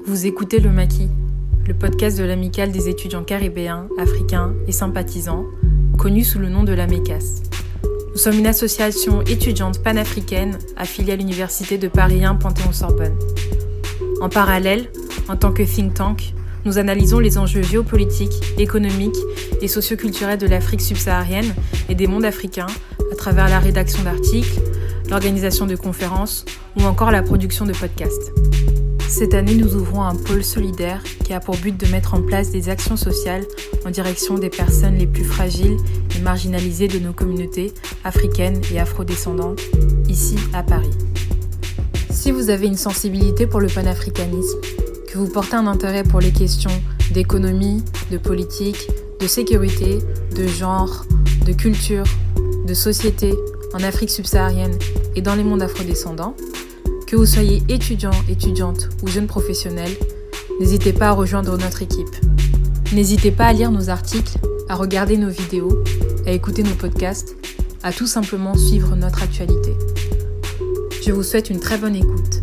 Vous écoutez Le Maquis, le podcast de l'Amicale des étudiants caribéens, africains et sympathisants, connu sous le nom de l'AMECAS. Nous sommes une association étudiante panafricaine affiliée à l'Université de Paris 1 Panthéon-Sorbonne. En parallèle, en tant que think tank, nous analysons les enjeux géopolitiques, économiques et socioculturels de l'Afrique subsaharienne et des mondes africains à travers la rédaction d'articles, l'organisation de conférences ou encore la production de podcasts. Cette année, nous ouvrons un pôle solidaire qui a pour but de mettre en place des actions sociales en direction des personnes les plus fragiles et marginalisées de nos communautés africaines et afrodescendantes, ici à Paris. Si vous avez une sensibilité pour le panafricanisme, que vous portez un intérêt pour les questions d'économie, de politique, de sécurité, de genre, de culture, de société en Afrique subsaharienne et dans les mondes afrodescendants, que vous soyez étudiant, étudiante ou jeune professionnel, n'hésitez pas à rejoindre notre équipe. N'hésitez pas à lire nos articles, à regarder nos vidéos, à écouter nos podcasts, à tout simplement suivre notre actualité. Je vous souhaite une très bonne écoute.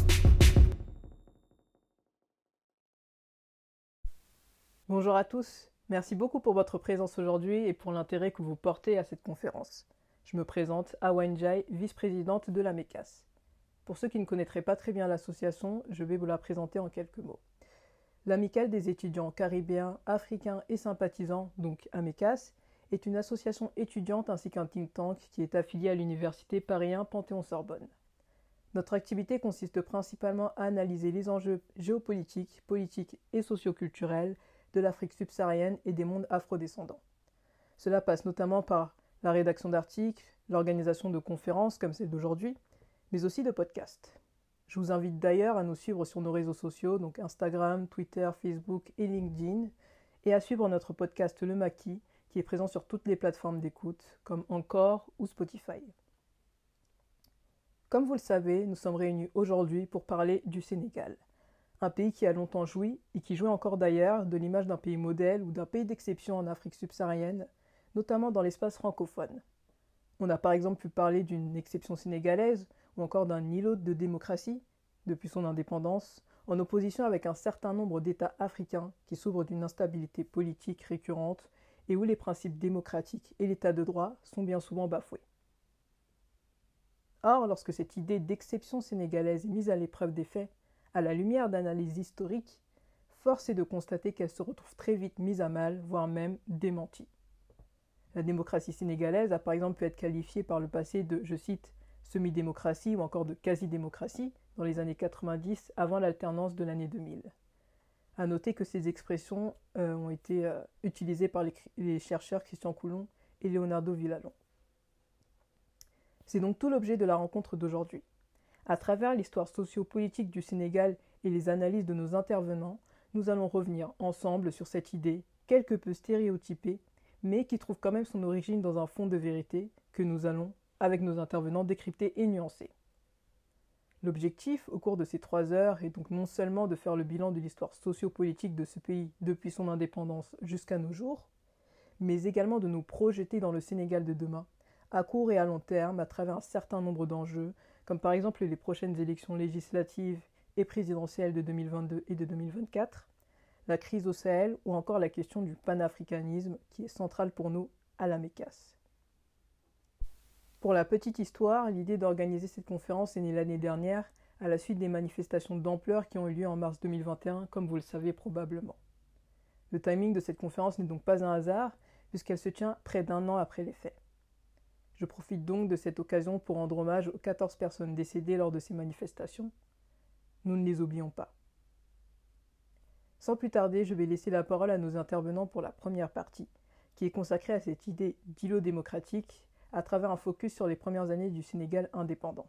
Bonjour à tous, merci beaucoup pour votre présence aujourd'hui et pour l'intérêt que vous portez à cette conférence. Je me présente, Awa Njai, vice-présidente de l'AMECAS. Pour ceux qui ne connaîtraient pas très bien l'association, je vais vous la présenter en quelques mots. L'Amicale des étudiants caribéens, africains et sympathisants, donc AMECAS, est une association étudiante ainsi qu'un think tank qui est affilié à l'Université Paris 1 Panthéon-Sorbonne. Notre activité consiste principalement à analyser les enjeux géopolitiques, politiques et socioculturels de l'Afrique subsaharienne et des mondes afrodescendants. Cela passe notamment par la rédaction d'articles, l'organisation de conférences comme celle d'aujourd'hui, mais aussi de podcasts. Je vous invite d'ailleurs à nous suivre sur nos réseaux sociaux, donc Instagram, Twitter, Facebook et LinkedIn, et à suivre notre podcast Le Maquis, qui est présent sur toutes les plateformes d'écoute, comme Encore ou Spotify. Comme vous le savez, nous sommes réunis aujourd'hui pour parler du Sénégal, un pays qui a longtemps joui, et qui jouit encore d'ailleurs, de l'image d'un pays modèle ou d'un pays d'exception en Afrique subsaharienne, notamment dans l'espace francophone. On a par exemple pu parler d'une exception sénégalaise ou encore d'un îlot de démocratie depuis son indépendance, en opposition avec un certain nombre d'États africains qui souffrent d'une instabilité politique récurrente et où les principes démocratiques et l'État de droit sont bien souvent bafoués. Or, lorsque cette idée d'exception sénégalaise est mise à l'épreuve des faits, à la lumière d'analyses historiques, force est de constater qu'elle se retrouve très vite mise à mal, voire même démentie. La démocratie sénégalaise a par exemple pu être qualifiée par le passé de, je cite, semi-démocratie ou encore de quasi-démocratie dans les années 90 avant l'alternance de l'année 2000. A noter que ces expressions ont été utilisées par les chercheurs Christian Coulon et Leonardo Villalon. C'est donc tout l'objet de la rencontre d'aujourd'hui. À travers l'histoire socio-politique du Sénégal et les analyses de nos intervenants, nous allons revenir ensemble sur cette idée, quelque peu stéréotypée, mais qui trouve quand même son origine dans un fond de vérité que nous allons, avec nos intervenants, décrypter et nuancer. L'objectif, au cours de ces 3 heures, est donc non seulement de faire le bilan de l'histoire sociopolitique de ce pays depuis son indépendance jusqu'à nos jours, mais également de nous projeter dans le Sénégal de demain, à court et à long terme, à travers un certain nombre d'enjeux, comme par exemple les prochaines élections législatives et présidentielles de 2022 et de 2024, la crise au Sahel ou encore la question du panafricanisme qui est centrale pour nous à l'AMECAS. Pour la petite histoire, l'idée d'organiser cette conférence est née l'année dernière à la suite des manifestations d'ampleur qui ont eu lieu en mars 2021, comme vous le savez probablement. Le timing de cette conférence n'est donc pas un hasard, puisqu'elle se tient près d'1 an après les faits. Je profite donc de cette occasion pour rendre hommage aux 14 personnes décédées lors de ces manifestations. Nous ne les oublions pas. Sans plus tarder, je vais laisser la parole à nos intervenants pour la première partie, qui est consacrée à cette idée d'îlot démocratique à travers un focus sur les premières années du Sénégal indépendant.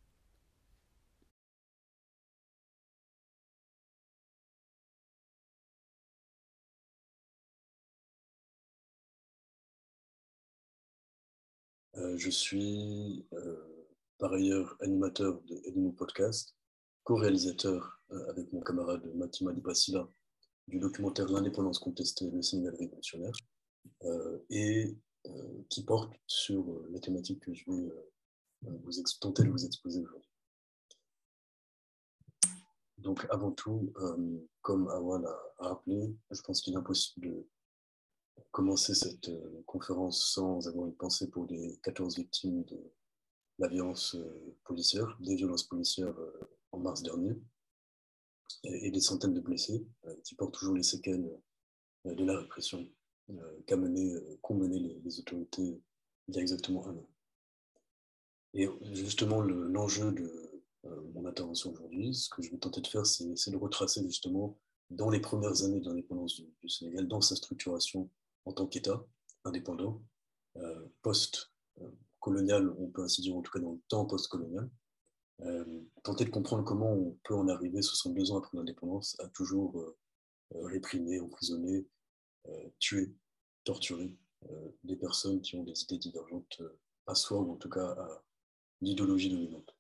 Je suis par ailleurs animateur de Edimo Podcast, co-réalisateur avec mon camarade Matima Libassila du documentaire L'indépendance contestée, le Sénégal révolutionnaire, et qui porte sur la thématique que je vais tenter de vous exposer aujourd'hui. Donc, avant tout, comme Awal a rappelé, je pense qu'il est impossible de commencer cette conférence sans avoir une pensée pour les 14 victimes de la violence policière, des violences policières en mars dernier, et des centaines de blessés qui portent toujours les séquelles de la répression qu'ont mené les autorités il y a exactement un an. Et justement, l'enjeu de mon intervention aujourd'hui, ce que je vais tenter de faire, c'est de retracer justement dans les premières années de l'indépendance du Sénégal, dans sa structuration en tant qu'État indépendant, post-colonial, on peut ainsi dire, en tout cas dans le temps post-colonial, tenter de comprendre comment on peut en arriver 62 ans après l'indépendance à toujours réprimer, emprisonner, tuer, torturer des personnes qui ont des idées divergentes à soi ou en tout cas à l'idéologie dominante.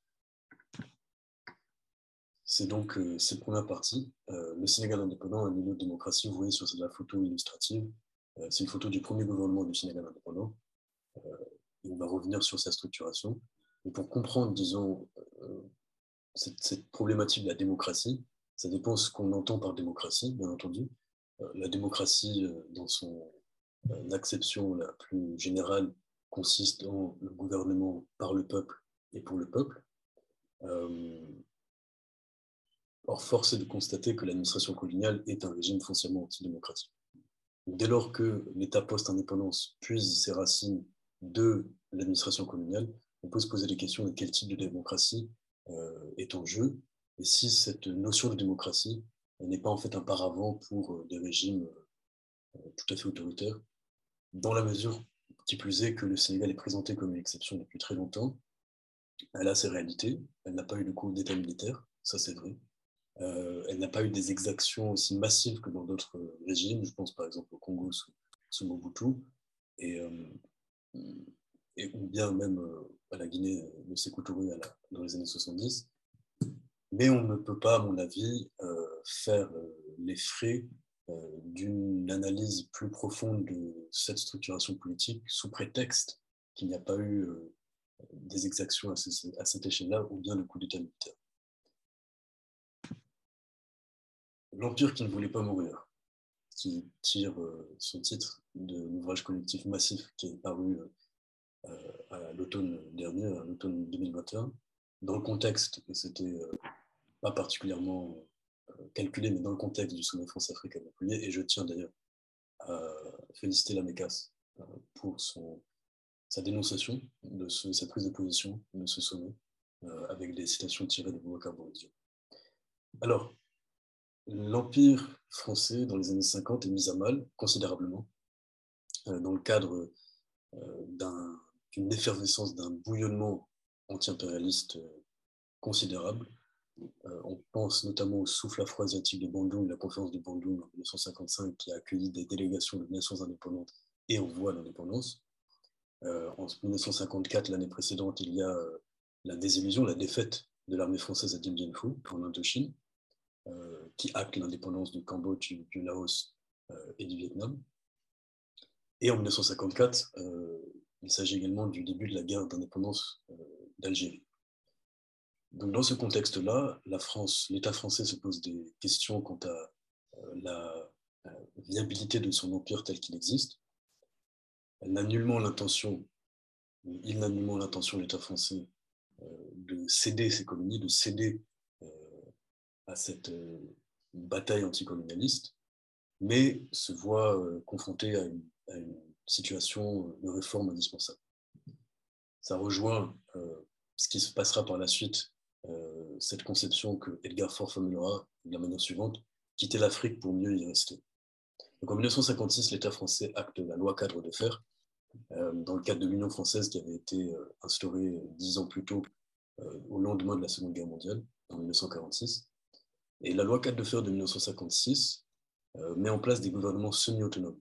C'est donc cette première partie. Le Sénégal indépendant, un milieu de démocratie, vous voyez sur la photo illustrative, c'est une photo du premier gouvernement du Sénégal indépendant. Et on va revenir sur sa structuration. Et pour comprendre, disons, cette problématique de la démocratie, ça dépend de ce qu'on entend par démocratie, bien entendu. La démocratie, dans son acception la plus générale, consiste en le gouvernement par le peuple et pour le peuple. Or, force est de constater que l'administration coloniale est un régime foncièrement antidémocratique. Dès lors que l'État post-indépendance puise ses racines de l'administration coloniale, on peut se poser des questions de quel type de démocratie est en jeu, et si cette notion de démocratie n'est pas en fait un paravent pour des régimes tout à fait autoritaires, dans la mesure qui plus est que le Sénégal est présenté comme une exception depuis très longtemps. Elle a ses réalités, elle n'a pas eu de coup d'État militaire, ça c'est vrai. Elle n'a pas eu des exactions aussi massives que dans d'autres régimes, je pense par exemple au Congo sous Mobutu, ou bien même à la Guinée de Sékou Touré dans les années 70. Mais on ne peut pas, à mon avis, faire les frais d'une analyse plus profonde de cette structuration politique sous prétexte qu'il n'y a pas eu des exactions à cette échelle-là ou bien de coup d'État militaire. L'Empire qui ne voulait pas mourir, qui tire son titre de l'ouvrage collectif massif qui est paru à l'automne dernier, à l'automne 2021, dans le contexte, et c'était pas particulièrement calculé, mais dans le contexte du sommet France-Afrique à Montpellier, et je tiens d'ailleurs à féliciter la MECAS pour sa dénonciation de sa prise de position de ce sommet, avec des citations tirées de Boubacar Bourdieu. Alors, l'Empire français, dans les années 50, est mis à mal considérablement dans le cadre d'une effervescence, d'un bouillonnement anti-impérialiste considérable. On pense notamment au souffle afro-asiatique de Bandung, la conférence de Bandung en 1955, qui a accueilli des délégations de nations indépendantes et en voie d'indépendance. En 1954, l'année précédente, il y a la désillusion, la défaite de l'armée française à Dien Bien Phu en Indochine, qui acte l'indépendance du Cambodge, du Laos et du Vietnam. Et en 1954, il s'agit également du début de la guerre d'indépendance d'Algérie. Donc dans ce contexte-là, l'État français se pose des questions quant à la viabilité de son empire tel qu'il existe. Il n'a nullement l'intention, l'État français, de céder ses colonies, de céder à cette bataille anticolonialiste, mais se voit confronté à une situation de réforme indispensable. Ça rejoint ce qui se passera par la suite, cette conception que Edgar Faure formulera de la manière suivante: quitter l'Afrique pour mieux y rester. Donc en 1956, l'État français acte la loi cadre de fer, dans le cadre de l'Union française qui avait été instaurée 10 ans plus tôt, au lendemain de la Seconde Guerre mondiale, en 1946. Et la loi cadre de fer de 1956 met en place des gouvernements semi-autonomes.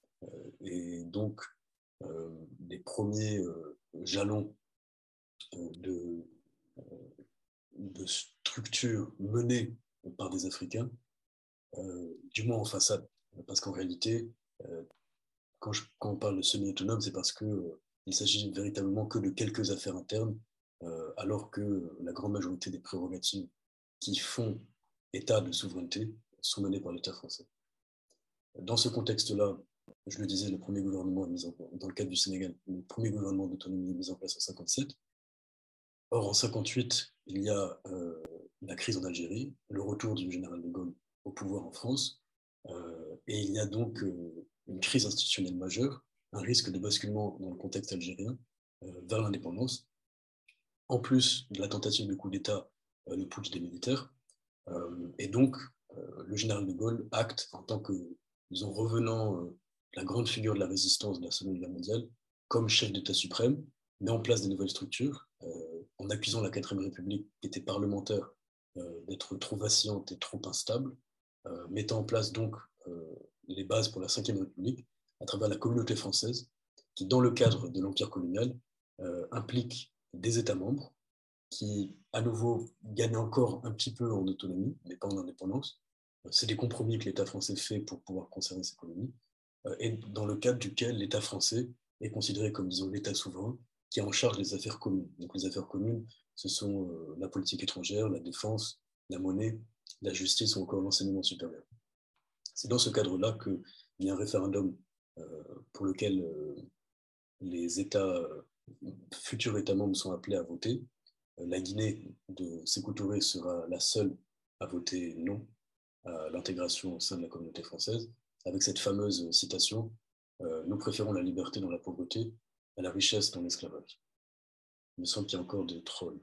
Et donc, les premiers jalons de structures menées par des Africains, du moins en façade. Parce qu'en réalité, quand on parle de semi-autonome, c'est parce qu'il ne s'agit véritablement que de quelques affaires internes, alors que la grande majorité des prérogatives qui font États de souveraineté sont menés par l'État français. Dans ce contexte-là, je le disais, le premier gouvernement est mis en place, dans le cadre du Sénégal, le premier gouvernement d'autonomie est mis en place en 1957. Or, en 1958, il y a la crise en Algérie, le retour du général de Gaulle au pouvoir en France, et il y a donc une crise institutionnelle majeure, un risque de basculement dans le contexte algérien vers l'indépendance, en plus de la tentative de coup d'État, le putsch des militaires. Et donc, le général de Gaulle acte, en tant que, disons, revenant la grande figure de la résistance de la Seconde Guerre mondiale, comme chef d'État suprême, met en place des nouvelles structures, en accusant la 4ème République, qui était parlementaire, d'être trop vacillante et trop instable, mettant en place donc les bases pour la 5ème République à travers la communauté française, qui, dans le cadre de l'Empire colonial, implique des États membres qui, à nouveau, gagnent encore un petit peu en autonomie, mais pas en indépendance. C'est des compromis que l'État français fait pour pouvoir conserver ses colonies, et dans le cadre duquel l'État français est considéré comme, disons, l'État souverain, qui est en charge des affaires communes. Donc les affaires communes, ce sont la politique étrangère, la défense, la monnaie, la justice ou encore l'enseignement supérieur. C'est dans ce cadre-là qu'il y a un référendum pour lequel les futurs États membres sont appelés à voter. La Guinée de Sékou Touré sera la seule à voter non à l'intégration au sein de la communauté française, avec cette fameuse citation « Nous préférons la liberté dans la pauvreté à la richesse dans l'esclavage ». Il me semble qu'il y a encore des trolls.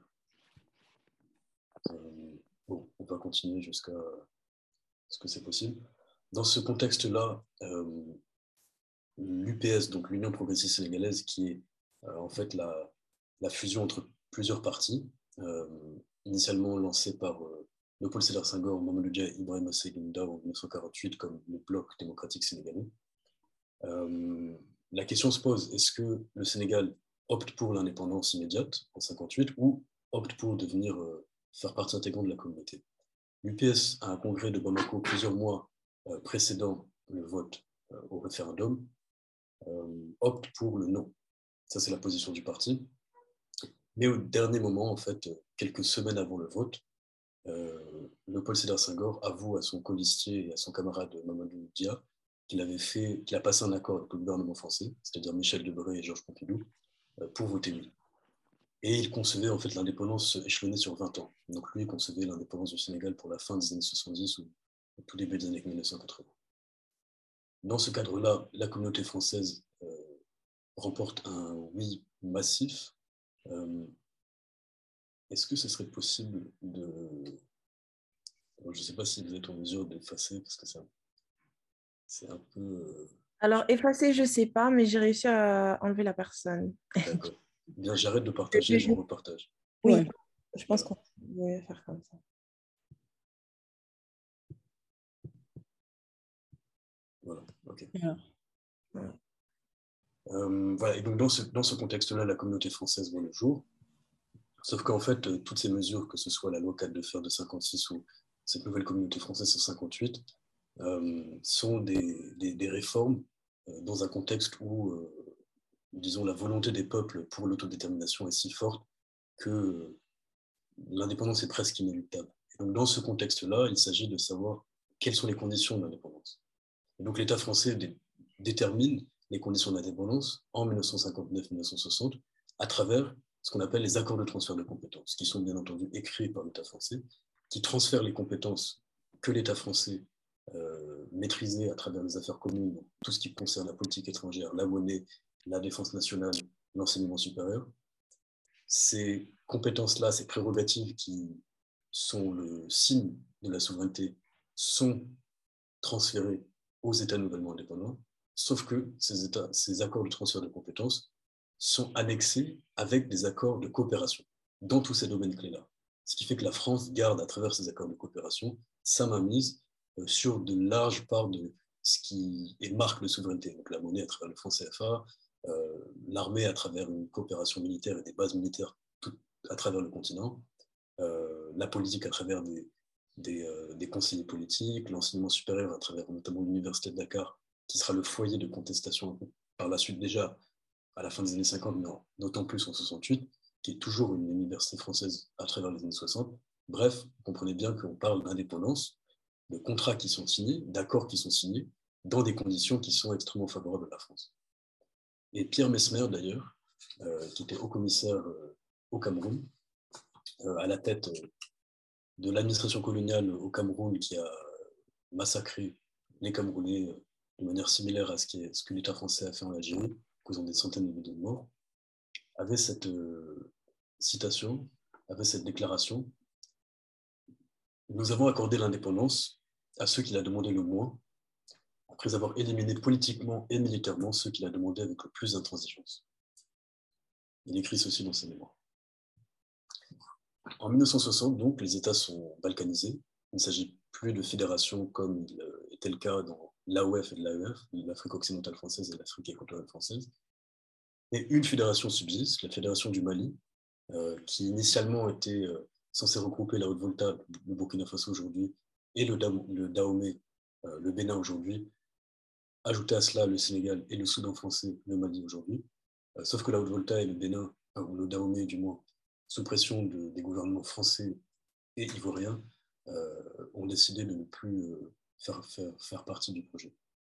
Bon, on va continuer jusqu'à ce que c'est possible. Dans ce contexte-là, l'UPS, donc l'Union progressiste sénégalaise, qui est en fait la fusion entre plusieurs partis, initialement lancée par Léopold Sédar Senghor, Mamadou Dia, Ibrahima Seynda en 1948 comme le bloc démocratique sénégalais. La question se pose, est-ce que le Sénégal opte pour l'indépendance immédiate en 1958 ou opte pour devenir faire partie intégrante de la communauté? L'UPS a un congrès de Bamako plusieurs mois précédant le vote au référendum, opte pour le non. Ça, c'est la position du parti. Mais au dernier moment, en fait, quelques semaines avant le vote, Léopold Sédar Senghor avoue à son colistier et à son camarade Mamadou Dia qu'il a passé un accord avec le gouvernement français, c'est-à-dire Michel Debré et Georges Pompidou, pour voter oui. Et il concevait en fait l'indépendance échelonnée sur 20 ans. Donc lui, il concevait l'indépendance du Sénégal pour la fin des années 70 ou au tout début des années 1980. Dans ce cadre-là, la communauté française remporte un oui massif. Est-ce que ce serait possible de... Je ne sais pas si vous êtes en mesure d'effacer, parce que c'est un peu... Alors, effacer, je ne sais pas, mais j'ai réussi à enlever la personne. D'accord. Bien, j'arrête de partager et je repartage. Oui, Ouais. je pense qu'on peut faire comme ça. Voilà, ok. Voilà. Voilà, et donc dans ce contexte-là, la communauté française voit le jour. Sauf qu'en fait, toutes ces mesures, que ce soit la loi 4 de fer de 56 ou cette nouvelle communauté française en 58, sont des réformes dans un contexte où, disons, la volonté des peuples pour l'autodétermination est si forte que l'indépendance est presque inéluctable. Et donc dans ce contexte-là, il s'agit de savoir quelles sont les conditions de l'indépendance. Et donc l'État français détermine les conditions de l'indépendance en 1959-1960 à travers ce qu'on appelle les accords de transfert de compétences, qui sont bien entendu écrits par l'État français, qui transfèrent les compétences que l'État français maîtrisait à travers les affaires communes, tout ce qui concerne la politique étrangère, la monnaie, la défense nationale, l'enseignement supérieur. Ces compétences-là, ces prérogatives qui sont le signe de la souveraineté, sont transférées aux États nouvellement indépendants, sauf que ces accords de transfert de compétences sont annexés avec des accords de coopération dans tous ces domaines clés-là. Ce qui fait que la France garde, à travers ces accords de coopération, sa mainmise sur de larges parts de ce qui est marque de souveraineté. Donc la monnaie à travers le franc CFA, l'armée à travers une coopération militaire et des bases militaires à travers le continent, la politique à travers des conseillers politiques, l'enseignement supérieur à travers notamment l'Université de Dakar, qui sera le foyer de contestation par la suite déjà à la fin des années 50, mais d'autant plus en 68, qui est toujours une université française à travers les années 60, Bref, vous comprenez bien qu'on parle d'indépendance, de contrats qui sont signés, d'accords qui sont signés, dans des conditions qui sont extrêmement favorables à la France. Et Pierre Messmer, d'ailleurs, qui était haut-commissaire au Cameroun, à la tête de l'administration coloniale au Cameroun qui a massacré les Camerounais de manière similaire à ce que l'État français a fait en Algérie, causant des centaines de milliers de morts, avait cette citation, avait cette déclaration: nous avons accordé l'indépendance à ceux qui la demandaient le moins, après avoir éliminé politiquement et militairement ceux qui la demandaient avec le plus d'intransigeance. Il écrit ceci dans ses mémoires. En 1960, donc, les États sont balkanisés. Il ne s'agit plus de fédérations comme il était le cas dans l'AOF et l'AEF, l'Afrique occidentale française et l'Afrique équatoriale française. Et une fédération subsiste, la Fédération du Mali, qui initialement était censée regrouper la Haute-Volta, le Burkina Faso aujourd'hui, et le Dahomey, le Bénin aujourd'hui, ajouter à cela le Sénégal et le Soudan français, le Mali aujourd'hui. Sauf que la Haute-Volta et le Bénin, ou le Dahomey du moins, sous pression des gouvernements français et ivoiriens, ont décidé de ne plus faire partie du projet.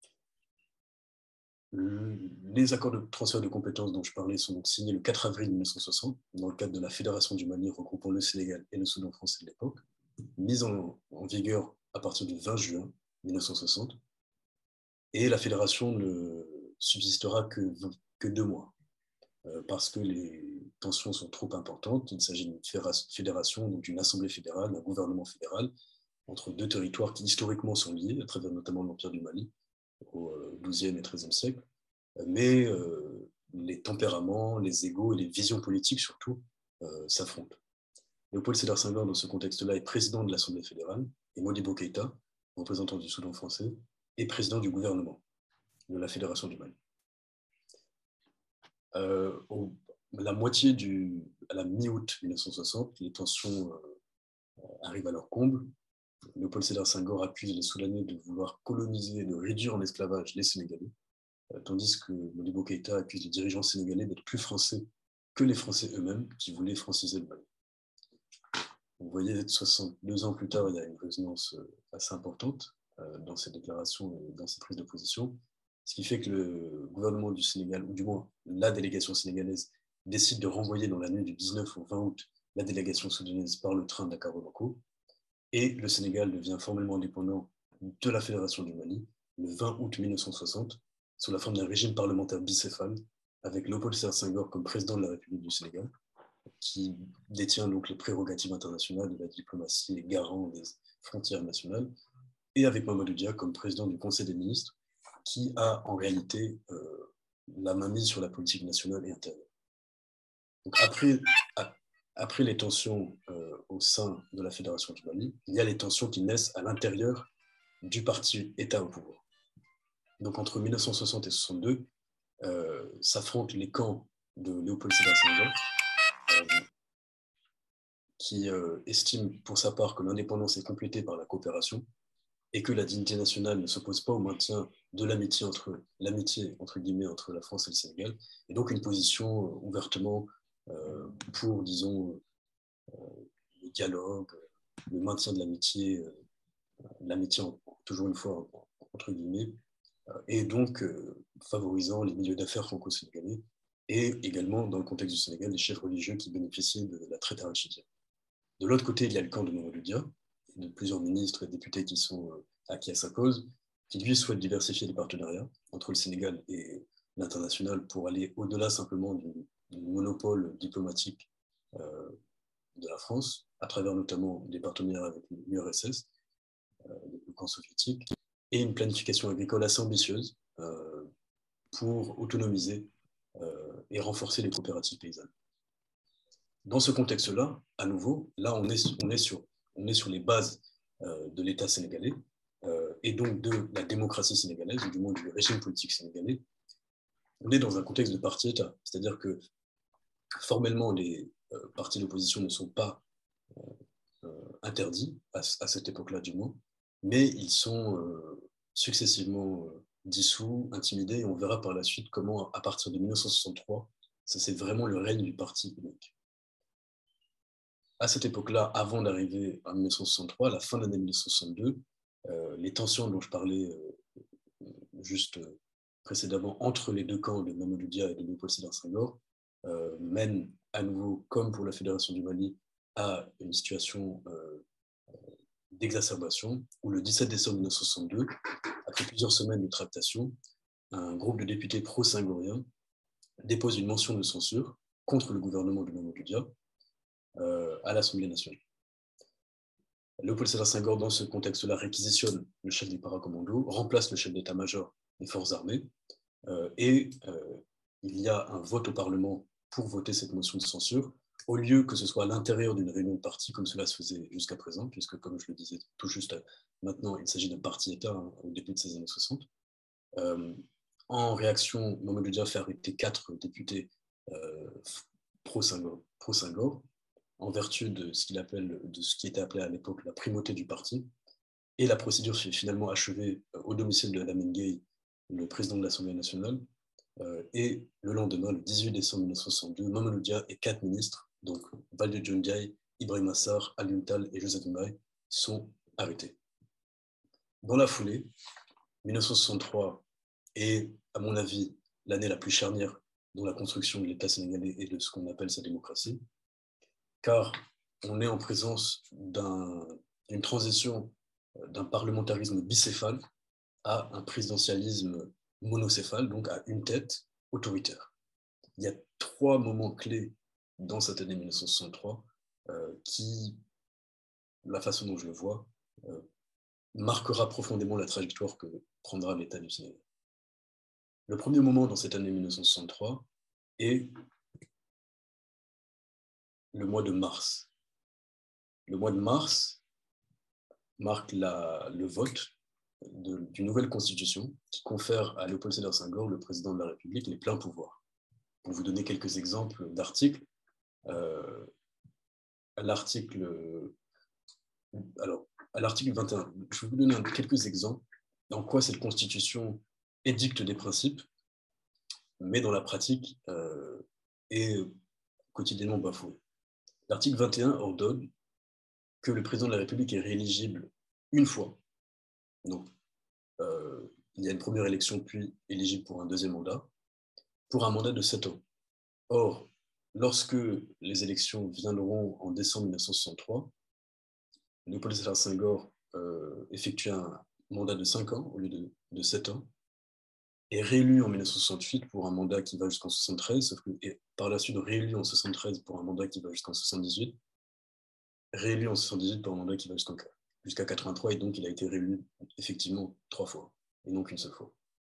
Les accords de transfert de compétences dont je parlais sont donc signés le 4 avril 1960 dans le cadre de la Fédération du Mali regroupant le Sénégal et le Soudan français de l'époque, mise en vigueur à partir du 20 juin 1960. Et la fédération ne subsistera que 2 mois, parce que les tensions sont trop importantes. Il s'agit d'une fédération, donc d'une assemblée fédérale, d'un gouvernement fédéral, entre deux territoires qui historiquement sont liés, à travers notamment l'Empire du Mali, au XIIe et XIIIe siècle. Mais les tempéraments, les égos et les visions politiques surtout s'affrontent. Léopold Sédar Senghor, dans ce contexte-là, est président de l'Assemblée fédérale, et Modibo Keïta, représentant du Soudan français, est président du gouvernement de la Fédération du Mali. À la mi-août 1960, les tensions arrivent à leur comble. Léopold Sédar Senghor accuse les Soudanais de vouloir coloniser et de réduire en esclavage les Sénégalais, tandis que Modibo Keïta accuse les dirigeants sénégalais d'être plus français que les Français eux-mêmes qui voulaient franciser le Mali. Vous voyez, 62 ans plus tard, il y a une résonance assez importante dans ces déclarations et dans ces prises de position, ce qui fait que le gouvernement du Sénégal, ou du moins la délégation sénégalaise, décide de renvoyer dans la nuit du 19 au 20 août la délégation soudanaise par le train Dakar-Bamako, et le Sénégal devient formellement indépendant de la Fédération du Mali le 20 août 1960, sous la forme d'un régime parlementaire bicéphale, avec Léopold Sédar Senghor comme président de la République du Sénégal, qui détient donc les prérogatives internationales de la diplomatie et garant des frontières nationales, et avec Mamadou Dia comme président du Conseil des ministres, qui a en réalité la mainmise sur la politique nationale et intérieure. Donc après les tensions au sein de la Fédération du Mali, il y a les tensions qui naissent à l'intérieur du parti État au pouvoir. Donc entre 1960 et 1962, s'affrontent les camps de Léopold Sédar Senghor, qui estime pour sa part que l'indépendance est complétée par la coopération et que la dignité nationale ne s'oppose pas au maintien de l'amitié entre la France et le Sénégal, et donc une position ouvertement pour, disons, le dialogue, le maintien de l'amitié, toujours une fois entre guillemets, et donc favorisant les milieux d'affaires franco-sénégalais, et également, dans le contexte du Sénégal, les chefs religieux qui bénéficiaient de la traite arachidienne. De l'autre côté, il y a le camp de Mamadou Dia, de plusieurs ministres et députés qui sont acquis à sa cause, qui lui souhaitent diversifier les partenariats entre le Sénégal et l'international pour aller au-delà simplement du monopole diplomatique de la France, à travers notamment des partenariats avec l'URSS, le camp soviétique, et une planification agricole assez ambitieuse pour autonomiser et renforcer les coopératives paysannes. Dans ce contexte-là, à nouveau, là on est sur les bases de l'État sénégalais et donc de la démocratie sénégalaise, ou du moins du régime politique sénégalais. On est dans un contexte de parti-État, c'est-à-dire que formellement les partis d'opposition ne sont pas interdits, à cette époque-là du moins, mais ils sont successivement dissous, intimidés, et on verra par la suite comment, à partir de 1963, ça c'est vraiment le règne du parti unique. à cette époque-là, avant d'arriver en 1963, à la fin de l'année 1962, les tensions dont je parlais juste précédemment entre les deux camps de Mamadou Dia et de Léopold Sédar Senghor mènent à nouveau, comme pour la Fédération du Mali, à une situation d'exacerbation, où le 17 décembre 1962, après plusieurs semaines de tractation, un groupe de députés pro-senghoriens dépose une motion de censure contre le gouvernement de Mamadou Dia à l'Assemblée nationale. Léopold Sédar Senghor, dans ce contexte-là, réquisitionne le chef du paracommando, remplace le chef d'état-major des forces armées, et il y a un vote au Parlement pour voter cette motion de censure, au lieu que ce soit à l'intérieur d'une réunion de parti, comme cela se faisait jusqu'à présent, puisque, comme je le disais tout juste maintenant, il s'agit d'un parti-État au début de ces années 60. En réaction, Mamadou Dia fait arrêter 4 députés pro-Senghor, en vertu de ce qui était appelé à l'époque la primauté du parti. Et la procédure fut finalement achevée au domicile de Lamine Gueye, le président de l'Assemblée nationale. Et le lendemain, le 18 décembre 1962, Mamadou Dia et 4 ministres, donc Valdiodio Ndiaye, Ibrahima Sarr, Alioune Tall et Joseph Mbaye, sont arrêtés. Dans la foulée, 1963 est, à mon avis, l'année la plus charnière dans la construction de l'État sénégalais et de ce qu'on appelle sa démocratie, car on est en présence d'une transition d'un parlementarisme bicéphale à un présidentialisme monocéphale, donc à une tête autoritaire. Il y a 3 moments clés dans cette année 1963 qui, la façon dont je le vois, marquera profondément la trajectoire que prendra l'État du Sénégal. Le premier moment dans cette année 1963 est le mois de mars. Le mois de mars marque le vote d'une nouvelle constitution qui confère à Léopold Sédar Senghor, le président de la République, les pleins pouvoirs. Pour vous donner quelques exemples d'articles, à l'article 21, je vais vous donner quelques exemples en quoi cette constitution édicte des principes, mais dans la pratique est quotidiennement bafouée. L'article 21 ordonne que le président de la République est rééligible une fois. Donc, il y a une première élection, puis éligible pour un deuxième mandat, pour un mandat de 7 ans. Or, lorsque les élections viendront en décembre 1963, Léopold Sédar Senghor effectue un mandat de 5 ans au lieu de 7 ans, est réélu en 1968 pour un mandat qui va jusqu'en 73, sauf que est par la suite réélu en 73 pour un mandat qui va jusqu'en 78, réélu en 78 pour un mandat qui va jusqu'à 83, et donc il a été réélu effectivement 3 fois, et non qu'une seule fois.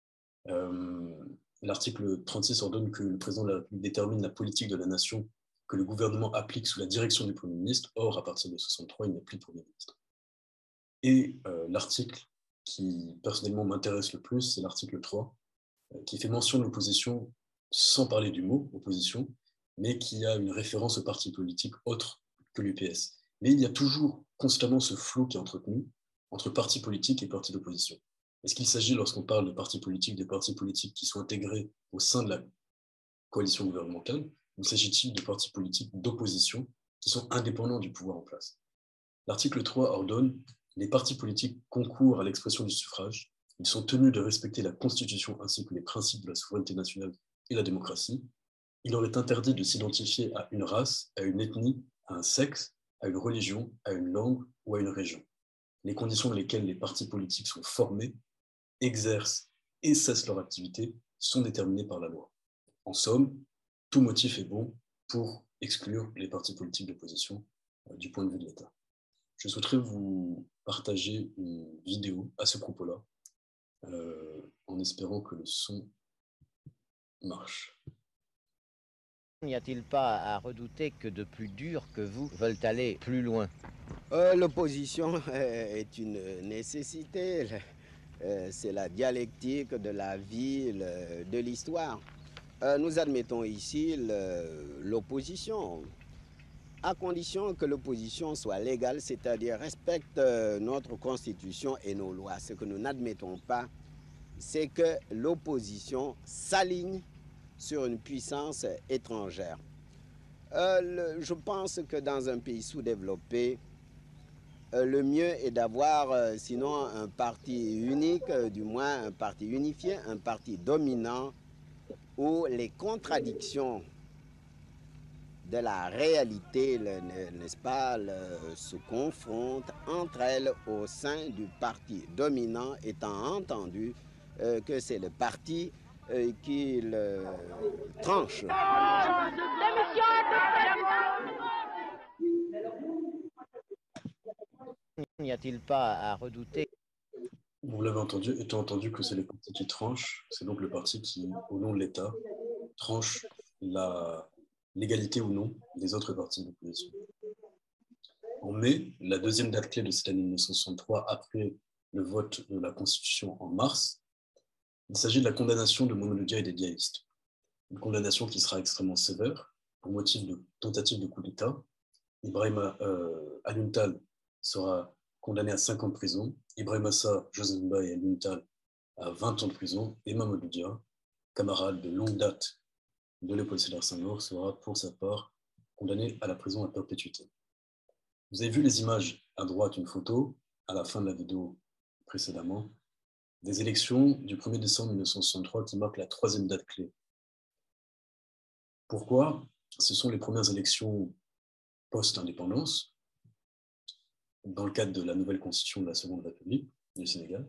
L'article 36 ordonne que le président de la République détermine la politique de la nation que le gouvernement applique sous la direction du Premier ministre. Or, à partir de 63, il n'y a plus de Premier ministre. Et l'article qui personnellement m'intéresse le plus, c'est l'article 3, qui fait mention de l'opposition sans parler du mot opposition, mais qui a une référence au parti politique autre que l'UPS. Mais il y a toujours constamment ce flou qui est entretenu entre partis politiques et partis d'opposition. Est-ce qu'il s'agit, lorsqu'on parle de partis politiques, des partis politiques qui sont intégrés au sein de la coalition gouvernementale, ou s'agit-il de partis politiques d'opposition qui sont indépendants du pouvoir en place? L'article 3 ordonne « Les partis politiques concourent à l'expression du suffrage. Ils sont tenus de respecter la Constitution ainsi que les principes de la souveraineté nationale et la démocratie. Il leur est interdit de s'identifier à une race, à une ethnie, à un sexe, à une religion, à une langue ou à une région. Les conditions dans lesquelles les partis politiques sont formés, exercent et cessent leur activité sont déterminées par la loi. En somme, tout motif est bon pour exclure les partis politiques d'opposition du point de vue de l'État. » Je souhaiterais vous partager une vidéo à ce propos-là, en espérant que le son marche. N'y a-t-il pas à redouter que de plus durs que vous veulent aller plus loin? L'opposition est une nécessité. C'est la dialectique de la vie, de l'histoire. Nous admettons ici l'opposition, à condition que l'opposition soit légale, c'est-à-dire respecte notre Constitution et nos lois. Ce que nous n'admettons pas, c'est que l'opposition s'aligne sur une puissance étrangère. Je pense que dans un pays sous-développé, le mieux est d'avoir, sinon un parti unique, du moins un parti unifié, un parti dominant, où les contradictions de la réalité, n'est-ce pas, se confrontent entre elles au sein du parti dominant, étant entendu que c'est le parti qui le tranche. N'y a-t-il pas à redouter? Vous l'avez entendu, étant entendu que c'est le parti qui tranche, c'est donc le parti qui, au nom de l'État, tranche l'égalité ou non des autres partis d'opposition. En mai, la deuxième date clé de cette année 1963, après le vote de la Constitution en mars, il s'agit de la condamnation de Mamadou et des diaïstes. Une condamnation qui sera extrêmement sévère pour motif de tentative de coup d'État. Ibrahima Alioune Tall sera condamné à 5 ans de prison, Ibrahima Assa, Joseph Mbaye et Alioune Tall à 20 ans de prison, et Mamadou Dia, camarade de longue date de Léopold Sédar Senghor, sera pour sa part condamné à la prison à perpétuité. Vous avez vu les images à droite, une photo, à la fin de la vidéo précédemment, des élections du 1er décembre 1963 qui marquent la troisième date clé. Pourquoi? Ce sont les premières élections post-indépendance, dans le cadre de la nouvelle constitution de la Seconde République du Sénégal,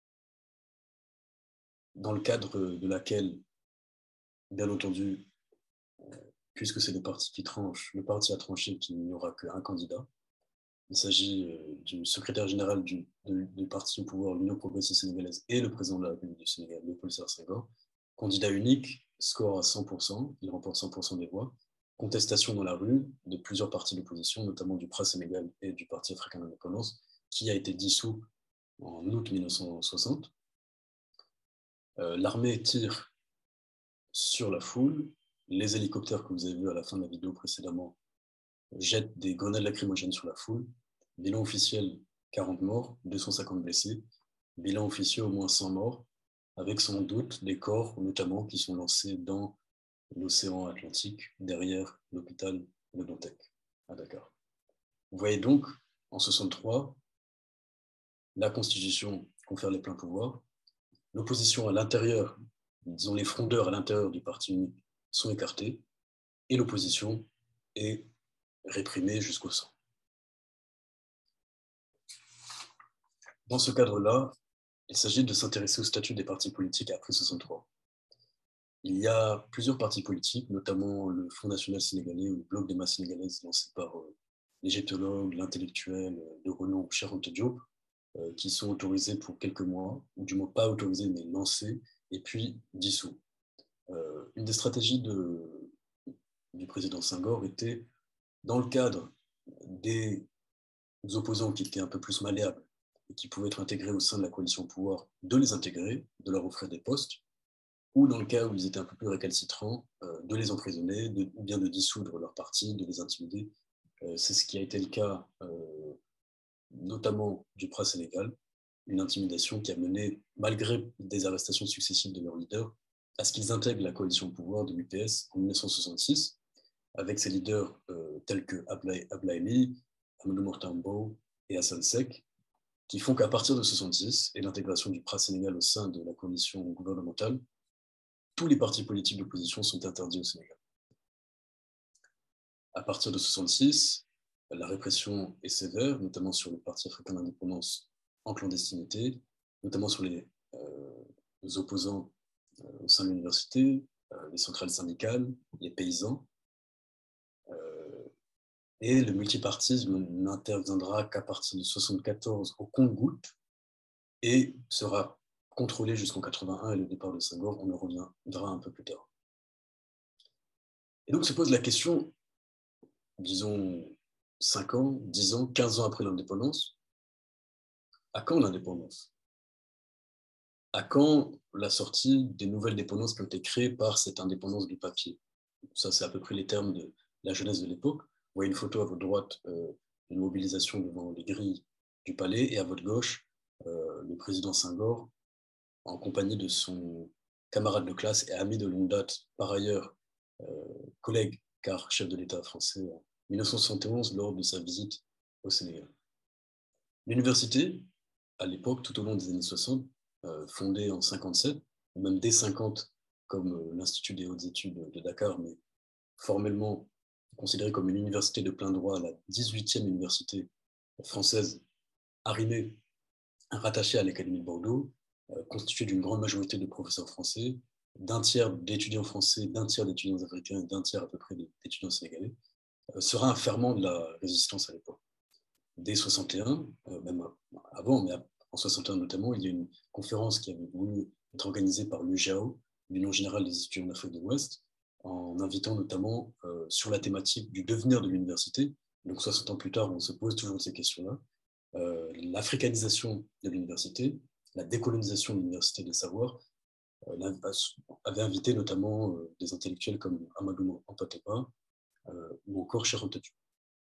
dans le cadre de laquelle, bien entendu, puisque c'est le parti qui tranche, le parti a tranché qu'il n'y aura qu'un candidat. Il s'agit du secrétaire général du parti au pouvoir, l'Union progressiste sénégalaise, et le président de la République du Sénégal, Léopold Sédar Senghor. Candidat unique, score à 100%, il remporte 100% des voix. Contestation dans la rue de plusieurs partis d'opposition, notamment du PRA Sénégal et du Parti africain d'indépendance, qui a été dissous en août 1960. L'armée tire sur la foule. Les hélicoptères que vous avez vus à la fin de la vidéo précédemment jettent des grenades lacrymogènes sur la foule. Bilan officiel, 40 morts, 250 blessés. Bilan officieux, au moins 100 morts, avec sans doute des corps, notamment, qui sont lancés dans l'océan Atlantique, derrière l'hôpital Le Dantec, à Dakar. Vous voyez donc, en 63, la Constitution confère les pleins pouvoirs. L'opposition à l'intérieur, disons les frondeurs à l'intérieur du parti unique, sont écartés, et l'opposition est réprimée jusqu'au sang. Dans ce cadre-là, il s'agit de s'intéresser au statut des partis politiques après 63. Il y a plusieurs partis politiques, notamment le Front national sénégalais ou le Bloc des masses sénégalaises lancé par l'égyptologue, l'intellectuel de renom Cheikh Anta Diop, qui sont autorisés pour quelques mois, ou du moins pas autorisés, mais lancés, et puis dissous. Une des stratégies du président Senghor était, dans le cadre des opposants qui étaient un peu plus malléables et qui pouvaient être intégrés au sein de la coalition au pouvoir, de les intégrer, de leur offrir des postes, ou dans le cas où ils étaient un peu plus récalcitrants, de les emprisonner, ou bien de dissoudre leur parti, de les intimider. C'est ce qui a été le cas notamment du PRA Sénégal, une intimidation qui a mené, malgré des arrestations successives de leurs leaders, à ce qu'ils intègrent la coalition au pouvoir de l'UPS en 1966, avec ses leaders tels que Ablaïli, Amadou Mortambo et Hassan Sek, qui font qu'à partir de 1966 et l'intégration du PRA Sénégal au sein de la coalition gouvernementale, tous les partis politiques d'opposition sont interdits au Sénégal. À partir de 1966, la répression est sévère, notamment sur le Parti africain d'indépendance en clandestinité, notamment sur les opposants au sein de l'université, les centrales syndicales, les paysans. Et le multipartisme n'interviendra qu'à partir de 1974 au compte-gouttes et sera contrôlé jusqu'en 81 et le départ de Senghor, on en reviendra un peu plus tard. Et donc se pose la question, disons 5 ans, 10 ans, 15 ans après l'indépendance, à quand l'indépendance? À quand la sortie des nouvelles dépendances qui ont été créées par cette indépendance du papier? Ça, c'est à peu près les termes de la jeunesse de l'époque. Vous voyez une photo à votre droite, une mobilisation devant les grilles du palais, et à votre gauche, le président Senghor, en compagnie de son camarade de classe et ami de longue date, par ailleurs collègue car chef de l'État français en 1971 lors de sa visite au Sénégal. L'université, à l'époque, tout au long des années 60, fondée en 57, même dès 50 comme l'Institut des hautes études de Dakar, mais formellement considérée comme une université de plein droit, la 18e université française arrimée, rattachée à l'Académie de Bordeaux, constituée d'une grande majorité de professeurs français, d'un tiers d'étudiants français, d'un tiers d'étudiants africains et d'un tiers à peu près d'étudiants sénégalais, sera un ferment de la résistance à l'époque. Dès 61, même avant, mais en 61 notamment, il y a une conférence qui avait voulu être organisée par l'UGAO, l'Union générale des étudiants d'Afrique de l'Ouest, en invitant notamment sur la thématique du devenir de l'université. Donc 60 ans plus tard, on se pose toujours ces questions-là. L'africanisation de l'université, la décolonisation de l'université des savoirs, avait invité notamment des intellectuels comme Amadou Hampâté-Bâ ou encore Cheikh Anta Diop.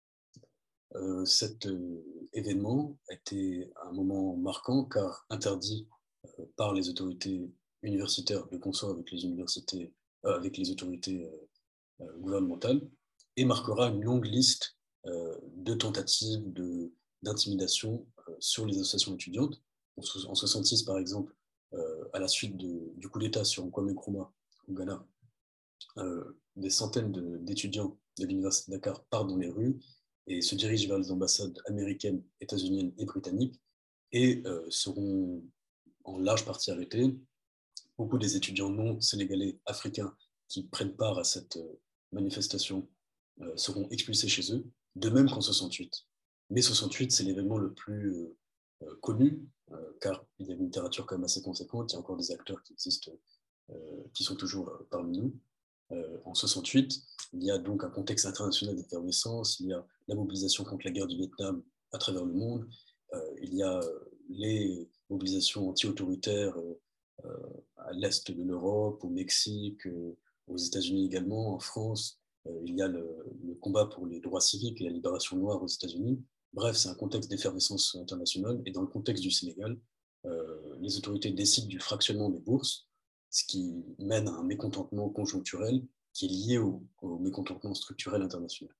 Cet événement a été un moment marquant car interdit par les autorités universitaires de consort avec les autorités gouvernementales et marquera une longue liste de tentatives d'intimidation sur les associations étudiantes. En 66, par exemple, à la suite du coup d'État sur Kwame Nkrumah au Ghana, des centaines d'étudiants de l'Université de Dakar partent dans les rues et se dirigent vers les ambassades américaines, états-uniennes et britanniques et seront en large partie arrêtés. Beaucoup des étudiants non sénégalais, africains, qui prennent part à cette manifestation seront expulsés chez eux, de même qu'en 68. Mais 68, c'est l'événement le plus connu, car il y a une littérature quand même assez conséquente, il y a encore des acteurs qui existent, qui sont toujours parmi nous. En 68, il y a donc un contexte international d'effervescence, il y a la mobilisation contre la guerre du Vietnam à travers le monde, il y a les mobilisations anti-autoritaires à l'est de l'Europe, au Mexique, aux États-Unis également, en France. Il y a le combat pour les droits civiques et la libération noire aux États-Unis. Bref, c'est un contexte d'effervescence internationale. Et dans le contexte du Sénégal, les autorités décident du fractionnement des bourses, ce qui mène à un mécontentement conjoncturel qui est lié au mécontentement structurel international.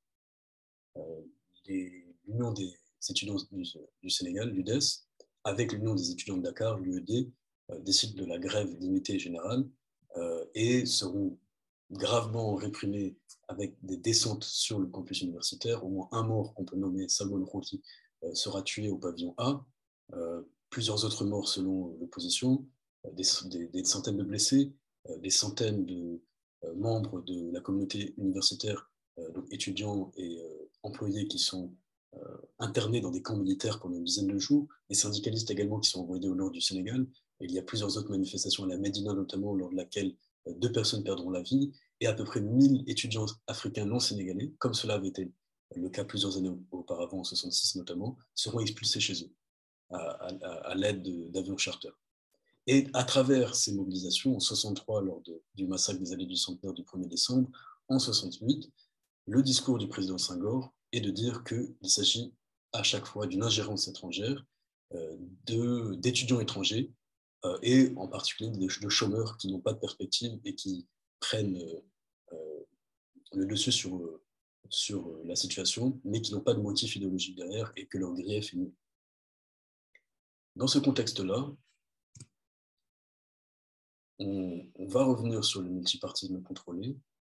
L'Union des étudiants du Sénégal, l'UDES, avec l'Union des étudiants de Dakar, l'UED, décident de la grève limitée générale et seront gravement réprimés avec des descentes sur le campus universitaire. Au moins un mort qu'on peut nommer Salman Rushdie sera tué au pavillon A. Plusieurs autres morts selon l'opposition, des centaines de blessés, des centaines de membres de la communauté universitaire, donc étudiants et employés qui sont internés dans des camps militaires pendant une dizaine de jours, des syndicalistes également qui sont envoyés au nord du Sénégal. Et il y a plusieurs autres manifestations à la Médina notamment, lors de laquelle 2 personnes perdront la vie, et à peu près 1000 étudiants africains non sénégalais, comme cela avait été le cas plusieurs années auparavant, en 66 notamment, seront expulsés chez eux à l'aide d'avions charter. Et à travers ces mobilisations, en 63, lors du massacre des Allées du Centenaire du 1er décembre, en 68, le discours du président Senghor est de dire qu'il s'agit à chaque fois d'une ingérence étrangère, d'étudiants étrangers, et en particulier de chômeurs qui n'ont pas de perspective et qui prennent le dessus sur la situation, mais qui n'ont pas de motif idéologique derrière et que leur grief est nul. Dans ce contexte-là, on va revenir sur le multipartisme contrôlé.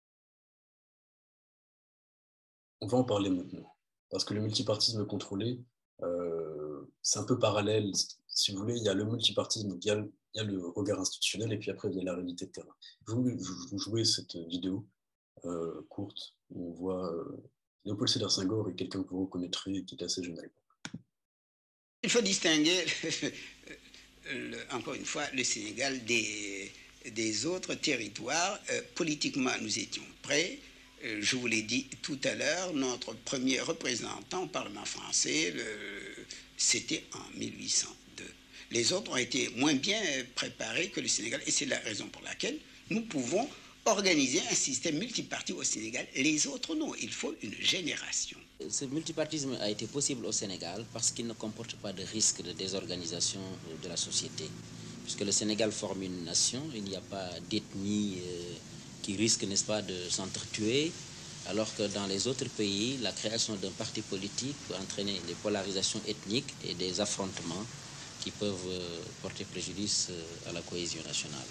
On va en parler maintenant, parce que le multipartisme contrôlé, c'est un peu parallèle. Si vous voulez, il y a le multipartisme, il y a le regard institutionnel, et puis après, il y a la réalité de terrain. Je vous jouer cette vidéo courte, où on voit Léopold Sédar Senghor et quelqu'un que vous reconnaîtrez, qui est assez jeune à l'époque. Il faut distinguer, encore une fois, le Sénégal des autres territoires. Politiquement, nous étions prêts. Je vous l'ai dit tout à l'heure, notre premier représentant au Parlement français, c'était en 1802. Les autres ont été moins bien préparés que le Sénégal, et c'est la raison pour laquelle nous pouvons organiser un système multipartite au Sénégal. Les autres, non. Il faut une génération. Ce multipartisme a été possible au Sénégal parce qu'il ne comporte pas de risque de désorganisation de la société. Puisque le Sénégal forme une nation, il n'y a pas d'ethnie qui risque, n'est-ce pas, de s'entretuer. Alors que dans les autres pays, la création d'un parti politique peut entraîner des polarisations ethniques et des affrontements qui peuvent porter préjudice à la cohésion nationale.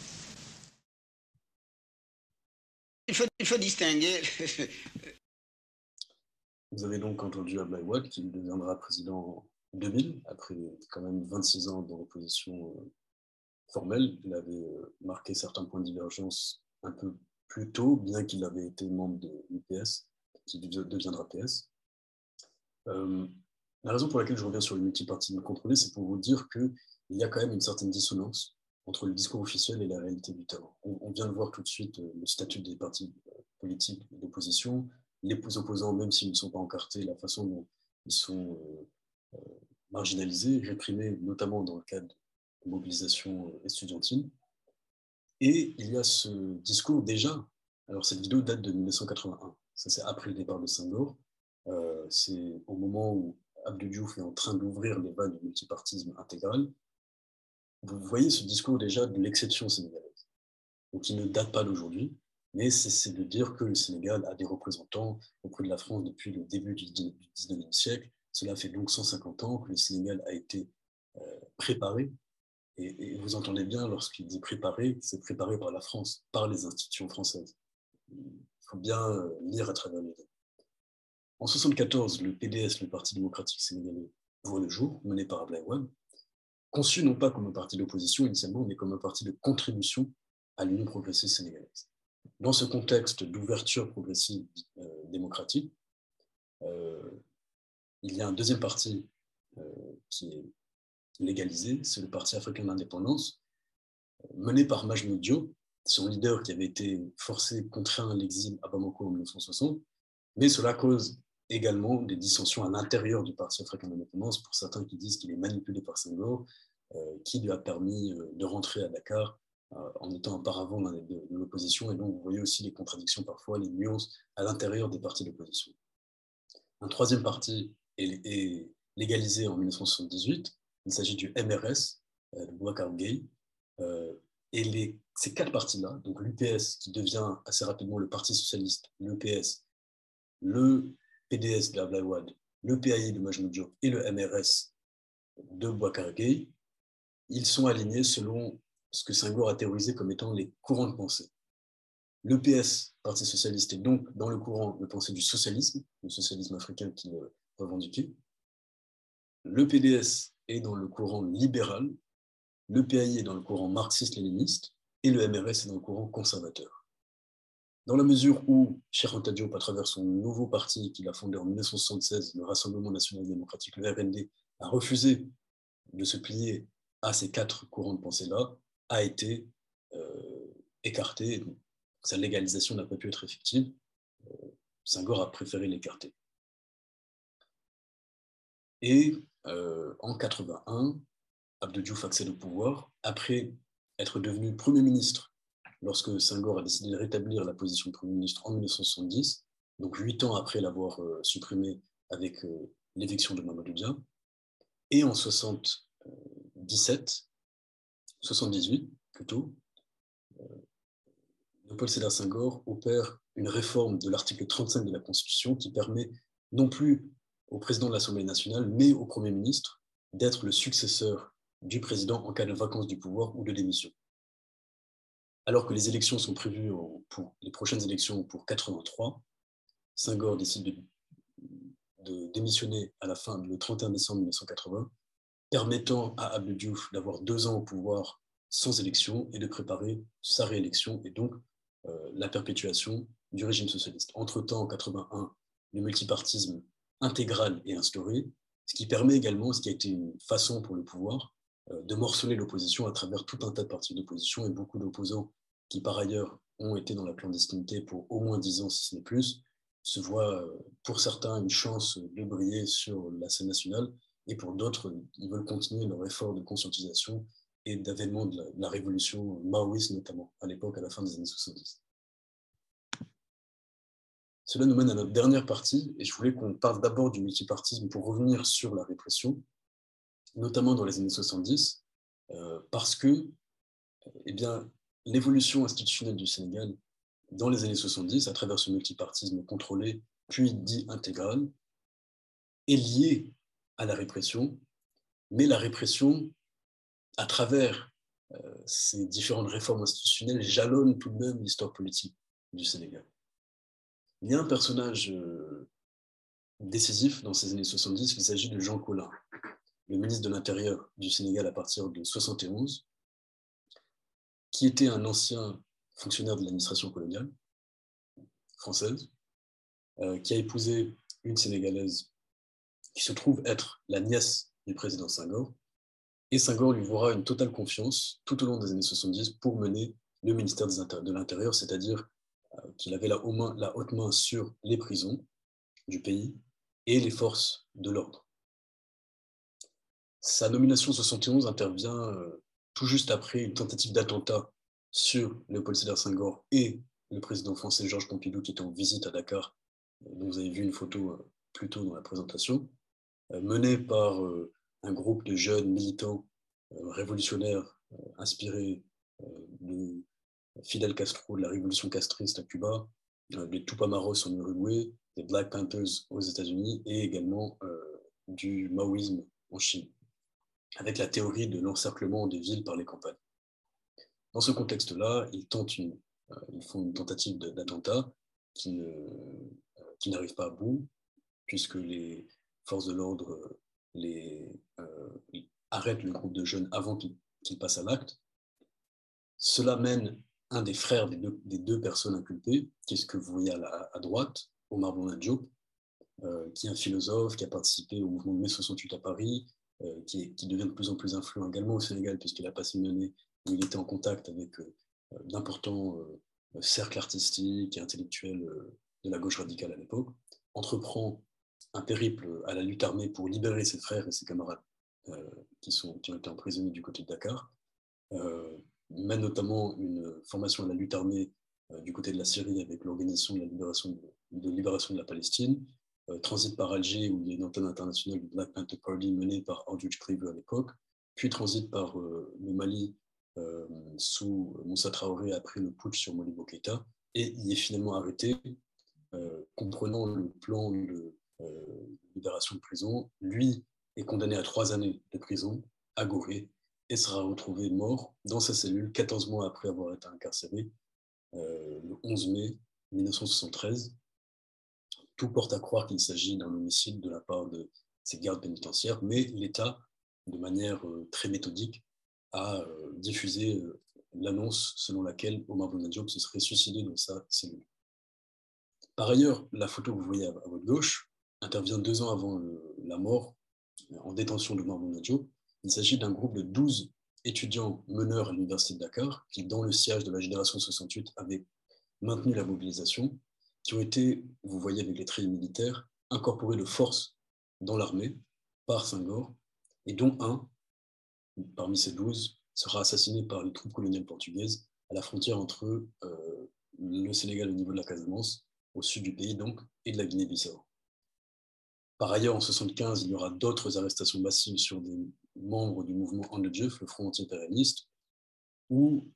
Il faut distinguer. Vous avez donc entendu Ablaye Wade, qui deviendra président en 2000, après quand même 26 ans dans l'opposition formelle. Il avait marqué certains points de divergence un peu plus tôt, bien qu'il avait été membre de l'UPS, qui deviendra PS. La raison pour laquelle je reviens sur le multipartisme contrôlé, c'est pour vous dire qu'il y a quand même une certaine dissonance entre le discours officiel et la réalité du terrain. On vient de voir tout de suite le statut des partis politiques d'opposition, les opposants, même s'ils ne sont pas encartés, la façon dont ils sont marginalisés, réprimés, notamment dans le cadre de mobilisation estudiantine. Et il y a ce discours déjà, alors cette vidéo date de 1981, ça c'est après le départ de Senghor, c'est au moment où Abdou Diouf est en train d'ouvrir les vannes du multipartisme intégral. Vous voyez ce discours déjà de l'exception sénégalaise, donc il ne date pas d'aujourd'hui, mais c'est de dire que le Sénégal a des représentants auprès de la France depuis le début du 19e siècle. Cela fait donc 150 ans que le Sénégal a été préparé. Et vous entendez bien, lorsqu'il dit préparé, c'est préparé par la France, par les institutions françaises. Il faut bien lire à travers les livres. En 1974, le PDS, le Parti démocratique sénégalais, voit le jour, mené par Ablaye Wade, conçu non pas comme un parti d'opposition initialement, mais comme un parti de contribution à l'Union progressiste sénégalaise. Dans ce contexte d'ouverture progressive démocratique, il y a un deuxième parti qui est légalisé, c'est le Parti africain d'indépendance, mené par Majmoud Diop, son leader qui avait été forcé, contraint à l'exil à Bamako en 1960, mais cela cause également des dissensions à l'intérieur du Parti africain d'indépendance, pour certains qui disent qu'il est manipulé par Senghor, qui lui a permis de rentrer à Dakar en étant auparavant de l'opposition, et donc vous voyez aussi les contradictions parfois, les nuances à l'intérieur des partis d'opposition. Un troisième parti est légalisé en 1978, il s'agit du MRS, de Boubacar Gueye, et ces quatre partis-là, donc l'UPS qui devient assez rapidement le Parti socialiste, l'UPS, le PDS de Ablaye Wade, le PAI de Majmoud Diop et le MRS de Boubacar Gueye, ils sont alignés selon ce que Senghor a théorisé comme étant les courants de pensée. Le PS, Parti socialiste, est donc dans le courant de pensée du socialisme, le socialisme africain qu'il revendiquait. Le PDS est dans le courant libéral, le PAI est dans le courant marxiste-léniniste et le MRS est dans le courant conservateur. Dans la mesure où Cheikh Anta Diop, à travers son nouveau parti qu'il a fondé en 1976, le Rassemblement national démocratique, le RND, a refusé de se plier à ces quatre courants de pensée-là, a été écarté. Sa légalisation n'a pas pu être effective. Senghor a préféré l'écarter. Et en 81, Abdou Diouf accède au pouvoir après être devenu Premier ministre lorsque Senghor a décidé de rétablir la position de Premier ministre en 1970, donc 8 ans après l'avoir supprimé avec l'éviction de Mamadou Dia. Et en 78 plutôt, Léopold Sédar Senghor opère une réforme de l'article 35 de la Constitution qui permet non plus au président de l'Assemblée nationale, mais au Premier ministre, d'être le successeur du président en cas de vacance du pouvoir ou de démission. Alors que les élections sont prévues pour les prochaines élections pour 83, Senghor décide de démissionner à la fin, le 31 décembre 1980, permettant à Abdou Diouf d'avoir 2 ans au pouvoir sans élection et de préparer sa réélection et donc la perpétuation du régime socialiste. Entre-temps, en 81, le multipartisme intégral est instauré, ce qui permet également, ce qui a été une façon pour le pouvoir, de morceler l'opposition à travers tout un tas de partis d'opposition et beaucoup d'opposants qui, par ailleurs, ont été dans la clandestinité pour au moins 10 ans, si ce n'est plus, se voient, pour certains, une chance de briller sur la scène nationale, et pour d'autres, ils veulent continuer leur effort de conscientisation et d'avènement de la révolution maoïste, notamment, à l'époque, à la fin des années 70. Cela nous mène à notre dernière partie, et je voulais qu'on parle d'abord du multipartisme pour revenir sur la répression, notamment dans les années 70, parce que l'évolution institutionnelle du Sénégal dans les années 70, à travers ce multipartisme contrôlé, puis dit intégral, est liée à la répression, mais la répression, à travers ces différentes réformes institutionnelles, jalonne tout de même l'histoire politique du Sénégal. Il y a un personnage décisif dans ces années 70, il s'agit de Jean Collin, le ministre de l'Intérieur du Sénégal à partir de 71, qui était un ancien fonctionnaire de l'administration coloniale française, qui a épousé une Sénégalaise qui se trouve être la nièce du président Senghor, et Senghor lui vouera une totale confiance tout au long des années 70 pour mener le ministère de l'Intérieur, c'est-à-dire qu'il avait la haute main sur les prisons du pays et les forces de l'ordre. Sa nomination en 71 intervient tout juste après une tentative d'attentat sur Léopold Sédar Senghor et le président français Georges Pompidou qui était en visite à Dakar, dont vous avez vu une photo plus tôt dans la présentation, menée par un groupe de jeunes militants révolutionnaires inspirés de Fidel Castro, de la révolution castriste à Cuba, des Tupamaros en Uruguay, des Black Panthers aux États-Unis et également du maoïsme en Chine, avec la théorie de l'encerclement des villes par les campagnes. Dans ce contexte-là, ils font une tentative d'attentat qui n'arrive pas à bout, puisque les forces de l'ordre arrêtent le groupe de jeunes avant qu'ils passent à l'acte. Cela mène un des frères des deux personnes inculpées, qui est ce que vous voyez à droite, Omar Blondin Diop, qui est un philosophe, qui a participé au mouvement de mai 68 à Paris, qui devient de plus en plus influent également au Sénégal, puisqu'il a passé une année où il était en contact avec d'importants cercles artistiques et intellectuels de la gauche radicale à l'époque, entreprend un périple à la lutte armée pour libérer ses frères et ses camarades qui ont été emprisonnés du côté de Dakar, mène notamment une formation à la lutte armée du côté de la Syrie avec l'organisation de la libération de la Palestine, transite par Alger où il y a une antenne internationale du Black Panther Party menée par Aldrich Cleaver à l'époque, puis transite par le Mali sous Moussa Traoré après le putsch sur Modibo Keïta, et il est finalement arrêté, comprenant le plan de libération de prison. Lui est condamné à 3 années de prison à Gorée et sera retrouvé mort dans sa cellule 14 mois après avoir été incarcéré le 11 mai 1973. Tout porte à croire qu'il s'agit d'un homicide de la part de ces gardes pénitentiaires, mais l'État, de manière très méthodique, a diffusé l'annonce selon laquelle Omar Blondin Diop se serait suicidé dans sa cellule. Par ailleurs, la photo que vous voyez à votre gauche intervient 2 ans avant la mort en détention d'Omar Blondin Diop. Il s'agit d'un groupe de 12 étudiants meneurs à l'université de Dakar qui, dans le siège de la génération 68, avaient maintenu la mobilisation, qui ont été, vous voyez avec les treillis militaires, incorporés de force dans l'armée par Senghor, et dont un, parmi ces 12, sera assassiné par les troupes coloniales portugaises à la frontière entre le Sénégal au niveau de la Casamance, au sud du pays donc, et de la Guinée-Bissau. Par ailleurs, en 1975, il y aura d'autres arrestations massives sur des membres du mouvement Andjef, le Front anti-impérialiste, où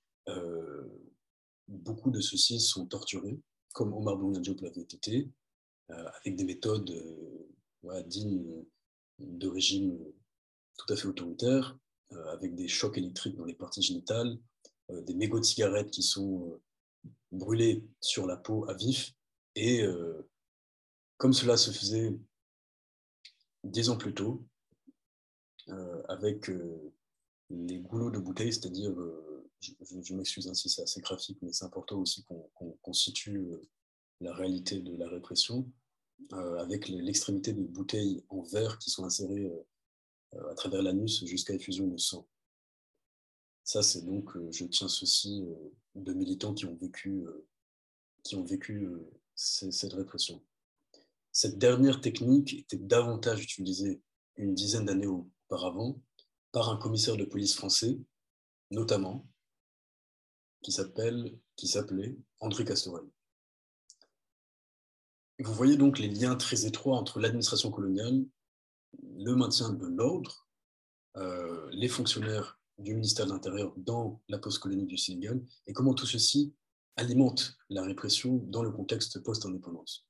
beaucoup de ceux-ci sont torturés, comme Omar Blondin Diop l'avait été, avec des méthodes dignes de régimes tout à fait autoritaires, avec des chocs électriques dans les parties génitales, des mégots de cigarettes qui sont brûlés sur la peau à vif, et comme cela se faisait 10 ans plus tôt, avec les goulots de bouteilles, c'est-à-dire, je m'excuse si c'est assez graphique, mais c'est important aussi qu'on situe la réalité de la répression, avec l'extrémité des bouteilles en verre qui sont insérées à travers l'anus jusqu'à effusion de sang. Ça, c'est donc, je tiens ceci de militants qui ont vécu cette répression. Cette dernière technique était davantage utilisée une dizaine d'années auparavant par un commissaire de police français, notamment, qui s'appelait André Castorel. Vous voyez donc les liens très étroits entre l'administration coloniale, le maintien de l'ordre, les fonctionnaires du ministère de l'Intérieur dans la post-colonie du Sénégal, et comment tout ceci alimente la répression dans le contexte post-indépendance.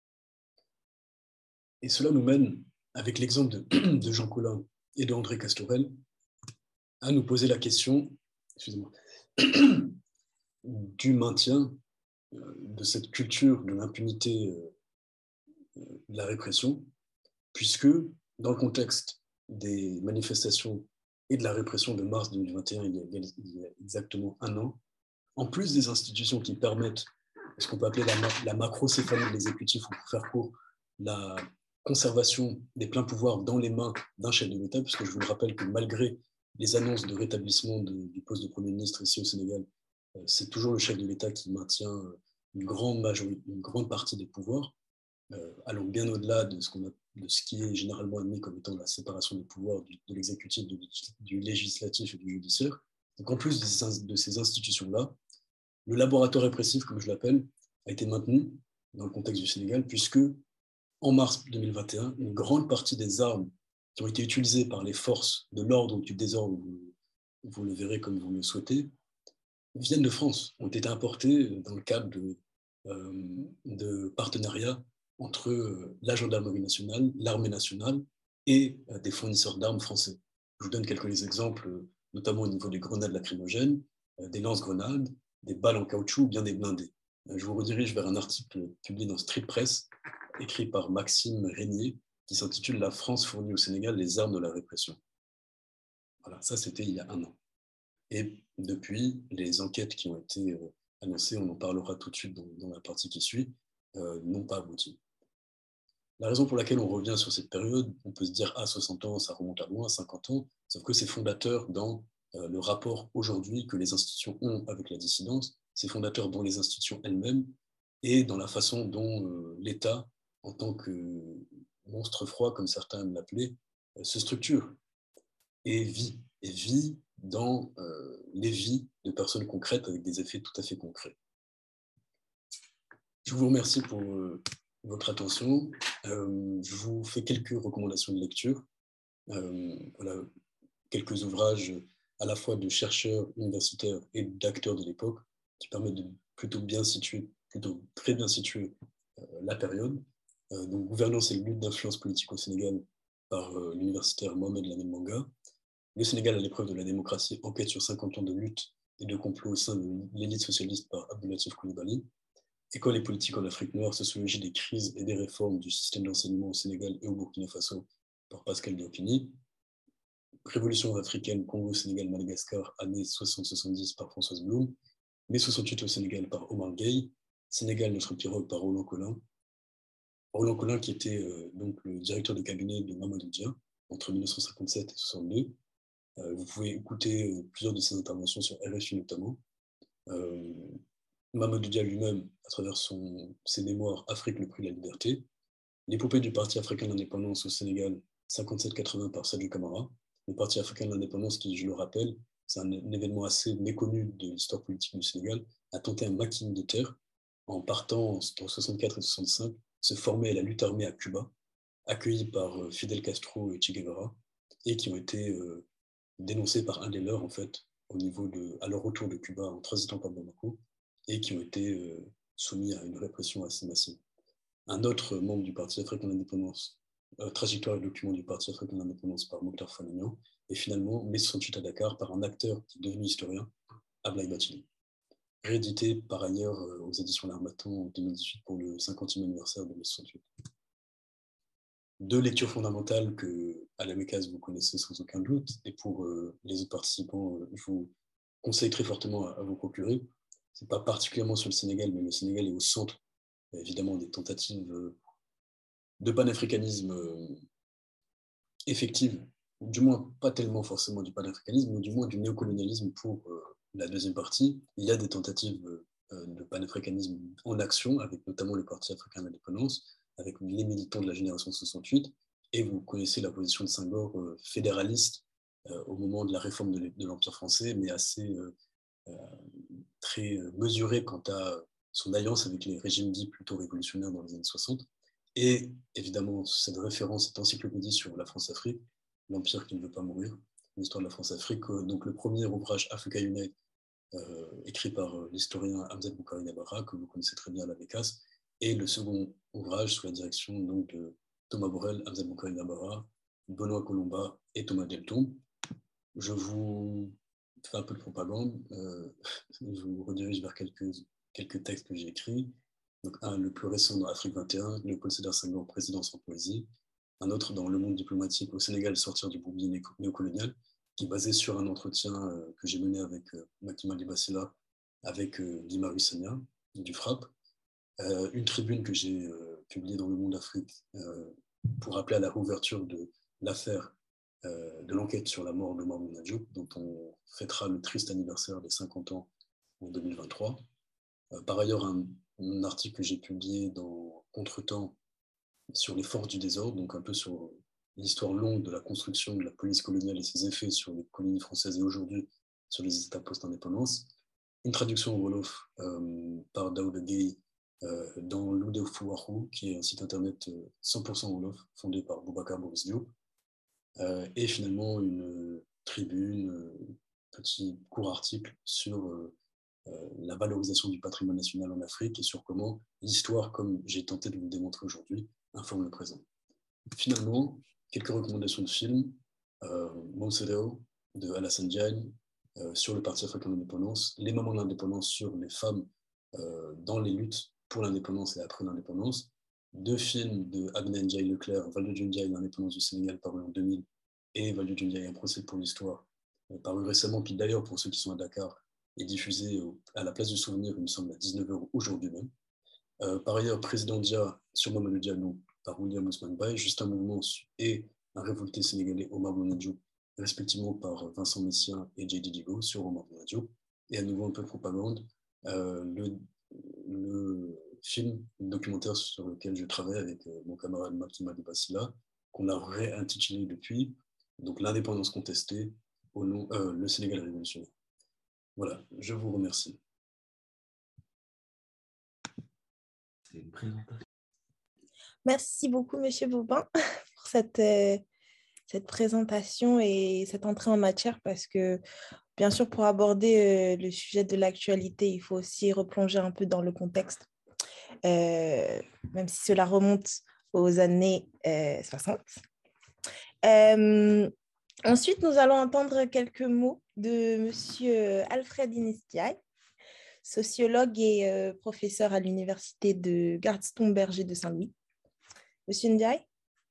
Et cela nous mène, avec l'exemple de Jean Collin et de André Castorel, à nous poser la question, du maintien de cette culture de l'impunité de la répression, puisque dans le contexte des manifestations et de la répression de mars 2021, il y a exactement un an, en plus des institutions qui permettent ce qu'on peut appeler la macrocéphalie de l'exécutif, ou pour faire court, la conservation des pleins pouvoirs dans les mains d'un chef de l'État, puisque je vous le rappelle que malgré les annonces de rétablissement du poste de Premier ministre ici au Sénégal, c'est toujours le chef de l'État qui maintient une grande partie des pouvoirs, allant bien au-delà de ce qui est généralement admis comme étant la séparation des pouvoirs de l'exécutif, du législatif et du judiciaire. Donc en plus de ces institutions-là, le laboratoire répressif, comme je l'appelle, a été maintenu dans le contexte du Sénégal, puisque en mars 2021, une grande partie des armes qui ont été utilisées par les forces de l'ordre ou du désordre, vous le verrez comme vous le souhaitez, viennent de France, ont été importées dans le cadre de partenariats entre la gendarmerie nationale, l'armée nationale et des fournisseurs d'armes français. Je vous donne quelques exemples, notamment au niveau des grenades lacrymogènes, des lance-grenades, des balles en caoutchouc ou bien des blindés. Je vous redirige vers un article publié dans Street Press, écrit par Maxime Régnier, qui s'intitule « La France fournit au Sénégal les armes de la répression ». Voilà, ça c'était il y a un an. Et depuis, les enquêtes qui ont été annoncées, on en parlera tout de suite dans la partie qui suit, n'ont pas abouti. La raison pour laquelle on revient sur cette période, on peut se dire « Ah, 60 ans, ça remonte à loin, 50 ans », sauf que c'est fondateur dans le rapport aujourd'hui que les institutions ont avec la dissidence, c'est fondateur dans les institutions elles-mêmes et dans la façon dont l'État, en tant que monstre froid, comme certains aiment l'appeler, se structure et vit dans les vies de personnes concrètes avec des effets tout à fait concrets. Je vous remercie pour votre attention. Je vous fais quelques recommandations de lecture. Voilà, quelques ouvrages à la fois de chercheurs universitaires et d'acteurs de l'époque qui permettent de plutôt très bien situer la période. Donc, Gouvernance et lutte d'influence politique au Sénégal par l'universitaire Mohamed Lamine Manga. Le Sénégal à l'épreuve de la démocratie, enquête sur 50 ans de lutte et de complot au sein de l'élite socialiste par Abdoulatif Coulibaly. École et politique en Afrique noire, sociologie des crises et des réformes du système d'enseignement au Sénégal et au Burkina Faso par Pascal Diopini. Révolution africaine, Congo, Sénégal, Madagascar, années 60-70 par Françoise Blum. Mai 68 au Sénégal par Omar Gueye. Sénégal, notre pirogue par Roland Collin. Roland Collin qui était donc le directeur de cabinet de Mamadou Dia entre 1957 et 1962. Vous pouvez écouter plusieurs de ses interventions sur RFI notamment. Mamadou Dia lui-même, à travers ses mémoires Afrique, le prix de la liberté. L'épopée du Parti africain de l'indépendance au Sénégal, 57-80 par Sadio Camara. Le Parti africain de l'indépendance qui, je le rappelle, c'est un événement assez méconnu de l'histoire politique du Sénégal, a tenté un maquis de terre en partant entre 64 et 65, se former à la lutte armée à Cuba, accueillis par Fidel Castro et Che Guevara, et qui ont été dénoncés par un des leurs, en fait, à leur retour de Cuba en transitant par Bamako, et qui ont été soumis à une répression assez massive. Un autre membre du Parti africain de l'indépendance, trajectoire et document du Parti africain de l'indépendance par Mokhtar Fanagnan, et finalement mai 68 à Dakar par un acteur qui est devenu historien, Ablaye Bathily. Réédité par ailleurs aux éditions L'Harmattan en 2018 pour le 50e anniversaire de mai 68. Deux lectures fondamentales que, à la MECAS, vous connaissez sans aucun doute, et pour les autres participants, je vous conseille très fortement à vous procurer. Ce n'est pas particulièrement sur le Sénégal, mais le Sénégal est au centre, évidemment, des tentatives de panafricanisme effectives, du moins pas tellement forcément du panafricanisme, mais du moins du néocolonialisme pour la deuxième partie. Il y a des tentatives de panafricanisme en action, avec notamment le Parti africain de l'indépendance, avec les militants de la génération 68, et vous connaissez la position de Senghor fédéraliste au moment de la réforme de l'Empire français, mais assez très mesurée quant à son alliance avec les régimes dits plutôt révolutionnaires dans les années 60. Et évidemment, cette référence, cette encyclopédie sur la France-Afrique, l'Empire qui ne veut pas mourir, l'histoire de la France-Afrique, donc le premier ouvrage Africa Unite écrit par l'historien Hamza Boukari Dabara, que vous connaissez très bien à la BECAS, et le second ouvrage sous la direction donc, de Thomas Borel, Hamza Boukari Dabara, Benoît Colomba et Thomas Delton. Je vous fais un peu de propagande, je vous redirige vers quelques textes que j'ai écrits. Donc, un, le plus récent dans Afrique 21, Léopold Sédar Senghor, présidence en poésie. Un autre dans Le Monde diplomatique au Sénégal, sortir du bourbier néocolonial, qui est basé sur un entretien que j'ai mené avec Makima Libassila, avec Guy Marius Sagna, du FRAPP. Une tribune que j'ai publiée dans Le Monde Afrique pour appeler à la réouverture de l'affaire de l'enquête sur la mort de Mamouna Diop, dont on fêtera le triste anniversaire des 50 ans en 2023. Par ailleurs, un article que j'ai publié dans Contretemps sur les forces du désordre, donc un peu sur l'histoire longue de la construction de la police coloniale et ses effets sur les colonies françaises et aujourd'hui sur les États post-indépendance. Une traduction au Wolof par Daouda Gueye dans Loudé Fouarou, qui est un site internet 100% Wolof, fondé par Boubacar Boris Diop. Et finalement, une tribune, petit court article sur la valorisation du patrimoine national en Afrique et sur comment l'histoire, comme j'ai tenté de vous le démontrer aujourd'hui, informe le présent. Finalement, quelques recommandations de films. Monserreo de Alassane Diagne sur le Parti africain d'indépendance, Les mamans de l'indépendance sur les femmes dans les luttes pour l'indépendance et après l'indépendance. 2 films de Abna Ndiaye Leclerc, Valdiodio Ndiaye, l'indépendance du Sénégal, paru en 2000, et Valdiodio Ndiaye, un procès pour l'histoire, paru récemment, qui d'ailleurs, pour ceux qui sont à Dakar, est diffusé à la place du souvenir, il me semble, à 19h aujourd'hui même. Par ailleurs, Président Dia sur Mamadou Diallo par William Ousmane Baye, Juste un mouvement et un révolté sénégalais, Omar Blondy Diop, respectivement par Vincent Messien et J.D. Digo sur Omar Blondy Diop. Et à nouveau un peu de propagande, le film, le documentaire sur lequel je travaille avec mon camarade Makima Libassila, qu'on a réintitulé depuis, donc l'indépendance contestée, au nom, le Sénégal révolutionnaire. Voilà, je vous remercie. C'est une présentation. Merci beaucoup, Monsieur Bobin, pour cette présentation et cette entrée en matière, parce que, bien sûr, pour aborder le sujet de l'actualité, il faut aussi replonger un peu dans le contexte, même si cela remonte aux années 60. Ensuite, nous allons entendre quelques mots de Monsieur Alfred Ndiaye, sociologue et professeur à l'université de Gaston Berger de Saint-Louis. Monsieur Ndiaye?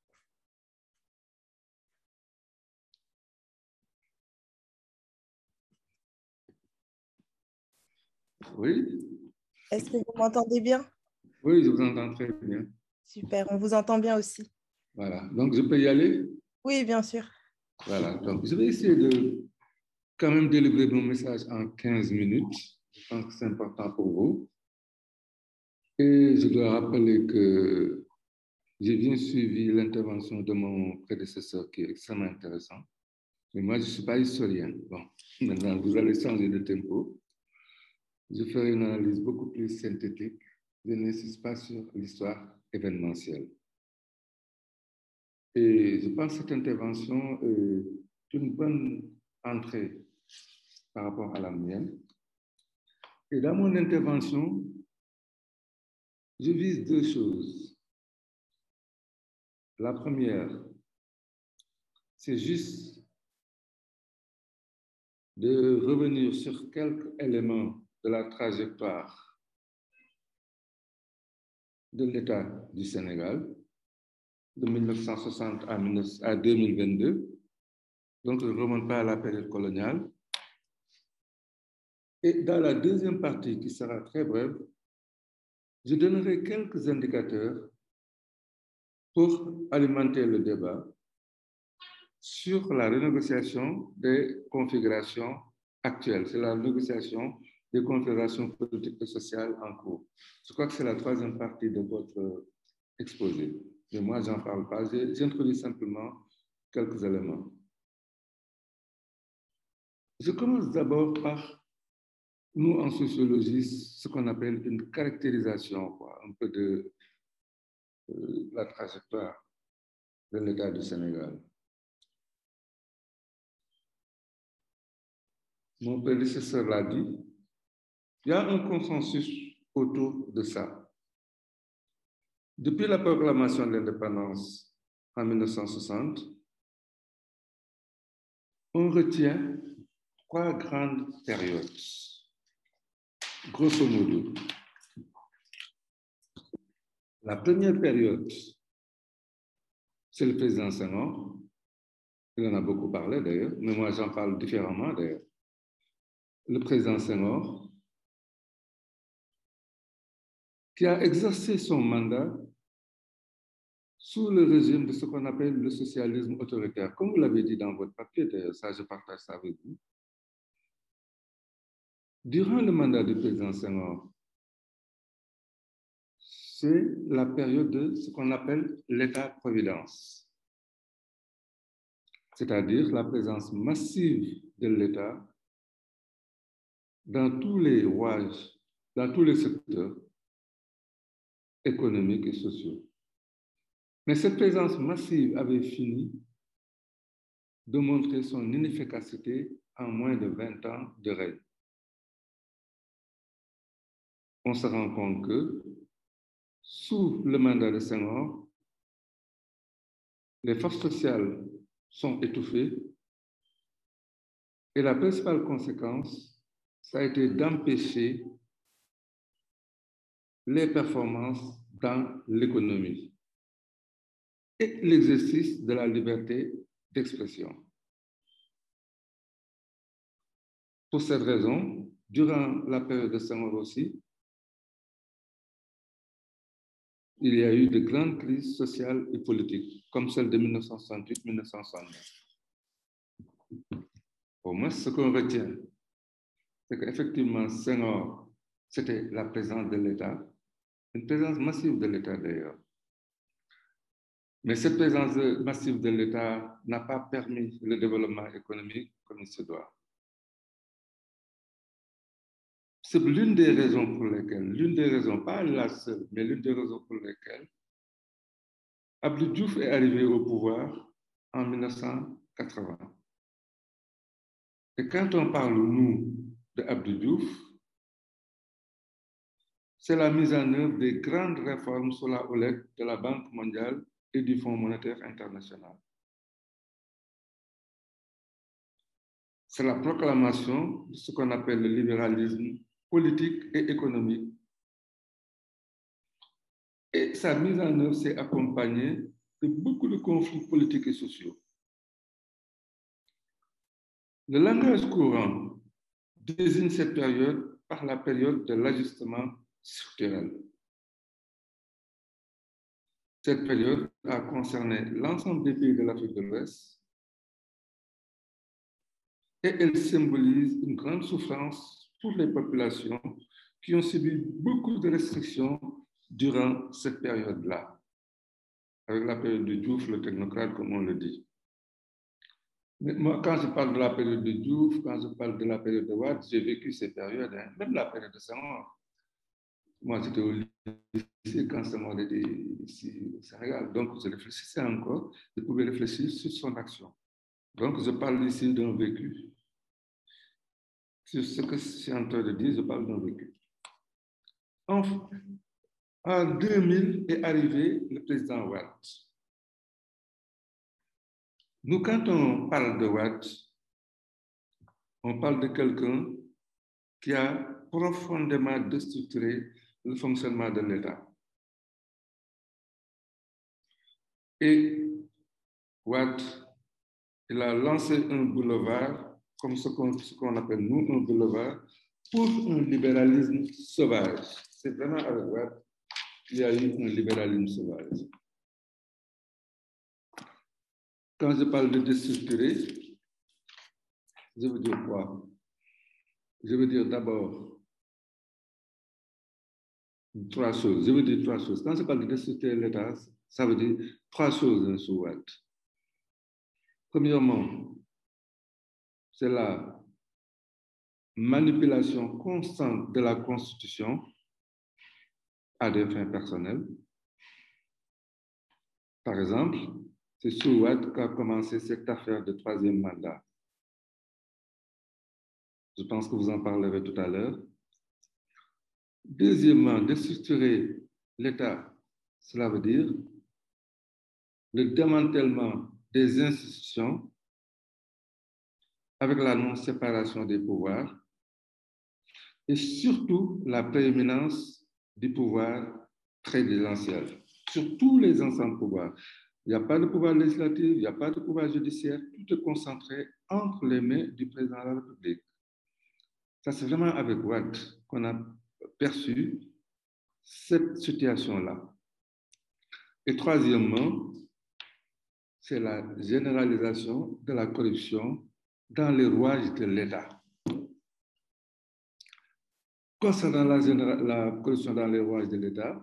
Oui. Est-ce que vous m'entendez bien? Oui, je vous entends très bien. Super, on vous entend bien aussi. Voilà, donc je peux y aller? Oui, bien sûr. Voilà, donc je vais essayer de quand même délivrer mon message en 15 minutes. Je pense que c'est important pour vous. Et je dois rappeler que j'ai bien suivi l'intervention de mon prédécesseur qui est extrêmement intéressant. Mais moi, je ne suis pas historien. Bon, maintenant, vous allez changer de tempo. Je ferai une analyse beaucoup plus synthétique. Je n'insiste pas sur l'histoire événementielle. Et je pense que cette intervention est une bonne entrée par rapport à la mienne. Et dans mon intervention, je vise 2 choses. La première, c'est juste de revenir sur quelques éléments de la trajectoire de l'État du Sénégal de 1960 à 2022. Donc, je ne remonte pas à la période coloniale. Et dans la deuxième partie, qui sera très brève, je donnerai quelques indicateurs pour alimenter le débat sur la renégociation des configurations actuelles. C'est la négociation des configurations politiques et sociales en cours. Je crois que c'est la 3e partie de votre exposé. Mais moi, je n'en parle pas. J'introduis simplement quelques éléments. Je commence d'abord par, nous, en sociologie, ce qu'on appelle une caractérisation, un peu de la trajectoire de l'État du Sénégal. Mon prédécesseur l'a dit, Il y a un consensus autour de ça. Depuis la proclamation de l'indépendance en 1960, on retient 3 grandes périodes, grosso modo. La première période, c'est le président Senghor. Il en a beaucoup parlé d'ailleurs, mais moi j'en parle différemment d'ailleurs. Le président Senghor, qui a exercé son mandat sous le régime de ce qu'on appelle le socialisme autoritaire. Comme vous l'avez dit dans votre papier, d'ailleurs, ça je partage ça avec vous. Durant le mandat du président Senghor, c'est la période de ce qu'on appelle l'État-providence, c'est-à-dire la présence massive de l'État dans tous les rouages, dans tous les secteurs économiques et sociaux. Mais cette présence massive avait fini de montrer son inefficacité en moins de 20 ans de règne. On se rend compte que sous le mandat de Senghor, les forces sociales sont étouffées et la principale conséquence, ça a été d'empêcher les performances dans l'économie et l'exercice de la liberté d'expression. Pour cette raison, durant la période de Senghor aussi, il y a eu de grandes crises sociales et politiques, comme celle de 1968-1969. Au moins, ce qu'on retient, c'est qu'effectivement, Senghor, c'était la présence de l'État, une présence massive de l'État d'ailleurs. Mais cette présence massive de l'État n'a pas permis le développement économique comme il se doit. C'est l'une des raisons pour lesquelles, l'une des raisons, pas la seule, mais l'une des raisons pour lesquelles Abdou Diouf est arrivé au pouvoir en 1980. Et quand on parle, nous, de Abdou Diouf, c'est la mise en œuvre des grandes réformes sous la houlette de la Banque mondiale et du Fonds monétaire international. C'est la proclamation de ce qu'on appelle le libéralisme politique et économique. Et sa mise en œuvre s'est accompagnée de beaucoup de conflits politiques et sociaux. Le langage courant désigne cette période par la période de l'ajustement structurel. Cette période a concerné l'ensemble des pays de l'Afrique de l'Ouest et elle symbolise une grande souffrance pour les populations qui ont subi beaucoup de restrictions durant cette période-là, avec la période de Diouf, le technocrate, comme on le dit. Mais moi, quand je parle de la période de Diouf, quand je parle de la période de Wade, j'ai vécu ces périodes, hein, même la période de Senghor. Moi, j'étais au lycée quand Senghor était ici au Sénégal, donc je réfléchissais encore, je pouvais réfléchir sur son action. Donc, je parle ici d'un vécu. Sur ce que je suis en train de dire, je parle d'un vécu. Enfin, en 2000 est arrivé le président Wade. Nous, quand on parle de Wade, on parle de quelqu'un qui a profondément déstructuré le fonctionnement de l'État. Et Wade, il a lancé un boulevard, comme ce qu'on appelle nous un boulevard, pour un libéralisme sauvage. C'est vraiment avec Wade qu'il y a eu un libéralisme sauvage. Quand je parle de déstructurer, je veux dire quoi? Je veux dire d'abord 3 choses. Je veux dire 3 choses. Quand je parle de déstructurer l'État, ça veut dire 3 choses sous Wade. Premièrement, c'est la manipulation constante de la Constitution à des fins personnelles. Par exemple, c'est sous Wade qu'a commencé cette affaire de 3e mandat. Je pense que vous en parlerez tout à l'heure. Deuxièmement, de structurer l'État, cela veut dire le démantèlement des institutions avec la non-séparation des pouvoirs et surtout la prééminence du pouvoir présidentiel sur tous les ensembles pouvoirs. Il n'y a pas de pouvoir législatif, il n'y a pas de pouvoir judiciaire, tout est concentré entre les mains du président de la République. Ça, c'est vraiment avec Wade qu'on a perçu cette situation-là. Et troisièmement, c'est la généralisation de la corruption dans les rouages de l'État. Concernant la corruption dans les rouages de l'État,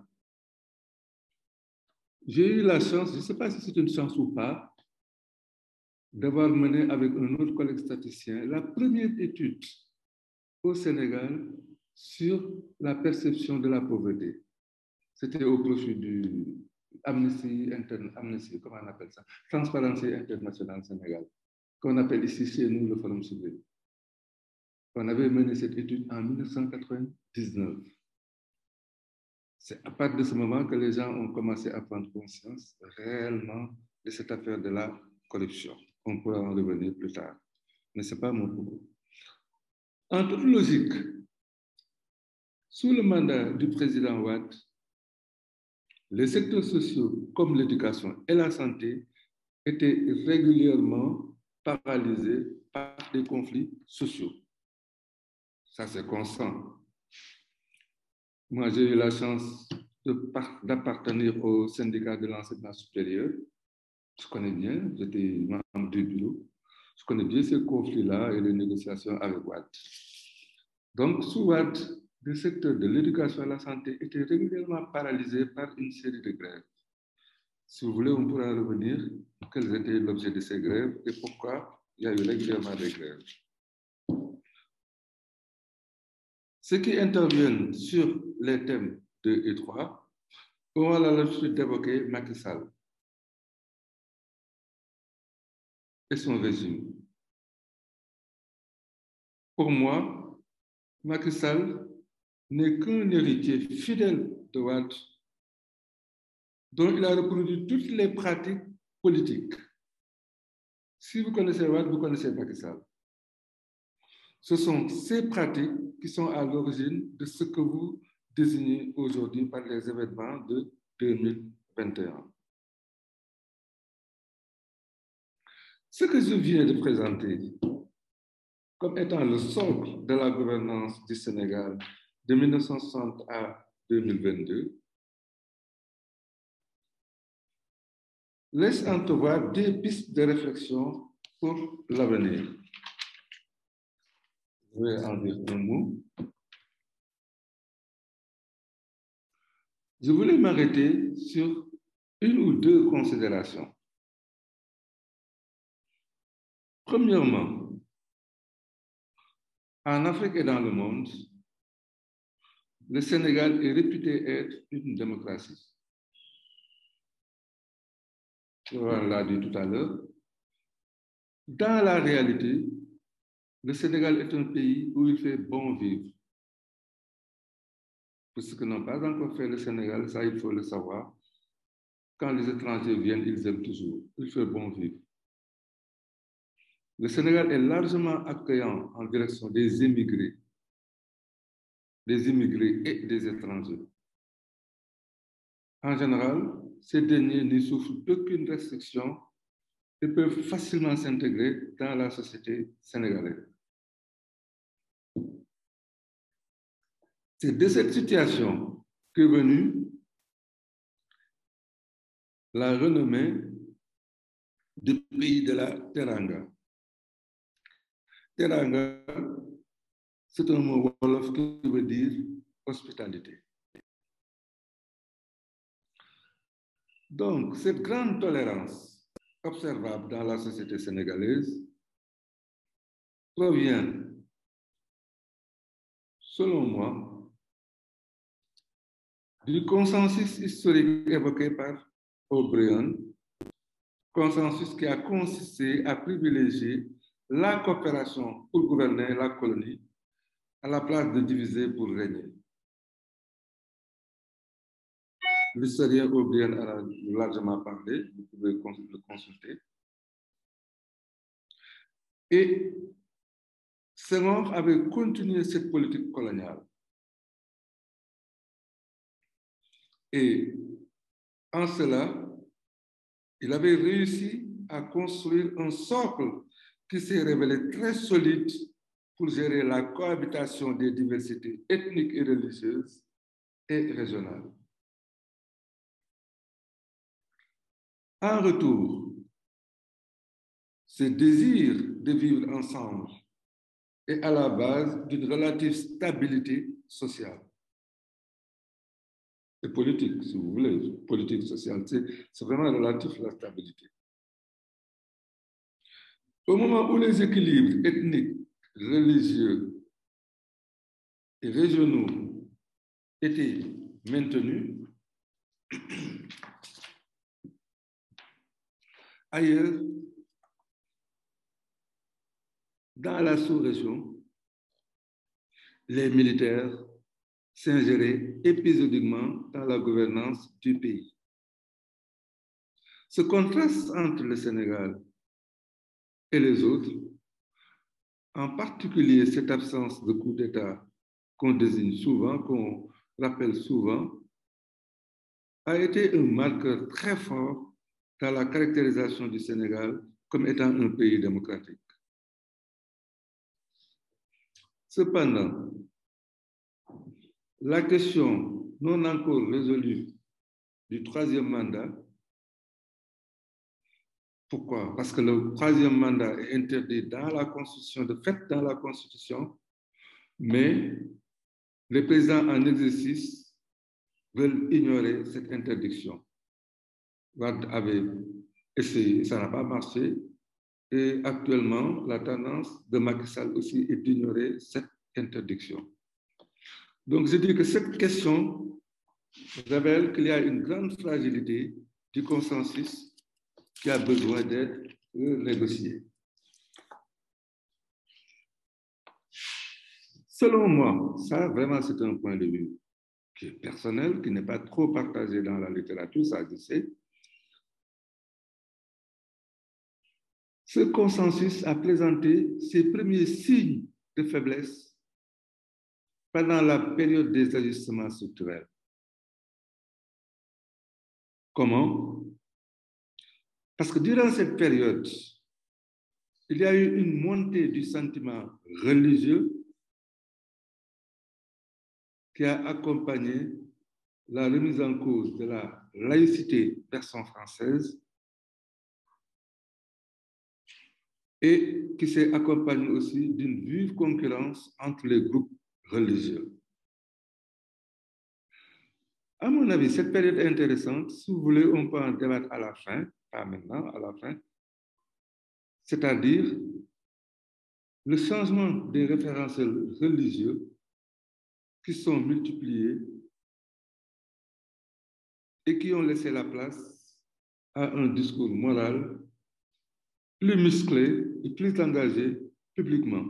j'ai eu la chance, je ne sais pas si c'est une chance ou pas, d'avoir mené avec un autre collègue statisticien la première étude au Sénégal sur la perception de la pauvreté. C'était au profit du Amnesty, comment on appelle ça? Transparency International Sénégal, qu'on appelle ici chez nous le Forum Souverain. On avait mené cette étude en 1999. C'est à partir de ce moment que les gens ont commencé à prendre conscience réellement de cette affaire de la corruption. On pourra en revenir plus tard, mais ce n'est pas mon propos. En toute logique, sous le mandat du président Wade, les secteurs sociaux comme l'éducation et la santé étaient régulièrement paralysés par des conflits sociaux. Ça, c'est constant. Moi, j'ai eu la chance d'appartenir au syndicat de l'enseignement supérieur. Je connais bien, j'étais membre du bureau. Je connais bien ces conflits-là et les négociations avec Wade. Donc, sous Wade, le secteur de l'éducation et de la santé était régulièrement paralysé par une série de grèves. Si vous voulez, on pourra revenir sur quels étaient l'objet de ces grèves et pourquoi il y a eu régulièrement des grèves. Ceux qui interviennent sur les thèmes 2 et 3 auront la l'habitude d'évoquer Macky Sall et son régime. Pour moi, Macky Sall n'est qu'un héritier fidèle de Wade, dont il a reproduit toutes les pratiques politiques. Si vous connaissez Wade, vous connaissez Macky Sall. Ce sont ces pratiques qui sont à l'origine de ce que vous désignez aujourd'hui par les événements de 2021. Ce que je viens de présenter comme étant le socle de la gouvernance du Sénégal de 1960 à 2022 laisse entrevoir des pistes de réflexion pour l'avenir. Je vais en dire un mot. Je voulais m'arrêter sur une ou deux considérations. Premièrement, en Afrique et dans le monde, le Sénégal est réputé être une démocratie. On l'a dit tout à l'heure. Dans la réalité, le Sénégal est un pays où il fait bon vivre. Pour ceux qui n'ont pas encore fait le Sénégal, ça, il faut le savoir. Quand les étrangers viennent, ils aiment toujours. Il fait bon vivre. Le Sénégal est largement accueillant en direction des immigrés et des étrangers. En général, ces derniers ne souffrent d'aucune restriction et peuvent facilement s'intégrer dans la société sénégalaise. C'est de cette situation qu'est venue la renommée du pays de la Teranga. Teranga, c'est un mot wolof qui veut dire hospitalité. Donc, cette grande tolérance observable dans la société sénégalaise provient, selon moi, du consensus historique évoqué par O'Brien, consensus qui a consisté à privilégier la coopération pour gouverner la colonie à la place de diviser pour régner. L'historien O'Brien en a largement parlé, vous pouvez le consulter. Et Senghor avait continué cette politique coloniale. Et en cela, il avait réussi à construire un socle qui s'est révélé très solide pour gérer la cohabitation des diversités ethniques et religieuses et régionales. En retour, ce désir de vivre ensemble est à la base d'une relative stabilité sociale et politique, si vous voulez. Politique, sociale, c'est vraiment relatif à la stabilité. Au moment où les équilibres ethniques, religieux et régionaux étaient maintenus, ailleurs, dans la sous-région, les militaires s'ingéraient épisodiquement dans la gouvernance du pays. Ce contraste entre le Sénégal et les autres, en particulier cette absence de coup d'État qu'on désigne souvent, qu'on rappelle souvent, a été un marqueur très fort dans la caractérisation du Sénégal comme étant un pays démocratique. Cependant, la question non encore résolue du troisième mandat, pourquoi? Parce que le troisième mandat est interdit dans la Constitution, de fait dans la Constitution, mais les présidents en exercice veulent ignorer cette interdiction. Wade avait essayé, ça n'a pas marché, et actuellement, la tendance de Macky Sall aussi est d'ignorer cette interdiction. Donc, je dis que cette question révèle qu'il y a une grande fragilité du consensus qui a besoin d'être négocié. Selon moi, ça vraiment c'est un point de vue qui est personnel, qui n'est pas trop partagé dans la littérature, ça je sais. Ce consensus a présenté ses premiers signes de faiblesse pendant la période des ajustements structurels. Comment? Parce que durant cette période, il y a eu une montée du sentiment religieux qui a accompagné la remise en cause de la laïcité version française et qui s'est accompagné aussi d'une vive concurrence entre les groupes religieux. À mon avis, cette période est intéressante. Si vous voulez, on peut en débattre à la fin, pas maintenant, à la fin. C'est-à-dire le changement des référentiels religieux qui sont multipliés et qui ont laissé la place à un discours moral plus musclé et plus engagé publiquement.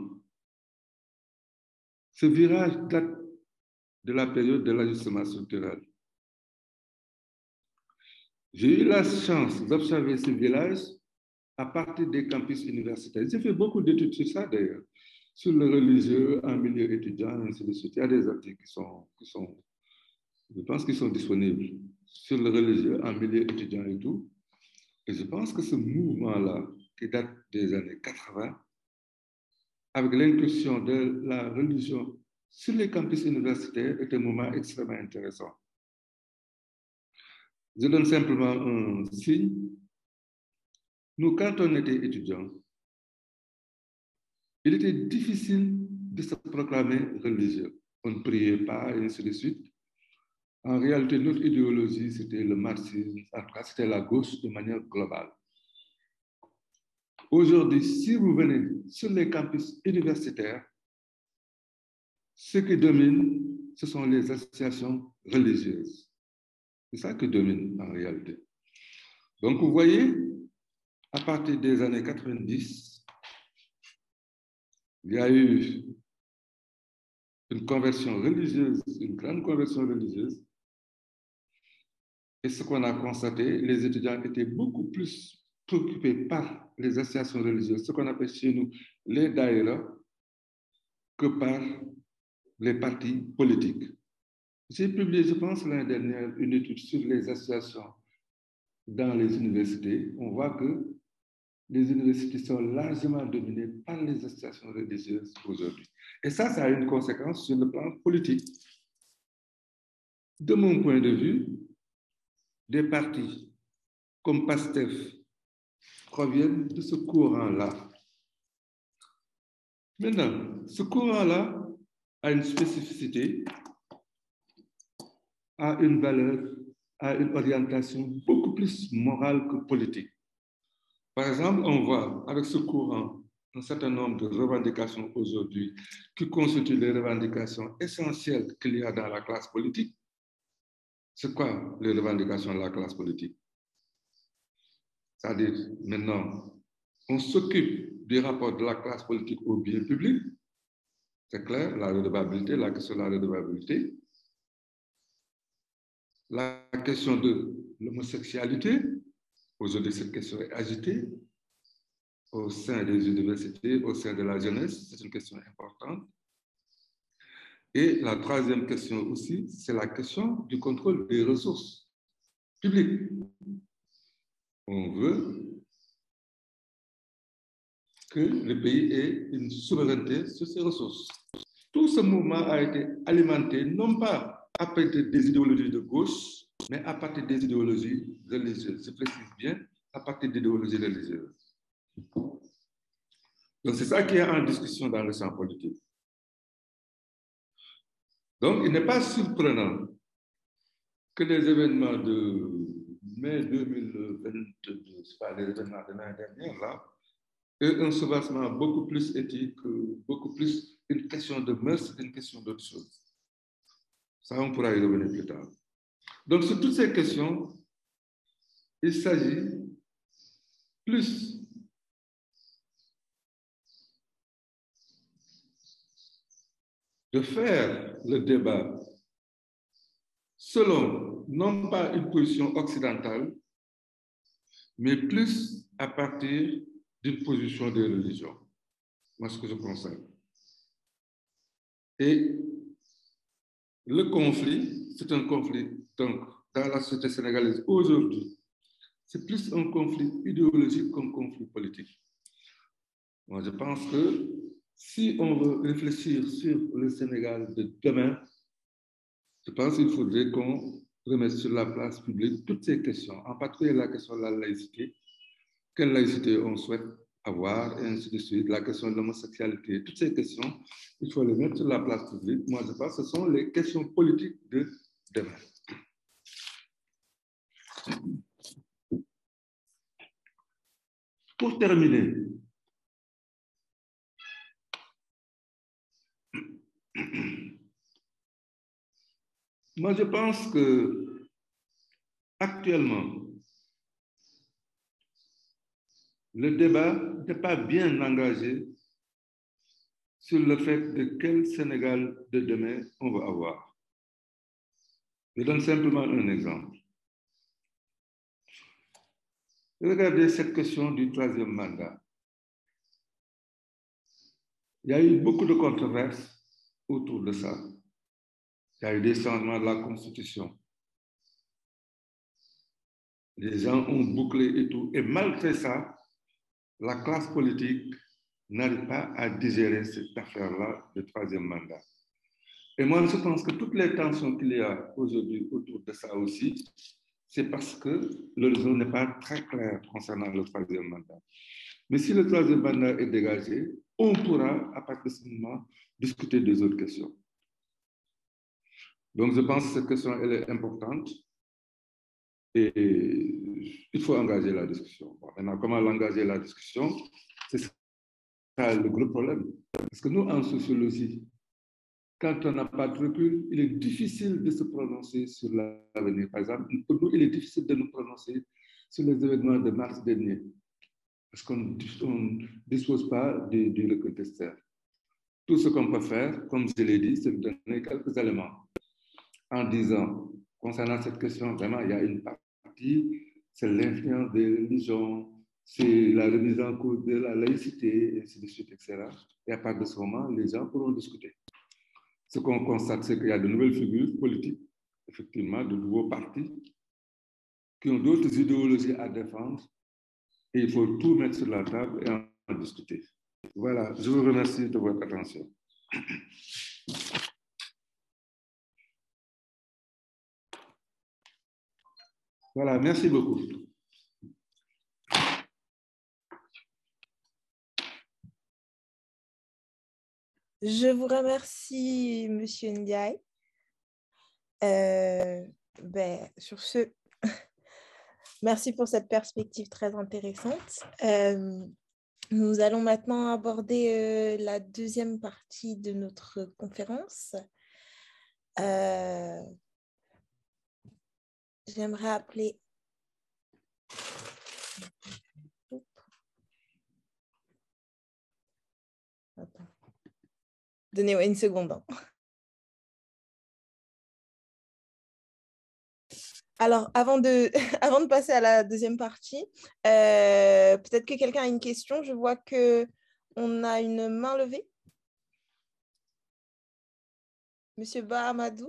Ce virage date de la période de l'ajustement structurel. J'ai eu la chance d'observer ce virage à partir des campus universitaires. J'ai fait beaucoup d'études sur ça d'ailleurs, sur le religieux en milieu étudiant, ainsi de suite. Il y a des articles qui sont je pense qu'ils sont disponibles sur le religieux en milieu étudiant et tout. Et je pense que ce mouvement-là, qui date des années 80, avec l'inclusion de la religion sur les campus universitaires, est un mouvement extrêmement intéressant. Je donne simplement un signe. Nous, quand on était étudiants, il était difficile de se proclamer religieux. On ne priait pas, et ainsi de suite. En réalité, notre idéologie, c'était le marxisme, en tout cas, c'était la gauche de manière globale. Aujourd'hui, si vous venez sur les campus universitaires, ce qui domine, ce sont les associations religieuses. C'est ça qui domine en réalité. Donc, vous voyez, à partir des années 90, il y a eu une conversion religieuse, une grande conversion religieuse, Et ce qu'on a constaté, les étudiants étaient beaucoup plus préoccupés par les associations religieuses, ce qu'on appelle chez nous les daïras, que par les partis politiques. J'ai publié, je pense, l'année dernière, une étude sur les associations dans les universités. On voit que les universités sont largement dominées par les associations religieuses aujourd'hui. Et ça a une conséquence sur le plan politique. De mon point de vue, des partis comme PASTEF proviennent de ce courant-là. Maintenant, ce courant-là a une spécificité, a une valeur, a une orientation beaucoup plus morale que politique. Par exemple, on voit avec ce courant un certain nombre de revendications aujourd'hui qui constituent les revendications essentielles qu'il y a dans la classe politique. C'est quoi les revendications de la classe politique? C'est-à-dire, maintenant, on s'occupe du rapport de la classe politique au bien public. C'est clair, la redevabilité, la question de la redevabilité. La question de l'homosexualité, aujourd'hui cette question est agitée au sein des universités, au sein de la jeunesse, c'est une question importante. Et la troisième question aussi, c'est la question du contrôle des ressources publiques. On veut que le pays ait une souveraineté sur ses ressources. Tout ce mouvement a été alimenté, non pas à partir des idéologies de gauche, mais à partir des idéologies religieuses. Je précise bien, à partir d'idéologies religieuses. Donc, c'est ça qui est en discussion dans le champ politique. Donc, il n'est pas surprenant que les événements de mai 2022, c'est pas les événements de l'année dernière, là, aient un soubassement beaucoup plus éthique, beaucoup plus une question de mœurs, une question d'autre chose. Ça, on pourra y revenir plus tard. Donc, sur toutes ces questions, il s'agit plus de faire le débat selon non pas une position occidentale, mais plus à partir d'une position de religion. Moi, ce que je constate. Et le conflit, c'est un conflit, donc, dans la société sénégalaise aujourd'hui, c'est plus un conflit idéologique qu'un conflit politique. Moi, je pense que si on veut réfléchir sur le Sénégal de demain, je pense qu'il faudrait qu'on remette sur la place publique toutes ces questions, en particulier la question de la laïcité, quelle laïcité on souhaite avoir, et ainsi de suite, la question de l'homosexualité, toutes ces questions, il faut les mettre sur la place publique. Moi, je pense que ce sont les questions politiques de demain. Pour terminer, moi, je pense que actuellement, le débat n'est pas bien engagé sur le fait de quel Sénégal de demain on va avoir. Je donne simplement un exemple. Regardez cette question du troisième mandat. Il y a eu beaucoup de controverses autour de ça. Il y a eu des changements de la Constitution. Les gens ont bouclé et tout. Et malgré ça, la classe politique n'arrive pas à digérer cette affaire-là de troisième mandat. Et moi, je pense que toutes les tensions qu'il y a aujourd'hui autour de ça aussi, c'est parce que l'horizon n'est pas très clair concernant le troisième mandat. Mais si le troisième mandat est dégagé, on pourra, à partir de ce moment, discuter des autres questions. Donc, je pense que cette question, elle est importante et il faut engager la discussion. Bon, maintenant, comment l'engager la discussion? C'est ça le gros problème. Parce que nous, en sociologie, quand on n'a pas de recul, il est difficile de se prononcer sur l'avenir. Par exemple, pour nous, il est difficile de nous prononcer sur les événements de mars dernier. Parce qu'on ne dispose pas du recul nécessaire. Tout ce qu'on peut faire, comme je l'ai dit, c'est de donner quelques éléments en disant concernant cette question, vraiment, il y a une partie, c'est l'influence des religions, c'est la remise en cause de la laïcité, ainsi de suite, etc. Et à partir de ce moment, les gens pourront discuter. Ce qu'on constate, c'est qu'il y a de nouvelles figures politiques, effectivement, de nouveaux partis, qui ont d'autres idéologies à défendre, et il faut tout mettre sur la table et en discuter. Voilà, je vous remercie de votre attention. Voilà, merci beaucoup. Je vous remercie, Monsieur Ndiaye. Sur ce, merci pour cette perspective très intéressante. Nous allons maintenant aborder la deuxième partie de notre conférence. J'aimerais appeler... Attends. Donnez-moi une seconde. Alors, avant de passer à la deuxième partie, peut-être que quelqu'un a une question. Je vois qu'on a une main levée. Monsieur Bahamadou.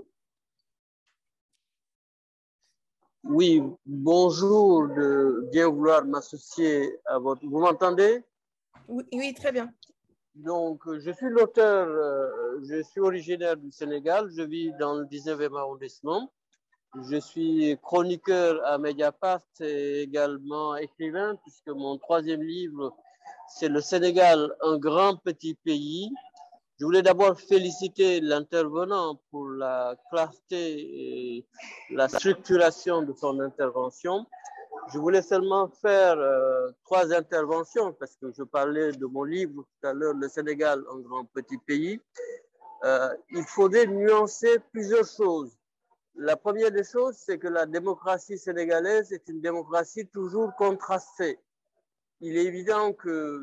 Oui, bonjour, de bien vouloir m'associer à votre... Vous m'entendez? Oui, très bien. Donc, je suis l'auteur, je suis originaire du Sénégal, je vis dans le 19e arrondissement. Je suis chroniqueur à Mediapart et également écrivain, puisque mon troisième livre, c'est Le Sénégal, un grand petit pays. Je voulais d'abord féliciter l'intervenant pour la clarté et la structuration de son intervention. Je voulais seulement faire 3 interventions, parce que je parlais de mon livre tout à l'heure, Le Sénégal, un grand petit pays. Il faudrait nuancer plusieurs choses. La première des choses, c'est que la démocratie sénégalaise est une démocratie toujours contrastée. Il est évident que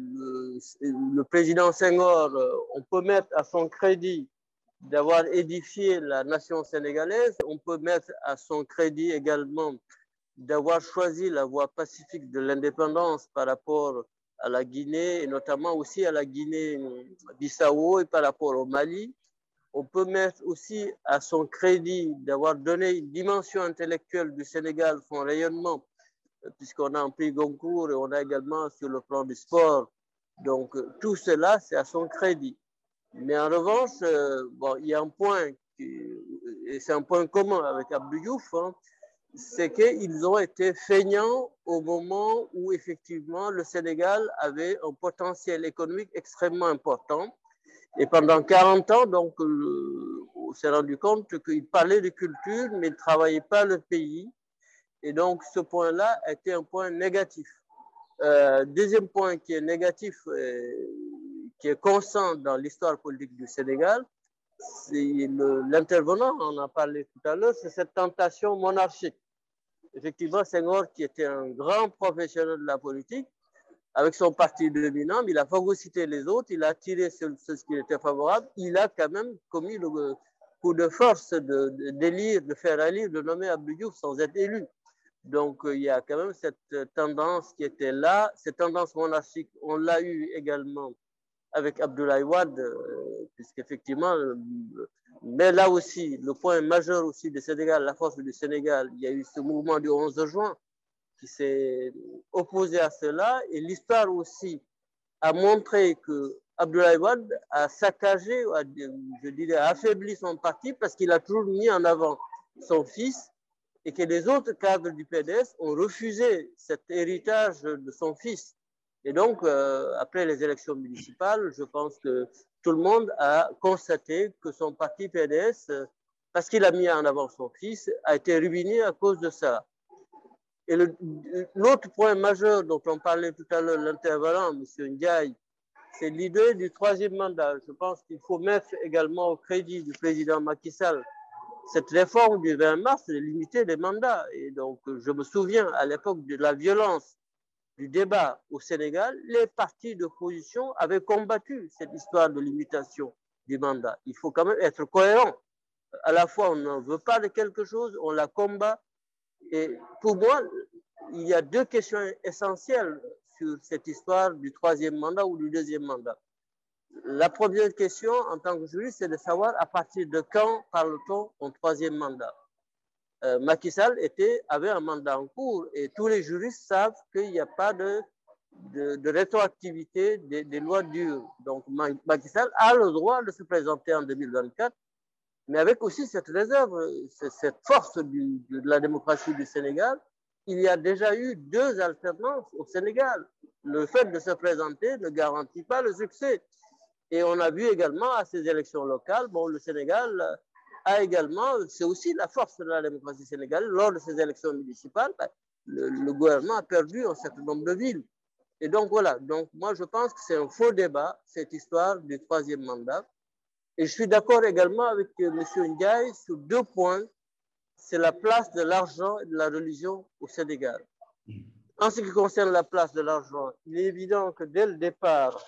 le président Senghor, on peut mettre à son crédit d'avoir édifié la nation sénégalaise, on peut mettre à son crédit également d'avoir choisi la voie pacifique de l'indépendance par rapport à la Guinée, et notamment aussi à la Guinée-Bissau et par rapport au Mali. On peut mettre aussi à son crédit d'avoir donné une dimension intellectuelle du Sénégal, son rayonnement, puisqu'on a un prix Goncourt et on a également sur le plan du sport. Donc, tout cela, c'est à son crédit. Mais en revanche, il y a un point, et c'est un point commun avec Abdou Diouf, hein, c'est qu'ils ont été feignants au moment où, effectivement, le Sénégal avait un potentiel économique extrêmement important. Et pendant 40 ans, donc, on s'est rendu compte qu'ils parlaient de culture, mais ils ne travaillaient pas le pays. Et donc, ce point-là était un point négatif. Deuxième point qui est négatif, qui est constant dans l'histoire politique du Sénégal, c'est l'intervenant, on en a parlé tout à l'heure, c'est cette tentation monarchique. Effectivement, Senghor, qui était un grand professionnel de la politique, avec son parti dominant, il a phagocyté les autres, il a tiré sur ce qui était favorable, il a quand même commis le coup de force d'élire, de faire élire, de nommer Abdou Diouf sans être élu. Donc, il y a quand même cette tendance qui était là, cette tendance monarchique, on l'a eu également avec Abdoulaye Wade, puisqu'effectivement, mais là aussi, le point majeur aussi du Sénégal, la force du Sénégal, il y a eu ce mouvement du 11 juin qui s'est opposé à cela, et l'histoire aussi a montré que Abdoulaye Wade a saccagé, je dirais, a affaibli son parti parce qu'il a toujours mis en avant son fils, et que les autres cadres du PDS ont refusé cet héritage de son fils. Et donc, après les élections municipales, je pense que tout le monde a constaté que son parti PDS, parce qu'il a mis en avant son fils, a été ruiné à cause de ça. Et l'autre point majeur dont on parlait tout à l'heure, l'intervenant, M. Ndiaye, c'est l'idée du 3e mandat. Je pense qu'il faut mettre également au crédit du président Macky Sall cette réforme du 20 mars de limiter les mandats. Et donc, je me souviens à l'époque de la violence du débat au Sénégal, les partis d'opposition avaient combattu cette histoire de limitation du mandat. Il faut quand même être cohérent. À la fois, on n'en veut pas de quelque chose, on la combat. Et pour moi, il y a deux questions essentielles sur cette histoire du troisième mandat ou du deuxième mandat. La première question, en tant que juriste, c'est de savoir à partir de quand parle-t-on en troisième mandat. Macky Sall avait un mandat en cours et tous les juristes savent qu'il n'y a pas de rétroactivité des lois dures. Donc Macky Sall a le droit de se présenter en 2024, mais avec aussi cette réserve, cette force de la démocratie du Sénégal. Il y a déjà eu 2 alternances au Sénégal. Le fait de se présenter ne garantit pas le succès. Et on a vu également à ces élections locales, bon, le Sénégal a également, c'est aussi la force de la démocratie sénégalaise, lors de ces élections municipales, le gouvernement a perdu un certain nombre de villes. Et donc voilà, donc moi je pense que c'est un faux débat, cette histoire du troisième mandat. Et je suis d'accord également avec M. Ndiaye sur 2 points. C'est la place de l'argent et de la religion au Sénégal. En ce qui concerne la place de l'argent, il est évident que dès le départ,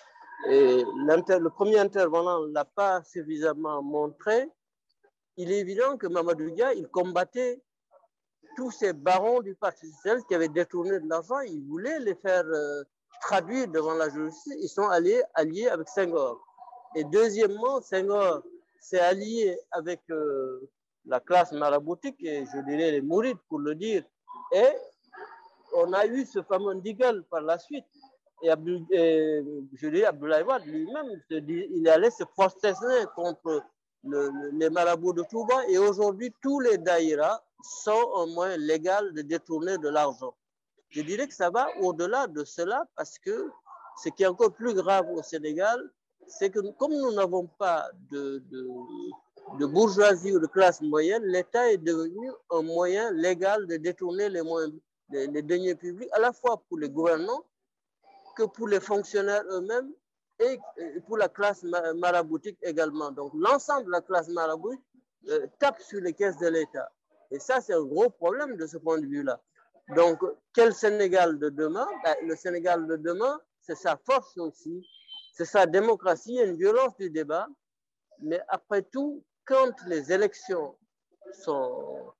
le premier intervenant ne l'a pas suffisamment montré. Il est évident que Mamadou Dia, il combattait tous ces barons du Parti socialiste qui avaient détourné de l'argent. Il voulait les faire traduire devant la justice. Ils sont alliés avec Senghor. Et deuxièmement, Senghor s'est allié avec la classe maraboutique, et je dirais les mourides pour le dire. Et on a eu ce fameux Ndigal par la suite. Et je dirais Abdoulaye Wade lui-même, il allait se prosterner contre les marabouts de Touba. Et aujourd'hui, tous les daïras sont un moyen légal de détourner de l'argent. Je dirais que ça va au-delà de cela, parce que ce qui est encore plus grave au Sénégal, c'est que comme nous n'avons pas de bourgeoisie ou de classe moyenne, l'État est devenu un moyen légal de détourner les deniers publics, à la fois pour les gouvernants que pour les fonctionnaires eux-mêmes et pour la classe maraboutique également. Donc l'ensemble de la classe maraboutique tape sur les caisses de l'État. Et ça, c'est un gros problème de ce point de vue-là. Donc, quel Sénégal de demain? Le Sénégal de demain, c'est sa force aussi, c'est sa démocratie et une violence du débat. Mais après tout, quand les élections sont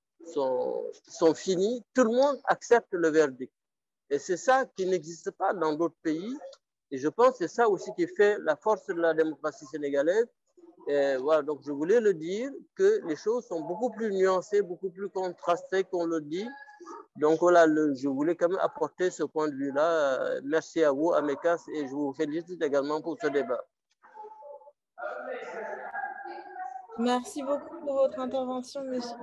finies, tout le monde accepte le verdict. Et c'est ça qui n'existe pas dans d'autres pays. Et je pense que c'est ça aussi qui fait la force de la démocratie sénégalaise. Et voilà, donc je voulais le dire, que les choses sont beaucoup plus nuancées, beaucoup plus contrastées qu'on le dit. Donc voilà, je voulais quand même apporter ce point de vue-là. Merci à vous, Amékas, et je vous félicite également pour ce débat. Merci beaucoup pour votre intervention, monsieur.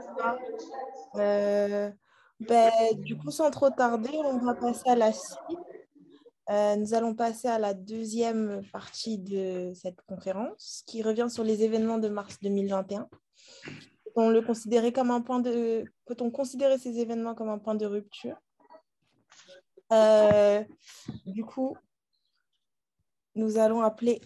Du coup, sans trop tarder, on va passer à la suite. Nous allons passer à la deuxième partie de cette conférence qui revient sur les événements de mars 2021. Peut-on considérer ces événements comme un point de rupture? Du coup, nous allons appeler...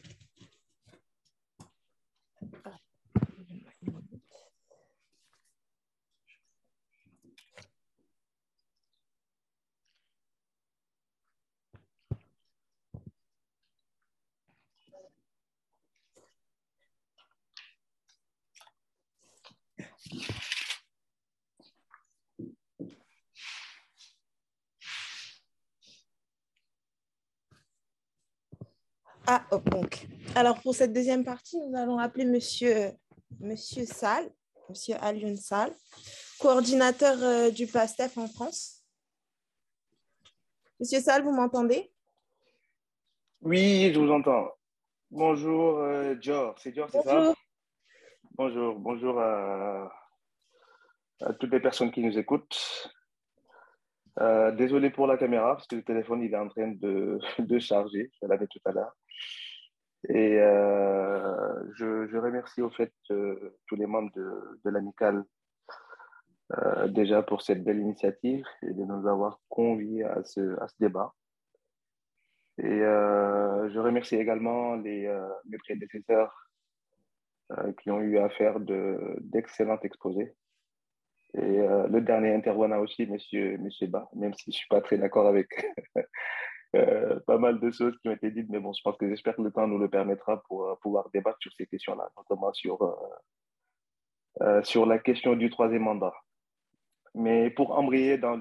donc. Alors, pour cette deuxième partie, nous allons appeler Monsieur Sall, Monsieur Alioune Sall, coordinateur du PASTEF en France. Monsieur Sall, vous m'entendez? Oui, je vous entends. Bonjour, Dior. C'est Dior, c'est ça? Bonjour à toutes les personnes qui nous écoutent. Désolé pour la caméra, parce que le téléphone il est en train de charger. Je l'avais tout à l'heure. Et je remercie au fait tous les membres de l'amicale déjà pour cette belle initiative et de nous avoir conviés à ce débat. Et je remercie également mes prédécesseurs qui ont eu à faire d'excellents exposés. Et le dernier intervenant aussi, monsieur Ba, même si je ne suis pas très d'accord avec pas mal de choses qui ont été dites, mais bon, j'espère que le temps nous le permettra pour pouvoir débattre sur ces questions-là, notamment sur sur la question du troisième mandat. Mais pour embrayer dans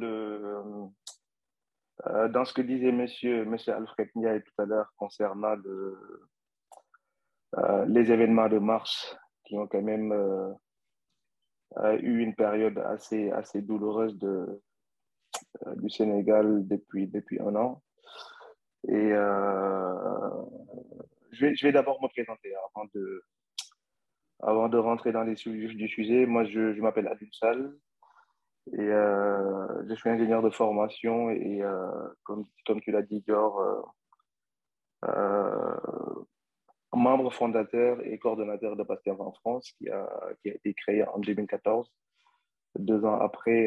ce que disait monsieur Alfred Ndiaye tout à l'heure concernant les événements de mars qui ont quand même eu une période assez douloureuse du Sénégal depuis un an. Et je vais d'abord me présenter avant de rentrer dans les sujets du sujet. Moi, je m'appelle Adil Sall et je suis ingénieur de formation et comme tu l'as dit, Dior, membre fondateur et coordonnateur de PASTEF en France qui a été créé en 2014, 2 ans après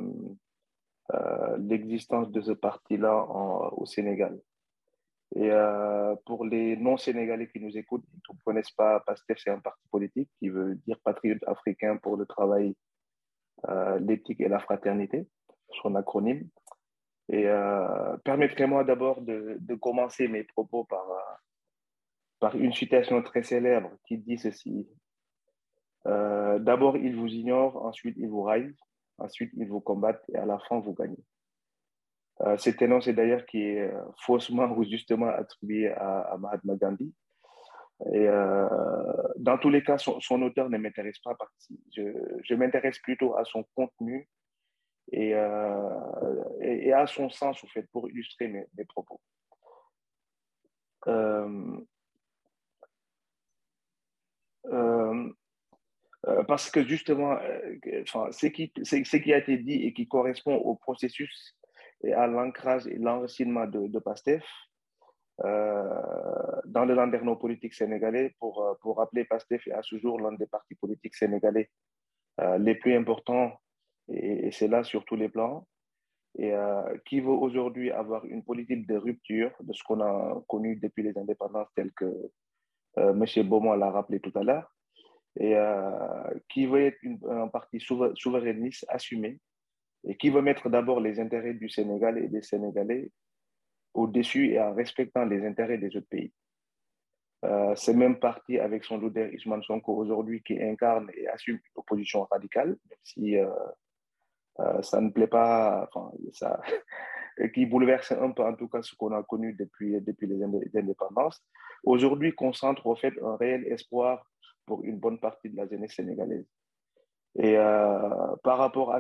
l'existence de ce parti-là au Sénégal. Et pour les non-sénégalais qui nous écoutent, qui ne connaissent pas, PASTEF, c'est un parti politique qui veut dire Patriote africain pour le travail, l'éthique et la fraternité, son acronyme. Et permettez-moi d'abord de commencer mes propos par une citation très célèbre qui dit ceci. D'abord, ils vous ignorent, ensuite, ils vous raillent, ensuite, ils vous combattent et à la fin, vous gagnez. Cet énoncé d'ailleurs qui est faussement ou justement attribué à Mahatma Gandhi. Et dans tous les cas, son auteur ne m'intéresse pas parce que je m'intéresse plutôt à son contenu et à son sens, au fait, pour illustrer mes propos. Parce que justement, ce qui a été dit et qui correspond au processus et à l'ancrage et l'enracinement de PASTEF dans le landerneau politique sénégalais, pour rappeler, PASTEF est à ce jour l'un des partis politiques sénégalais les plus importants, et c'est là sur tous les plans, et qui veut aujourd'hui avoir une politique de rupture de ce qu'on a connu depuis les indépendances, tel que M. Beaumont l'a rappelé tout à l'heure, et qui veut être un parti souverainiste assumé, et qui veut mettre d'abord les intérêts du Sénégal et des Sénégalais au-dessus et en respectant les intérêts des autres pays. C'est même parti avec son leader Ousmane Sonko aujourd'hui qui incarne et assume une opposition radicale, même si ça ne plaît pas, enfin, qui bouleverse un peu en tout cas ce qu'on a connu depuis les indépendances. Aujourd'hui, concentre au fait un réel espoir pour une bonne partie de la jeunesse sénégalaise. Et par rapport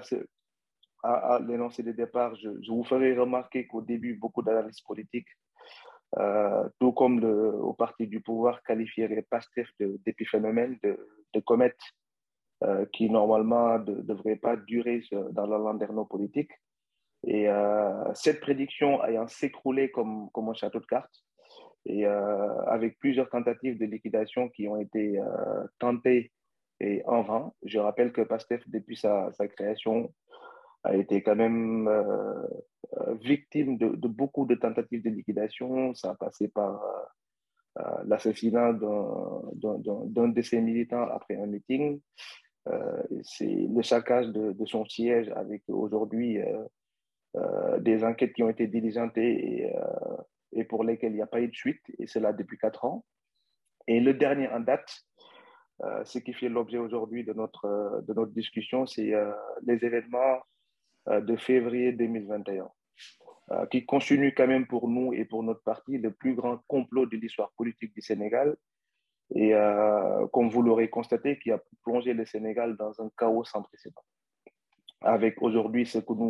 à l'énoncé de départ, je vous ferai remarquer qu'au début, beaucoup d'analystes politiques, tout comme au parti du pouvoir, qualifieraient PASTEF d'épiphénomène, de comète, qui normalement ne devrait pas durer dans le landerneau politique. Et cette prédiction ayant s'écroulé comme un château de cartes, et avec plusieurs tentatives de liquidation qui ont été tentées et en vain. Je rappelle que PASTEF, depuis sa création, a été quand même victime de beaucoup de tentatives de liquidation. Ça a passé par l'assassinat d'un de ses militants après un meeting. C'est le saccage de son siège avec aujourd'hui des enquêtes qui ont été diligentées et pour lesquelles il n'y a pas eu de suite, et cela depuis 4 ans. Et le dernier en date, ce qui fait l'objet aujourd'hui de notre discussion, c'est les événements de février 2021, qui constituent quand même pour nous et pour notre parti le plus grand complot de l'histoire politique du Sénégal, et comme vous l'aurez constaté, qui a plongé le Sénégal dans un chaos sans précédent. Avec aujourd'hui ce que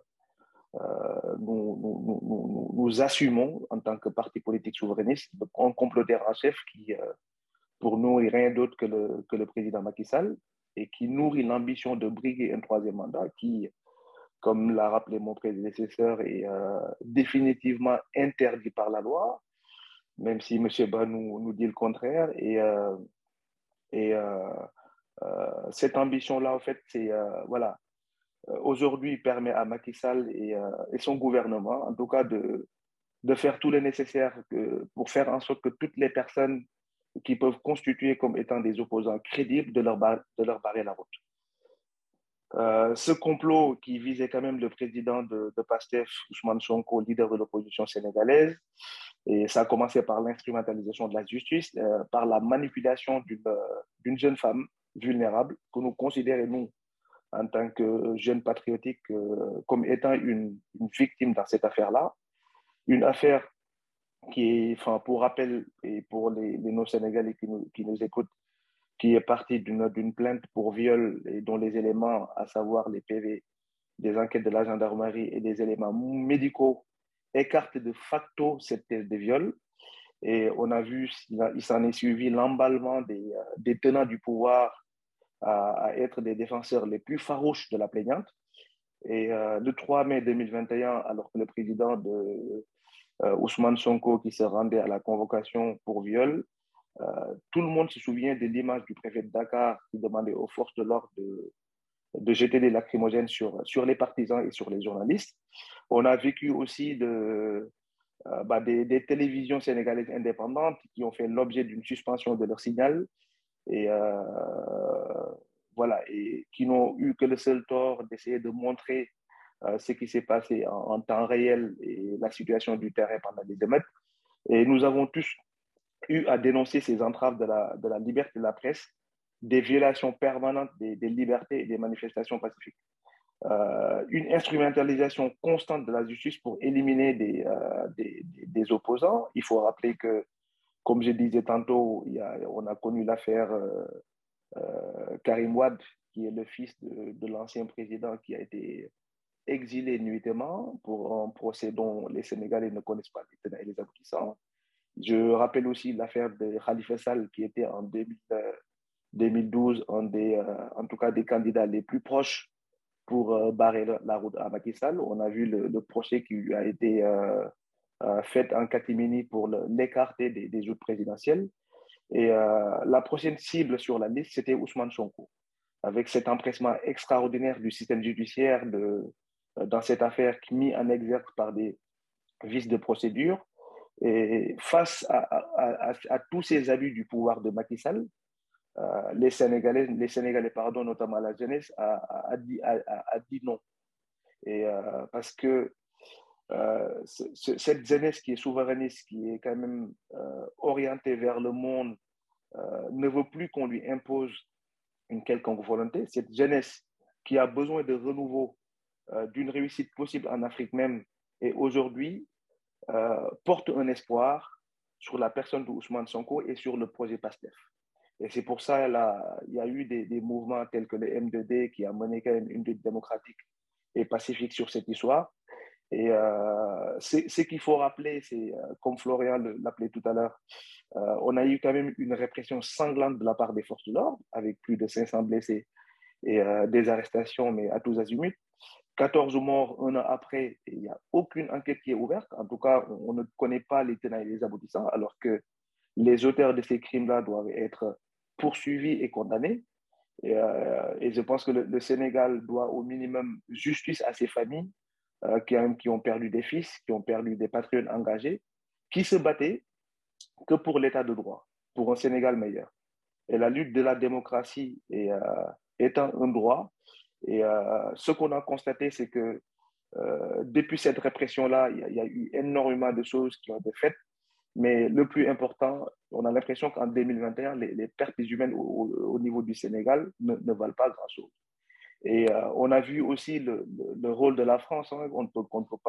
nous assumons en tant que parti politique souverainiste, un comploteur en chef qui, pour nous, n'est rien d'autre que le président Macky Sall, et qui nourrit l'ambition de briguer un troisième mandat qui, comme l'a rappelé mon prédécesseur, est définitivement interdit par la loi, même si M. Ba nous dit le contraire. Et cette ambition-là, en fait, c'est voilà, aujourd'hui permet à Macky Sall et son gouvernement, en tout cas, de faire tout le nécessaire pour faire en sorte que toutes les personnes qui peuvent constituer comme étant des opposants crédibles de leur barrer la route. Ce complot qui visait quand même le président de PASTEF, Ousmane Sonko, leader de l'opposition sénégalaise, et ça a commencé par l'instrumentalisation de la justice, par la manipulation d'une jeune femme vulnérables, que nous considérons, nous, en tant que jeunes patriotiques, comme étant une victime dans cette affaire-là. Une affaire qui est, enfin, pour rappel, et pour les non-Sénégalais qui nous écoutent, qui est partie d'une plainte pour viol et dont les éléments, à savoir les PV, des enquêtes de la gendarmerie et des éléments médicaux, écartent de facto cette thèse de viol. Et on a vu, il s'en est suivi l'emballement des tenants du pouvoir à être des défenseurs les plus farouches de la plaignante. Et le 3 mai 2021, alors que le président Ousmane Sonko qui se rendait à la convocation pour viol, tout le monde se souvient de l'image du préfet de Dakar qui demandait aux forces de l'ordre de jeter des lacrymogènes sur les partisans et sur les journalistes. On a vécu aussi des télévisions sénégalaises indépendantes qui ont fait l'objet d'une suspension de leur signal et voilà, et qui n'ont eu que le seul tort d'essayer de montrer ce qui s'est passé en temps réel et la situation du terrain pendant les émeutes. Et nous avons tous eu à dénoncer ces entraves de la liberté de la presse, des violations permanentes des libertés et des manifestations pacifiques. Une instrumentalisation constante de la justice pour éliminer des opposants. Il faut rappeler que, comme je disais tantôt, on a connu l'affaire Karim Wade, qui est le fils de l'ancien président qui a été exilé nuitamment pour un procès dont les Sénégalais ne connaissent pas les tenants et les aboutissants. Je rappelle aussi l'affaire de Khalifa Sall, qui était en 2012 en tout cas des candidats les plus proches pour barrer la route à Macky Sall. On a vu le procès qui lui a été fait en catimini pour l'écarter des joutes présidentielles. Et la prochaine cible sur la liste, c'était Ousmane Sonko, avec cet empressement extraordinaire du système judiciaire dans cette affaire mis en exergue par des vices de procédure. Et face à tous ces abus du pouvoir de Macky Sall, les Sénégalais, notamment la jeunesse, a dit non. Et parce que cette jeunesse qui est souverainiste, qui est quand même orientée vers le monde, ne veut plus qu'on lui impose une quelconque volonté. Cette jeunesse qui a besoin de renouveau, d'une réussite possible en Afrique même, et aujourd'hui porte un espoir sur la personne de Ousmane Sonko et sur le projet PASTEF. Et c'est pour ça il y a eu des mouvements tels que le M2D qui a mené quand même une lutte démocratique et pacifique sur cette histoire. Et ce qu'il faut rappeler, c'est, comme Florian l'appelait tout à l'heure, on a eu quand même une répression sanglante de la part des forces de l'ordre, avec plus de 500 blessés et des arrestations, mais à tous azimuts. 14 morts un an après, il n'y a aucune enquête qui est ouverte. En tout cas, on ne connaît pas les tenants et les aboutissants, alors que les auteurs de ces crimes-là doivent être poursuivis et condamnés. Et je pense que le Sénégal doit au minimum justice à ces familles qui ont perdu des fils, qui ont perdu des patriotes engagés, qui se battaient que pour l'état de droit, pour un Sénégal meilleur. Et la lutte de la démocratie étant un droit, et ce qu'on a constaté, c'est que depuis cette répression-là, il y a eu énormément de choses qui ont été faites. Mais le plus important, on a l'impression qu'en 2021, les pertes humaines au niveau du Sénégal ne valent pas grand-chose. Et on a vu aussi le rôle de la France. Hein, on ne peut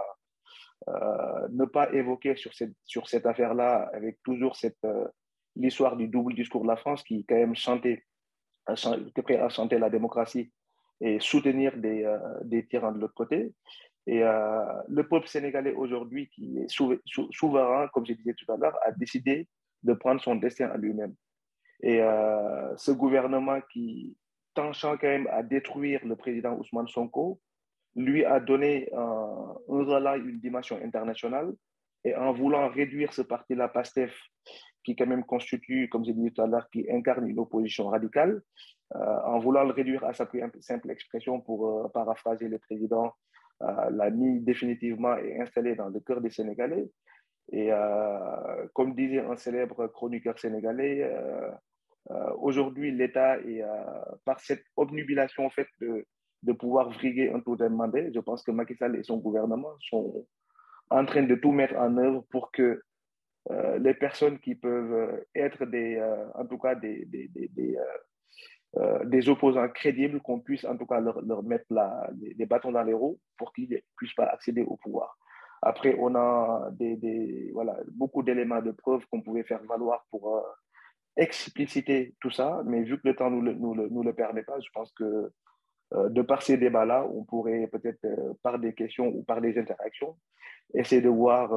pas ne pas évoquer sur cette affaire-là, avec toujours l'histoire du double discours de la France qui quand même était prêt à chanter la démocratie et soutenir des tyrans de l'autre côté. Et le peuple sénégalais aujourd'hui, qui est souverain, comme je disais tout à l'heure, a décidé de prendre son destin à lui-même. Et ce gouvernement qui, tenchant quand même à détruire le président Ousmane Sonko, lui a donné un relais, une dimension internationale. Et en voulant réduire ce parti-là, PASTEF, qui quand même constitue, comme j'ai dit tout à l'heure, qui incarne une opposition radicale, en voulant le réduire à sa plus simple expression, pour paraphraser le président, l'a mis définitivement et installé dans le cœur des Sénégalais. Et comme disait un célèbre chroniqueur sénégalais, aujourd'hui, l'État est, par cette obnubilation faite de pouvoir vriguer un tour d'un mandat, je pense que Macky Sall et son gouvernement sont en train de tout mettre en œuvre pour que les personnes qui peuvent être en tout cas des opposants crédibles, qu'on puisse en tout cas leur mettre des bâtons dans les roues pour qu'ils ne puissent pas accéder au pouvoir. Après, on a voilà, beaucoup d'éléments de preuve qu'on pouvait faire valoir pour expliciter tout ça, mais vu que le temps nous le permet pas, je pense que de par ces débats-là, on pourrait peut-être, par des questions ou par des interactions, essayer de voir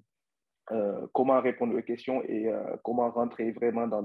comment répondre aux questions et comment rentrer vraiment dans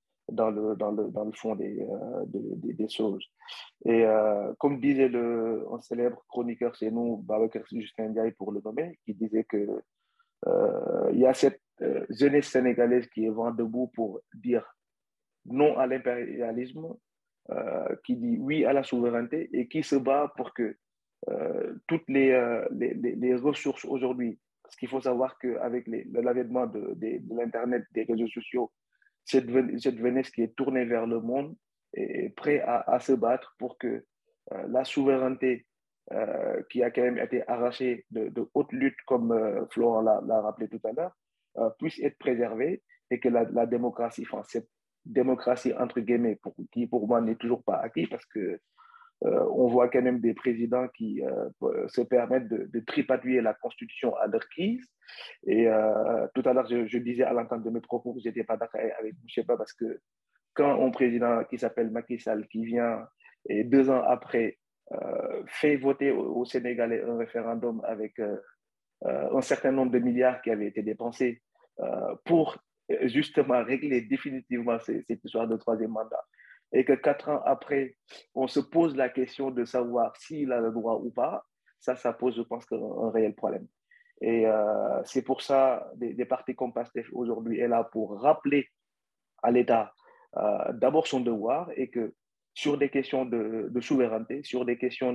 le fond des choses. Et comme disait un célèbre chroniqueur chez nous, Babacar Justin Ndiaye pour le nommer, qui disait que il y a cette jeunesse sénégalaise qui est vent debout pour dire non à l'impérialisme, qui dit oui à la souveraineté et qui se bat pour que toutes les ressources aujourd'hui, parce qu'il faut savoir qu'avec l'avènement de l'Internet, des réseaux sociaux, cette jeunesse qui est tournée vers le monde est prête à se battre pour que la souveraineté qui a quand même été arrachée de hautes luttes, comme Florent l'a rappelé tout à l'heure, puisse être préservée et que la démocratie, enfin, cette démocratie entre guillemets, qui pour moi n'est toujours pas acquis parce que on voit quand même des présidents qui se permettent de tripatouiller la Constitution à leur guise. Et tout à l'heure, je disais à l'entente de mes propos que je n'étais pas d'accord avec Boucheba parce que quand un président qui s'appelle Macky Sall, qui vient et 2 ans après fait voter au Sénégalais un référendum avec un certain nombre de milliards qui avaient été dépensés pour justement régler définitivement cette histoire de 3e mandat, et que 4 ans après, on se pose la question de savoir s'il a le droit ou pas, ça pose, je pense, un réel problème. Et c'est pour ça des partis comme PASTEF aujourd'hui est là pour rappeler à l'État d'abord son devoir, et que sur des questions de souveraineté, sur des questions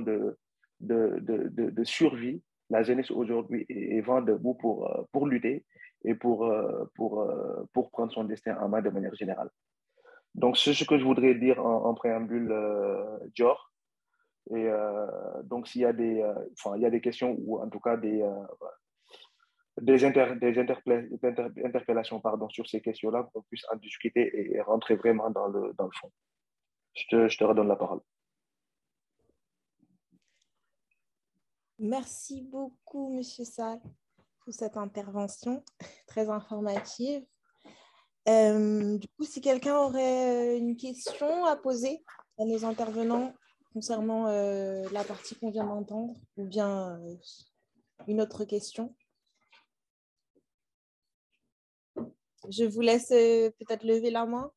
de survie, la jeunesse aujourd'hui est vent debout pour lutter et pour prendre son destin en main de manière générale. Donc, c'est ce que je voudrais dire en préambule, Dior. Et donc, s'il y a il y a des questions ou en tout cas des interpellations sur ces questions-là, qu'on puisse en discuter et rentrer vraiment dans le fond. Je te redonne la parole. Merci beaucoup, Monsieur Sall, pour cette intervention très informative. Du coup, si quelqu'un aurait une question à poser à nos intervenants concernant la partie qu'on vient d'entendre, ou bien une autre question, je vous laisse peut-être lever la main.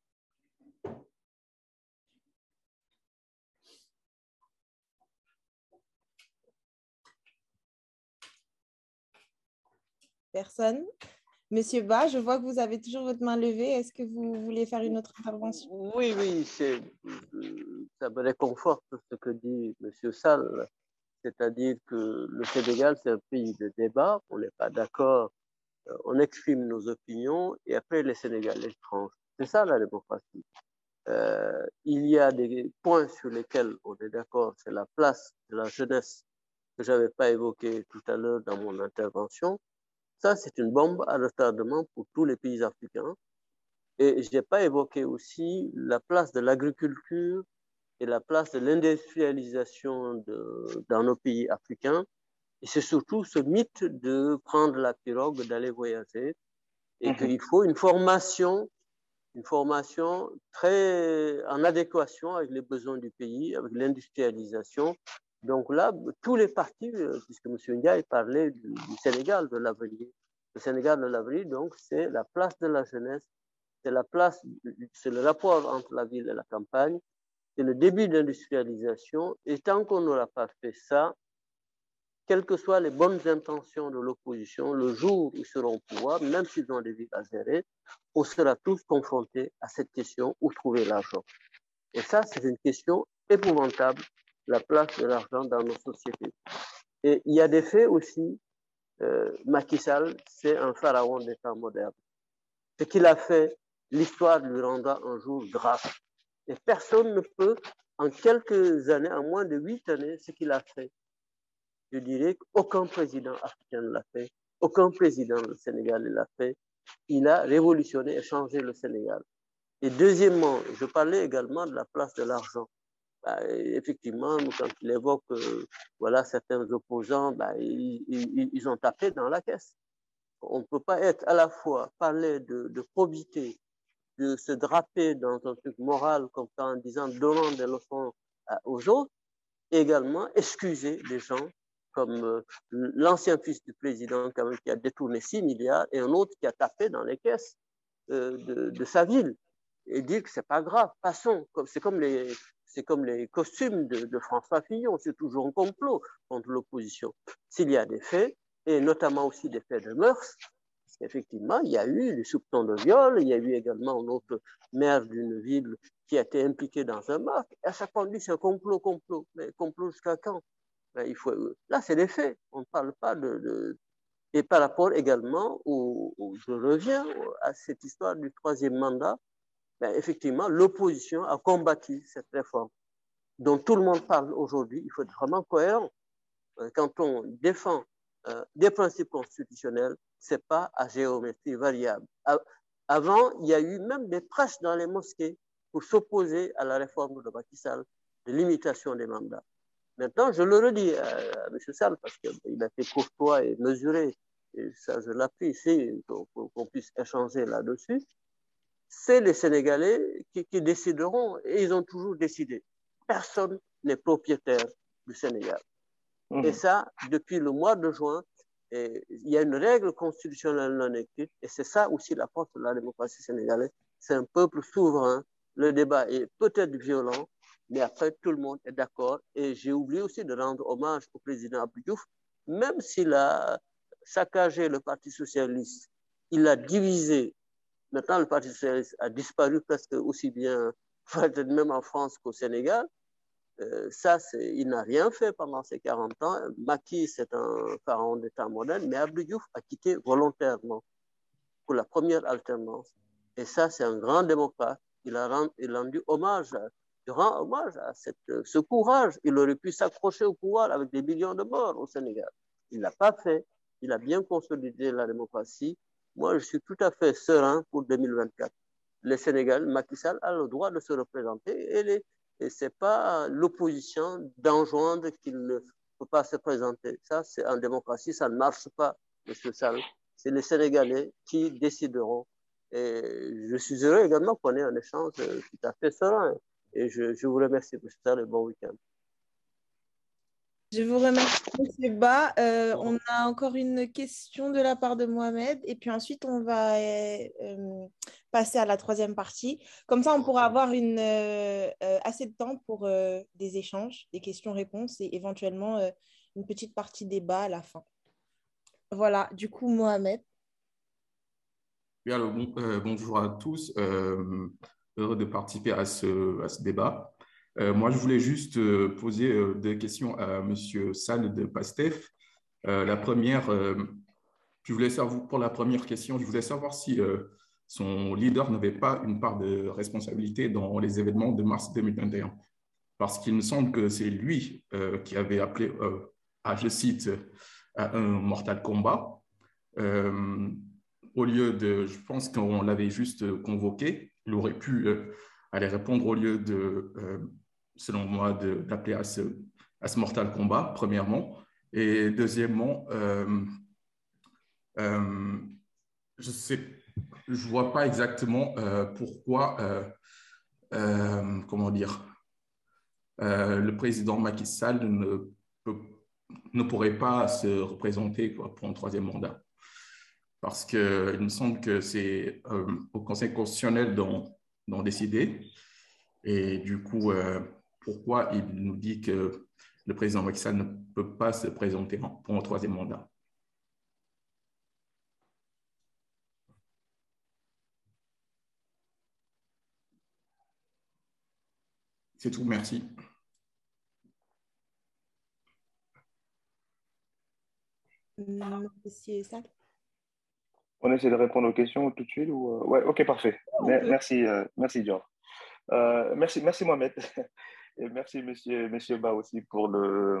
Personne? Monsieur Ba, je vois que vous avez toujours votre main levée. Est-ce que vous voulez faire une autre intervention? Oui, ça me réconforte ce que dit Monsieur Sall, c'est-à-dire que le Sénégal, c'est un pays de débat, on n'est pas d'accord, on exprime nos opinions et après les Sénégalais tranchent. C'est ça la démocratie. Il y a des points sur lesquels on est d'accord, c'est la place de la jeunesse que je n'avais pas évoqué tout à l'heure dans mon intervention. Ça, c'est une bombe à retardement pour tous les pays africains. Et je n'ai pas évoqué aussi la place de l'agriculture et la place de l'industrialisation dans nos pays africains. Et c'est surtout ce mythe de prendre la pirogue, d'aller voyager, et qu'il faut une formation très en adéquation avec les besoins du pays, avec l'industrialisation. Donc là, tous les partis, puisque M. Ndiaye parlait du Sénégal de l'avenir. Le Sénégal de l'avenir, donc, c'est la place de la jeunesse, c'est le rapport entre la ville et la campagne, c'est le début d'industrialisation. Et tant qu'on n'aura pas fait ça, quelles que soient les bonnes intentions de l'opposition, le jour où ils seront au pouvoir, même s'ils ont des vies à gérer, on sera tous confrontés à cette question, où trouver l'argent. Et ça, c'est une question épouvantable, la place de l'argent dans nos sociétés. Et il y a des faits aussi, Macky Sall, c'est un pharaon des temps modernes. Ce qu'il a fait, l'histoire lui rendra un jour grâce. Et personne ne peut, en quelques années, en moins de 8 années, ce qu'il a fait. Je dirais qu'aucun président africain ne l'a fait, aucun président du Sénégal ne l'a fait. Il a révolutionné et changé le Sénégal. Et deuxièmement, je parlais également de la place de l'argent. Effectivement, quand il évoque voilà, certains opposants, ils ont tapé dans la caisse. On ne peut pas être à la fois parler de probité, de se draper dans un truc moral comme ça en disant, donnant des leçons aux autres, et également excuser des gens comme l'ancien fils du président quand même, qui a détourné 6 milliards et un autre qui a tapé dans les caisses de sa ville et dire que c'est pas grave, passons. C'est comme les costumes de François Fillon, c'est toujours un complot contre l'opposition. S'il y a des faits, et notamment aussi des faits de mœurs, parce qu'effectivement, il y a eu des soupçons de viol, il y a eu également un autre maire d'une ville qui a été impliqué dans un meurtre. Et à chaque fois, on dit c'est un complot. Mais complot jusqu'à quand? Là, c'est des faits. On ne parle pas Et par rapport également, je reviens à cette histoire du 3e mandat, effectivement, l'opposition a combattu cette réforme dont tout le monde parle aujourd'hui. Il faut être vraiment cohérent. Quand on défend des principes constitutionnels, ce n'est pas à géométrie variable. Avant, il y a eu même des prêches dans les mosquées pour s'opposer à la réforme de Macky Sall, de limitation des mandats. Maintenant, je le redis à M. Sall, parce qu'il a été courtois et mesuré, et ça je l'appuie ici, pour qu'on puisse échanger là-dessus. C'est les Sénégalais qui décideront, et ils ont toujours décidé. Personne n'est propriétaire du Sénégal. Et ça, depuis le mois de juin, il y a une règle constitutionnelle non écrite, et c'est ça aussi la force de la démocratie sénégalaise. C'est un peuple souverain. Le débat est peut-être violent, mais après, tout le monde est d'accord. Et j'ai oublié aussi de rendre hommage au président Abdou Diouf, même s'il a saccagé le Parti socialiste, il a divisé. Maintenant, le Parti socialiste a disparu presque aussi bien, même en France qu'au Sénégal. Il n'a rien fait pendant ces 40 ans. Macky, c'est un pharaon d'État moderne, mais Abdou Diouf a quitté volontairement pour la première alternance. Et ça, c'est un grand démocrate. Il a rendu hommage, il rend hommage à ce courage. Il aurait pu s'accrocher au pouvoir avec des millions de morts au Sénégal. Il ne l'a pas fait. Il a bien consolidé la démocratie. Moi, je suis tout à fait serein pour 2024. Le Sénégal, Macky Sall a le droit de se représenter et ce n'est pas l'opposition d'enjoindre qu'il ne peut pas se présenter. Ça, c'est en démocratie, ça ne marche pas, M. Sall. C'est les Sénégalais qui décideront. Et je suis heureux également qu'on ait un échange tout à fait serein. Et je vous remercie, M. Sall, et bon week-end. Je vous remercie, M. Ba. On a encore une question de la part de Mohamed et puis ensuite on va passer à la 3e partie. Comme ça, on pourra avoir assez de temps pour des échanges, des questions-réponses et éventuellement une petite partie débat à la fin. Voilà, du coup, Mohamed. Oui, alors, bonjour à tous. Heureux de participer à ce débat. Moi, je voulais juste poser des questions à M. Sall de PASTEF. La première, pour la première question, je voulais savoir si son leader n'avait pas une part de responsabilité dans les événements de mars 2021. Parce qu'il me semble que c'est lui qui avait appelé je cite, à un mortal combat. Au lieu de, je pense qu'on l'avait juste convoqué, il aurait pu aller répondre au lieu de, selon moi, d'appeler à ce mortal combat, premièrement. Et deuxièmement, je vois pas exactement pourquoi, comment dire, le président Macky Sall ne pourrait pas se représenter pour un 3e mandat. Parce qu'il me semble que c'est au Conseil constitutionnel d'en décider. Et du coup, pourquoi il nous dit que le président Macky Sall ne peut pas se présenter pour un 3e mandat? C'est tout, merci. Monsieur Sall. On essaie de répondre aux questions tout de suite ou ouais, ok, parfait. Merci, merci Dior. Merci Mohamed. Et merci monsieur Ba aussi pour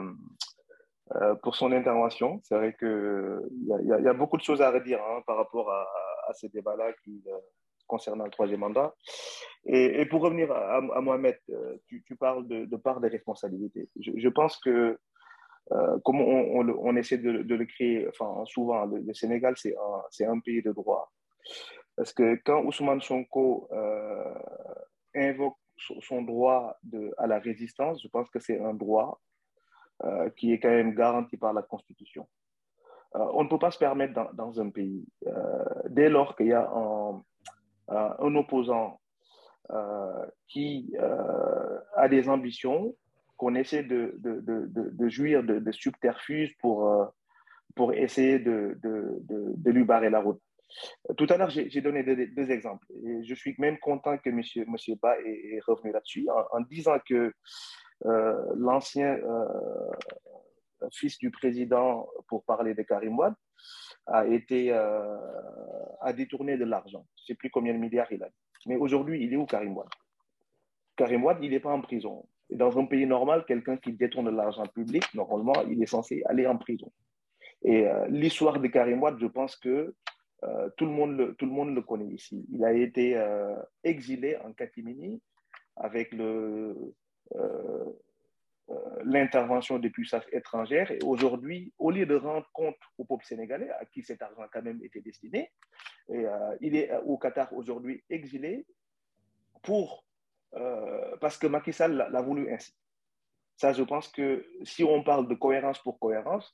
son intervention. C'est vrai qu'il y a beaucoup de choses à redire par rapport à ce débat-là concernant le troisième mandat. Et pour revenir à Mohamed, tu parles de part des responsabilités. Je pense que, comme on essaie de le créer, enfin, souvent, le Sénégal, c'est un pays de droit. Parce que quand Ousmane Sonko invoque son droit à la résistance, je pense que c'est un droit qui est quand même garanti par la Constitution. On ne peut pas se permettre dans un pays, dès lors qu'il y a un opposant qui a des ambitions, qu'on essaie de jouir de subterfuges pour essayer de lui barrer la route. Tout à l'heure, j'ai donné deux exemples. Et je suis même content que M. Ba est revenu là-dessus en disant que l'ancien fils du président, pour parler de Karim Wade, a détourné de l'argent. Je ne sais plus combien de milliards il a. Mais aujourd'hui, il est où Karim Wade? Karim Wade, il n'est pas en prison. Et dans un pays normal, quelqu'un qui détourne de l'argent public, normalement, il est censé aller en prison. Et l'histoire de Karim Wade, je pense que tout le monde le connaît ici. Il a été exilé en catimini avec l'intervention des puissances étrangères. Et aujourd'hui, au lieu de rendre compte au peuple sénégalais, à qui cet argent quand même était destiné, il est au Qatar aujourd'hui exilé parce que Macky Sall l'a voulu ainsi. Ça, je pense que si on parle de cohérence pour cohérence,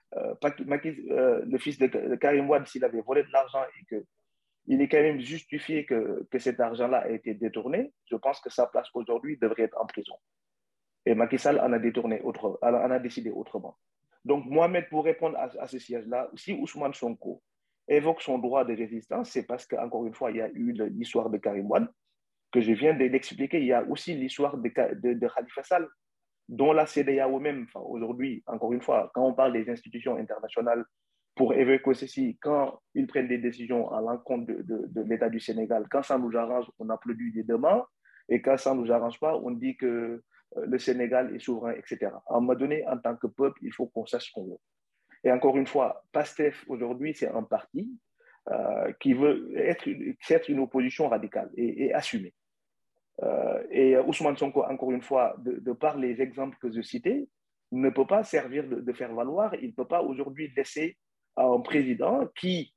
le fils de Karim Wade, s'il avait volé de l'argent et qu'il est quand même justifié que cet argent-là a été détourné, je pense que sa place aujourd'hui devrait être en prison. Et Macky Sall en a décidé autrement. Donc, Mohamed, pour répondre à ce siège-là, si Ousmane Sonko évoque son droit de résistance, c'est parce qu'encore une fois, il y a eu l'histoire de Karim Wade, que je viens d'expliquer. Il y a aussi l'histoire de Khalifa Sall, dont la CEDEAO même, aujourd'hui, encore une fois, quand on parle des institutions internationales pour évoquer ceci, quand ils prennent des décisions à l'encontre de l'État du Sénégal, quand ça nous arrange, on applaudit des deux mains, et quand ça ne nous arrange pas, on dit que le Sénégal est souverain, etc. À un moment donné, en tant que peuple, il faut qu'on sache ce qu'on veut. Et encore une fois, PASTEF, aujourd'hui, c'est un parti qui veut être une opposition radicale et assumée. Et Ousmane Sonko, encore une fois, de par les exemples que je citais, ne peut pas servir de faire valoir. Il ne peut pas aujourd'hui laisser à un président qui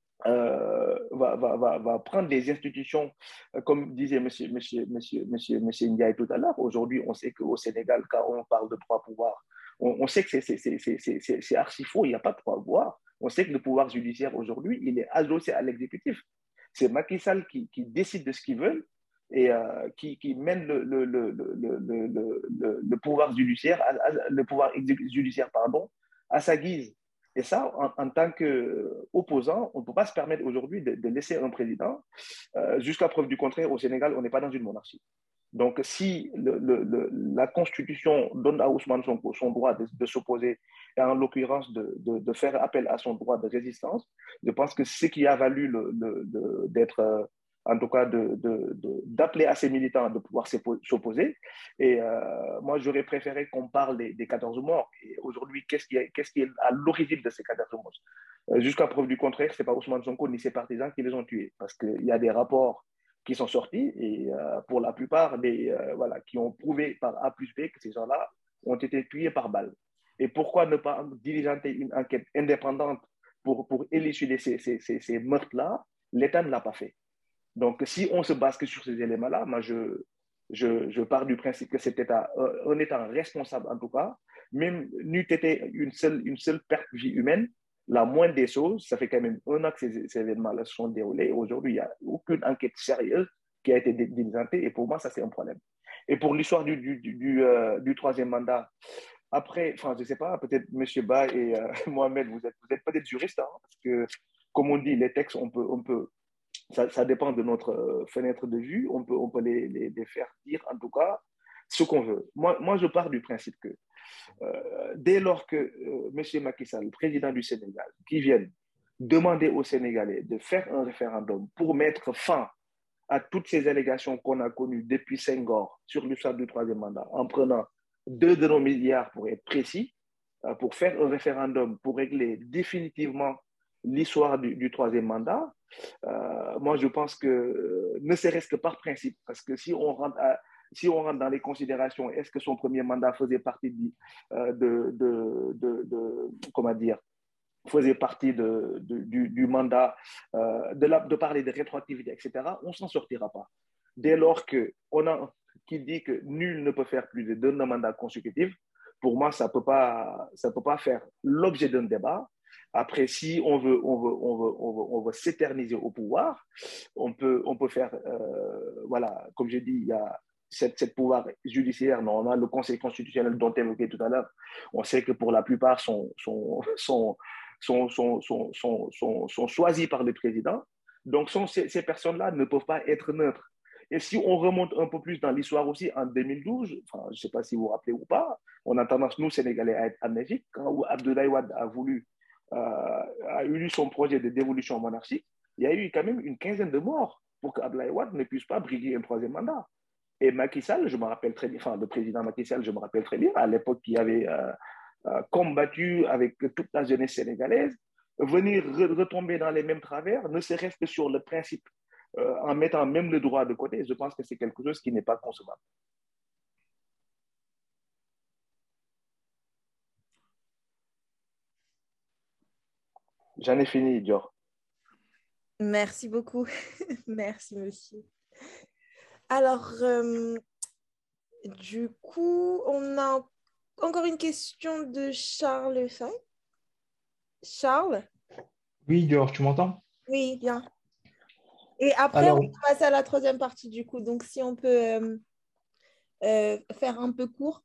va prendre des institutions, comme disait M. Ndiaye tout à l'heure. Aujourd'hui, on sait qu'au Sénégal, quand on parle de trois pouvoirs, on sait que c'est archi faux, il n'y a pas de trois pouvoirs. On sait que le pouvoir judiciaire, aujourd'hui, il est adossé à l'exécutif. C'est Macky Sall qui décide de ce qu'il veut et qui mène le pouvoir judiciaire, à sa guise. Et ça, en tant qu'opposant, on ne peut pas se permettre aujourd'hui de laisser un président. Jusqu'à preuve du contraire, au Sénégal, on n'est pas dans une monarchie. Donc, si la Constitution donne à Ousmane Sonko son droit de s'opposer, et en l'occurrence de faire appel à son droit de résistance, je pense que c'est ce qui a valu d'être... en tout cas d'appeler à ces militants de pouvoir s'opposer. Et moi, j'aurais préféré qu'on parle des 14 morts. Et aujourd'hui, qu'est-ce qui est à l'origine de ces 14 morts? Jusqu'à preuve du contraire, ce n'est pas Ousmane Sonko ni ses partisans qui les ont tués. Parce qu'il y a des rapports qui sont sortis et pour la plupart, qui ont prouvé par A plus B que ces gens-là ont été tués par balle. Et pourquoi ne pas diligenter une enquête indépendante pour élucider ces meurtres-là? L'État ne l'a pas fait. Donc, si on se base que sur ces éléments-là, moi, je pars du principe que cet État, un État responsable en tout cas, même n'eût été une seule perte de vie humaine, la moindre des choses, ça fait quand même un an que ces événements-là se sont déroulés. Aujourd'hui, il n'y a aucune enquête sérieuse qui a été diligentée et pour moi, ça, c'est un problème. Et pour l'histoire du troisième mandat, après, je ne sais pas, peut-être M. Ba et Mohamed, vous êtes peut-être juristes, hein, parce que, comme on dit, les textes, on peut ça dépend de notre fenêtre de vue, on peut les faire dire, en tout cas, ce qu'on veut. Moi, je pars du principe que dès lors que M. Macky Sall, le président du Sénégal, qui vienne demander aux Sénégalais de faire un référendum pour mettre fin à toutes ces allégations qu'on a connues depuis Senghor sur l'histoire du troisième mandat, en prenant 2 de nos milliards pour être précis, pour faire un référendum pour régler définitivement l'histoire du troisième mandat, Moi, je pense que, ne serait-ce que par principe, parce que si on rentre dans les considérations, est-ce que son premier mandat faisait partie comment dire, faisait partie du mandat, de parler de rétroactivité, etc., on ne s'en sortira pas. Dès lors qu'on a qui dit que nul ne peut faire plus de 2 mandats consécutifs, pour moi, ça ne peut pas faire l'objet d'un débat. Après, si on veut s'éterniser au pouvoir, on peut faire, voilà, comme j'ai dit, il y a cette pouvoir judiciaire, mais on a le Conseil constitutionnel dont tu évoquais tout à l'heure. On sait que pour la plupart sont choisis par le président. Donc, ces personnes-là ne peuvent pas être neutres. Et si on remonte un peu plus dans l'histoire aussi, en 2012, enfin, je ne sais pas si vous vous rappelez ou pas, on a tendance, nous, Sénégalais, à être amnésiques. Quand Abdoulaye Wade a eu son projet de dévolution monarchique, il y a eu quand même une quinzaine de morts pour qu'Abdoulaye Wade ne puisse pas briguer un 3e mandat. Et Macky Sall, je me rappelle très bien, enfin, le président Macky Sall, je me rappelle très bien, à l'époque, qui avait combattu avec toute la jeunesse sénégalaise, venir retomber dans les mêmes travers, ne serait-ce que sur le principe, en mettant même le droit de côté, je pense que c'est quelque chose qui n'est pas concevable. J'en ai fini, Dior. Merci beaucoup. Merci, monsieur. Alors, du coup, on a encore une question de Charles Fay. Charles? Oui, Dior, tu m'entends? Oui, bien. Et après, Alors, on va passer à la 3e partie, du coup. Donc, si on peut faire un peu court.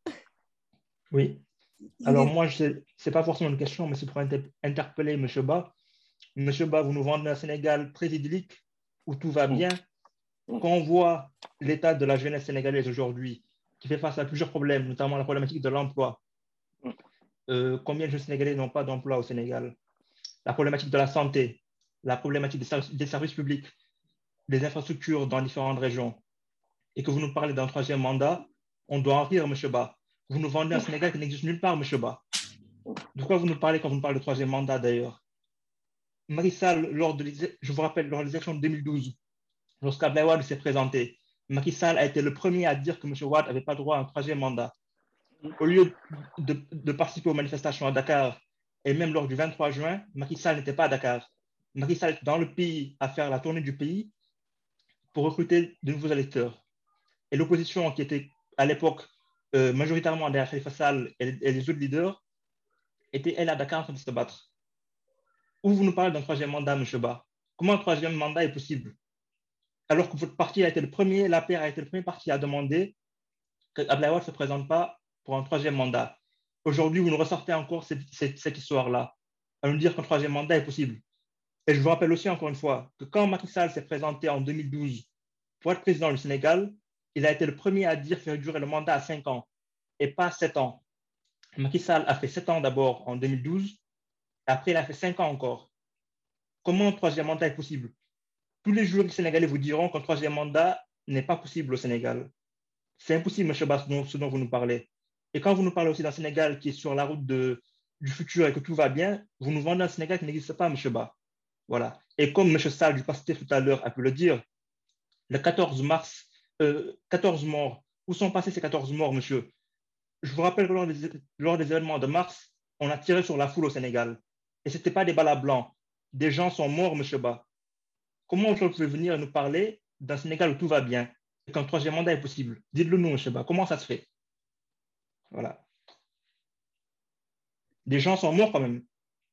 oui. Alors, moi, ce n'est pas forcément une question, mais c'est pour interpeller M. Ba. M. Ba, vous nous vendez un Sénégal très idyllique, où tout va bien. Quand on voit l'état de la jeunesse sénégalaise aujourd'hui, qui fait face à plusieurs problèmes, notamment la problématique de l'emploi. Combien de jeunes Sénégalais n'ont pas d'emploi au Sénégal? La problématique de la santé, la problématique des services publics, des infrastructures dans différentes régions. Et que vous nous parlez d'un 3e mandat, on doit en rire, M. Ba. Vous nous vendez un Sénégal qui n'existe nulle part, M. Ba. De quoi vous nous parlez quand vous nous parlez de 3e mandat, d'ailleurs? Macky Sall, je vous rappelle, lors des élections de 2012, lorsqu'Abdoulaye Wade s'est présenté, Macky Sall a été le premier à dire que M. Wade n'avait pas droit à un 3e mandat. Au lieu de participer aux manifestations à Dakar, et même lors du 23 juin, Macky Sall n'était pas à Dakar. Macky Sall était dans le pays à faire la tournée du pays pour recruter de nouveaux électeurs. Et l'opposition, qui était à l'époque majoritairement derrière Khalifa Sall et les autres leaders, était, elle, à Dakar en train de se battre. Où vous nous parlez d'un 3e mandat, M. Ba? Comment un 3e mandat est possible? Alors que votre parti a été le premier, l'APR a été le premier parti à demander qu'Abdoulaye Wade ne se présente pas pour un 3e mandat. Aujourd'hui, vous nous ressortez encore cette histoire-là, à nous dire qu'un 3e mandat est possible. Et je vous rappelle aussi encore une fois que quand Macky Sall s'est présenté en 2012 pour être président du Sénégal, il a été le premier à dire faire durer le mandat à 5 ans et pas 7 ans. Macky Sall a fait 7 ans d'abord en 2012, après il a fait 5 ans encore. Comment un 3e mandat est possible? Tous les juristes sénégalais vous diront qu'un 3e mandat n'est pas possible au Sénégal. C'est impossible, M. Ba, ce dont vous nous parlez. Et quand vous nous parlez aussi d'un Sénégal qui est sur la route du futur et que tout va bien, vous nous vendez un Sénégal qui n'existe pas, M. Ba. Voilà. Et comme M. Sall du PASTEF tout à l'heure a pu le dire, le 14 mars, 14 morts. Où sont passés ces 14 morts, monsieur? Je vous rappelle que lors des événements de mars, on a tiré sur la foule au Sénégal. Et ce n'était pas des balles à blanc. Des gens sont morts, M. Ba. Comment vous pouvez venir nous parler d'un Sénégal où tout va bien et qu'un 3e mandat est possible? Dites-le nous, M. Ba. Comment ça se fait? Voilà. Des gens sont morts quand même.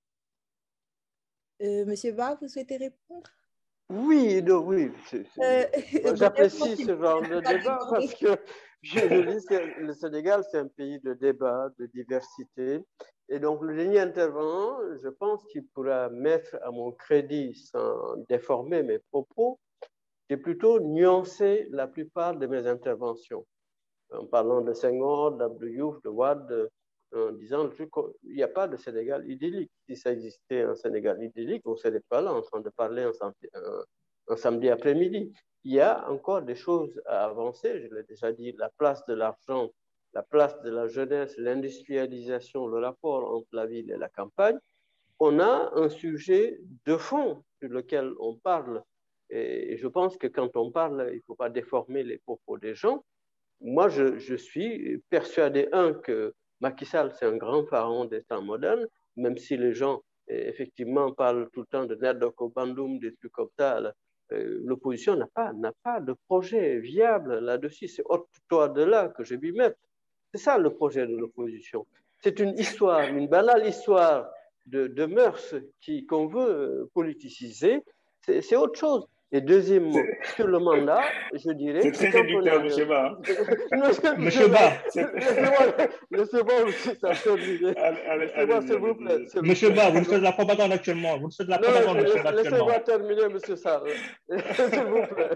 Monsieur Ba, vous souhaitez répondre? Oui, non, oui. J'apprécie ce genre de débat parce que je dis que le Sénégal, c'est un pays de débat, de diversité. Et donc, le dernier intervenant, je pense qu'il pourra mettre à mon crédit, sans déformer mes propos, j'ai plutôt nuancé la plupart de mes interventions. En parlant de Senghor, d'Abdou Diouf, de Wade, en disant qu'il n'y a pas de Sénégal idyllique. Si ça existait un Sénégal idyllique, on ne serait pas là en train de parler un samedi après-midi. Il y a encore des choses à avancer, je l'ai déjà dit, la place de l'argent, la place de la jeunesse, l'industrialisation, le rapport entre la ville et la campagne. on a un sujet de fond sur lequel on parle. Et je pense que quand on parle, il ne faut pas déformer les propos des gens. Moi, je suis persuadé, que Macky Sall, c'est un grand pharaon des temps modernes, même si les gens, effectivement, parlent tout le temps de Nerdoko Bandung, des trucs comme ça. L'opposition n'a pas de projet viable là-dessus. C'est toi de là que je vais mettre. C'est ça le projet de l'opposition. C'est une histoire, une banale histoire de mœurs qu'on veut politiciser. C'est autre chose. Et deuxièmement, sur le mandat, je dirais... C'est très réducteur, M. Ba. Monsieur Ba. Laissez-moi aussi terminer. Laissez-moi, s'il vous plaît. Monsieur Ba, vous faites de la propagande actuellement. Vous faites de la propagande actuellement. Laissez-moi terminer, monsieur Sarr. S'il vous plaît.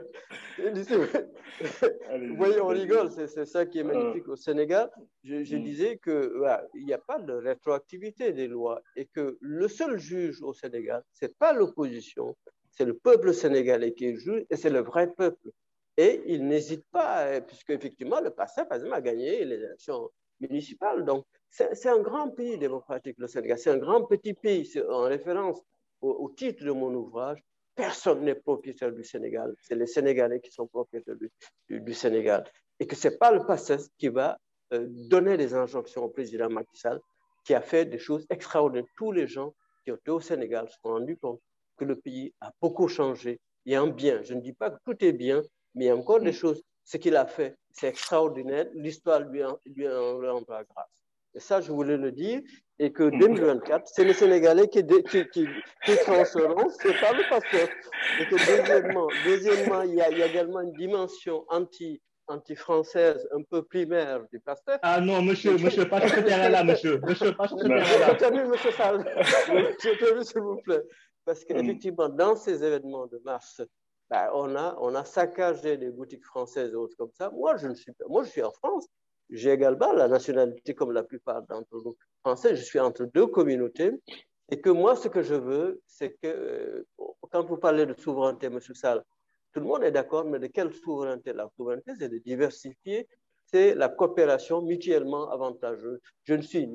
Vous voyez, on rigole. C'est ça qui est magnifique au Sénégal. Je disais qu'il n'y a pas de rétroactivité des lois et que le seul juge au Sénégal, ce n'est pas l'opposition, c'est le peuple sénégalais qui est juge et c'est le vrai peuple. Et il n'hésite pas, puisque effectivement le PASTEF a gagné les élections municipales. Donc, c'est un grand pays démocratique, le Sénégal. C'est un grand petit pays. En référence au titre de mon ouvrage, personne n'est propriétaire du Sénégal. C'est les Sénégalais qui sont propriétaires du Sénégal. Et que ce n'est pas le PASTEF qui va donner des injonctions au président Macky Sall, qui a fait des choses extraordinaires. Tous les gens qui ont été au Sénégal se sont rendus compte que le pays a beaucoup changé. Il y a un bien. Je ne dis pas que tout est bien, mais il y a encore des choses. Ce qu'il a fait, c'est extraordinaire. L'histoire lui rendra grâce. Et ça, je voulais le dire. Et que 2024, c'est les Sénégalais qui transferont, c'est pas le passé. Et que deuxièmement, il y a également une dimension anti-française, un peu primaire du PASTEF. Ah non, monsieur, pas sur ce terrain-là, monsieur. Pas sur ce terrain-là. Je termine, monsieur Sall. Je termine, s'il vous plaît. Parce qu'effectivement, dans ces événements de mars, on a saccagé des boutiques françaises et autres comme ça. Moi, je suis en France. J'ai également la nationalité comme la plupart d'entre nous français. Je suis entre deux communautés. Et que moi, ce que je veux, c'est que quand vous parlez de souveraineté, M. Sall, tout le monde est d'accord, mais de quelle souveraineté? La souveraineté, c'est de diversifier, c'est la coopération mutuellement avantageuse. Je ne suis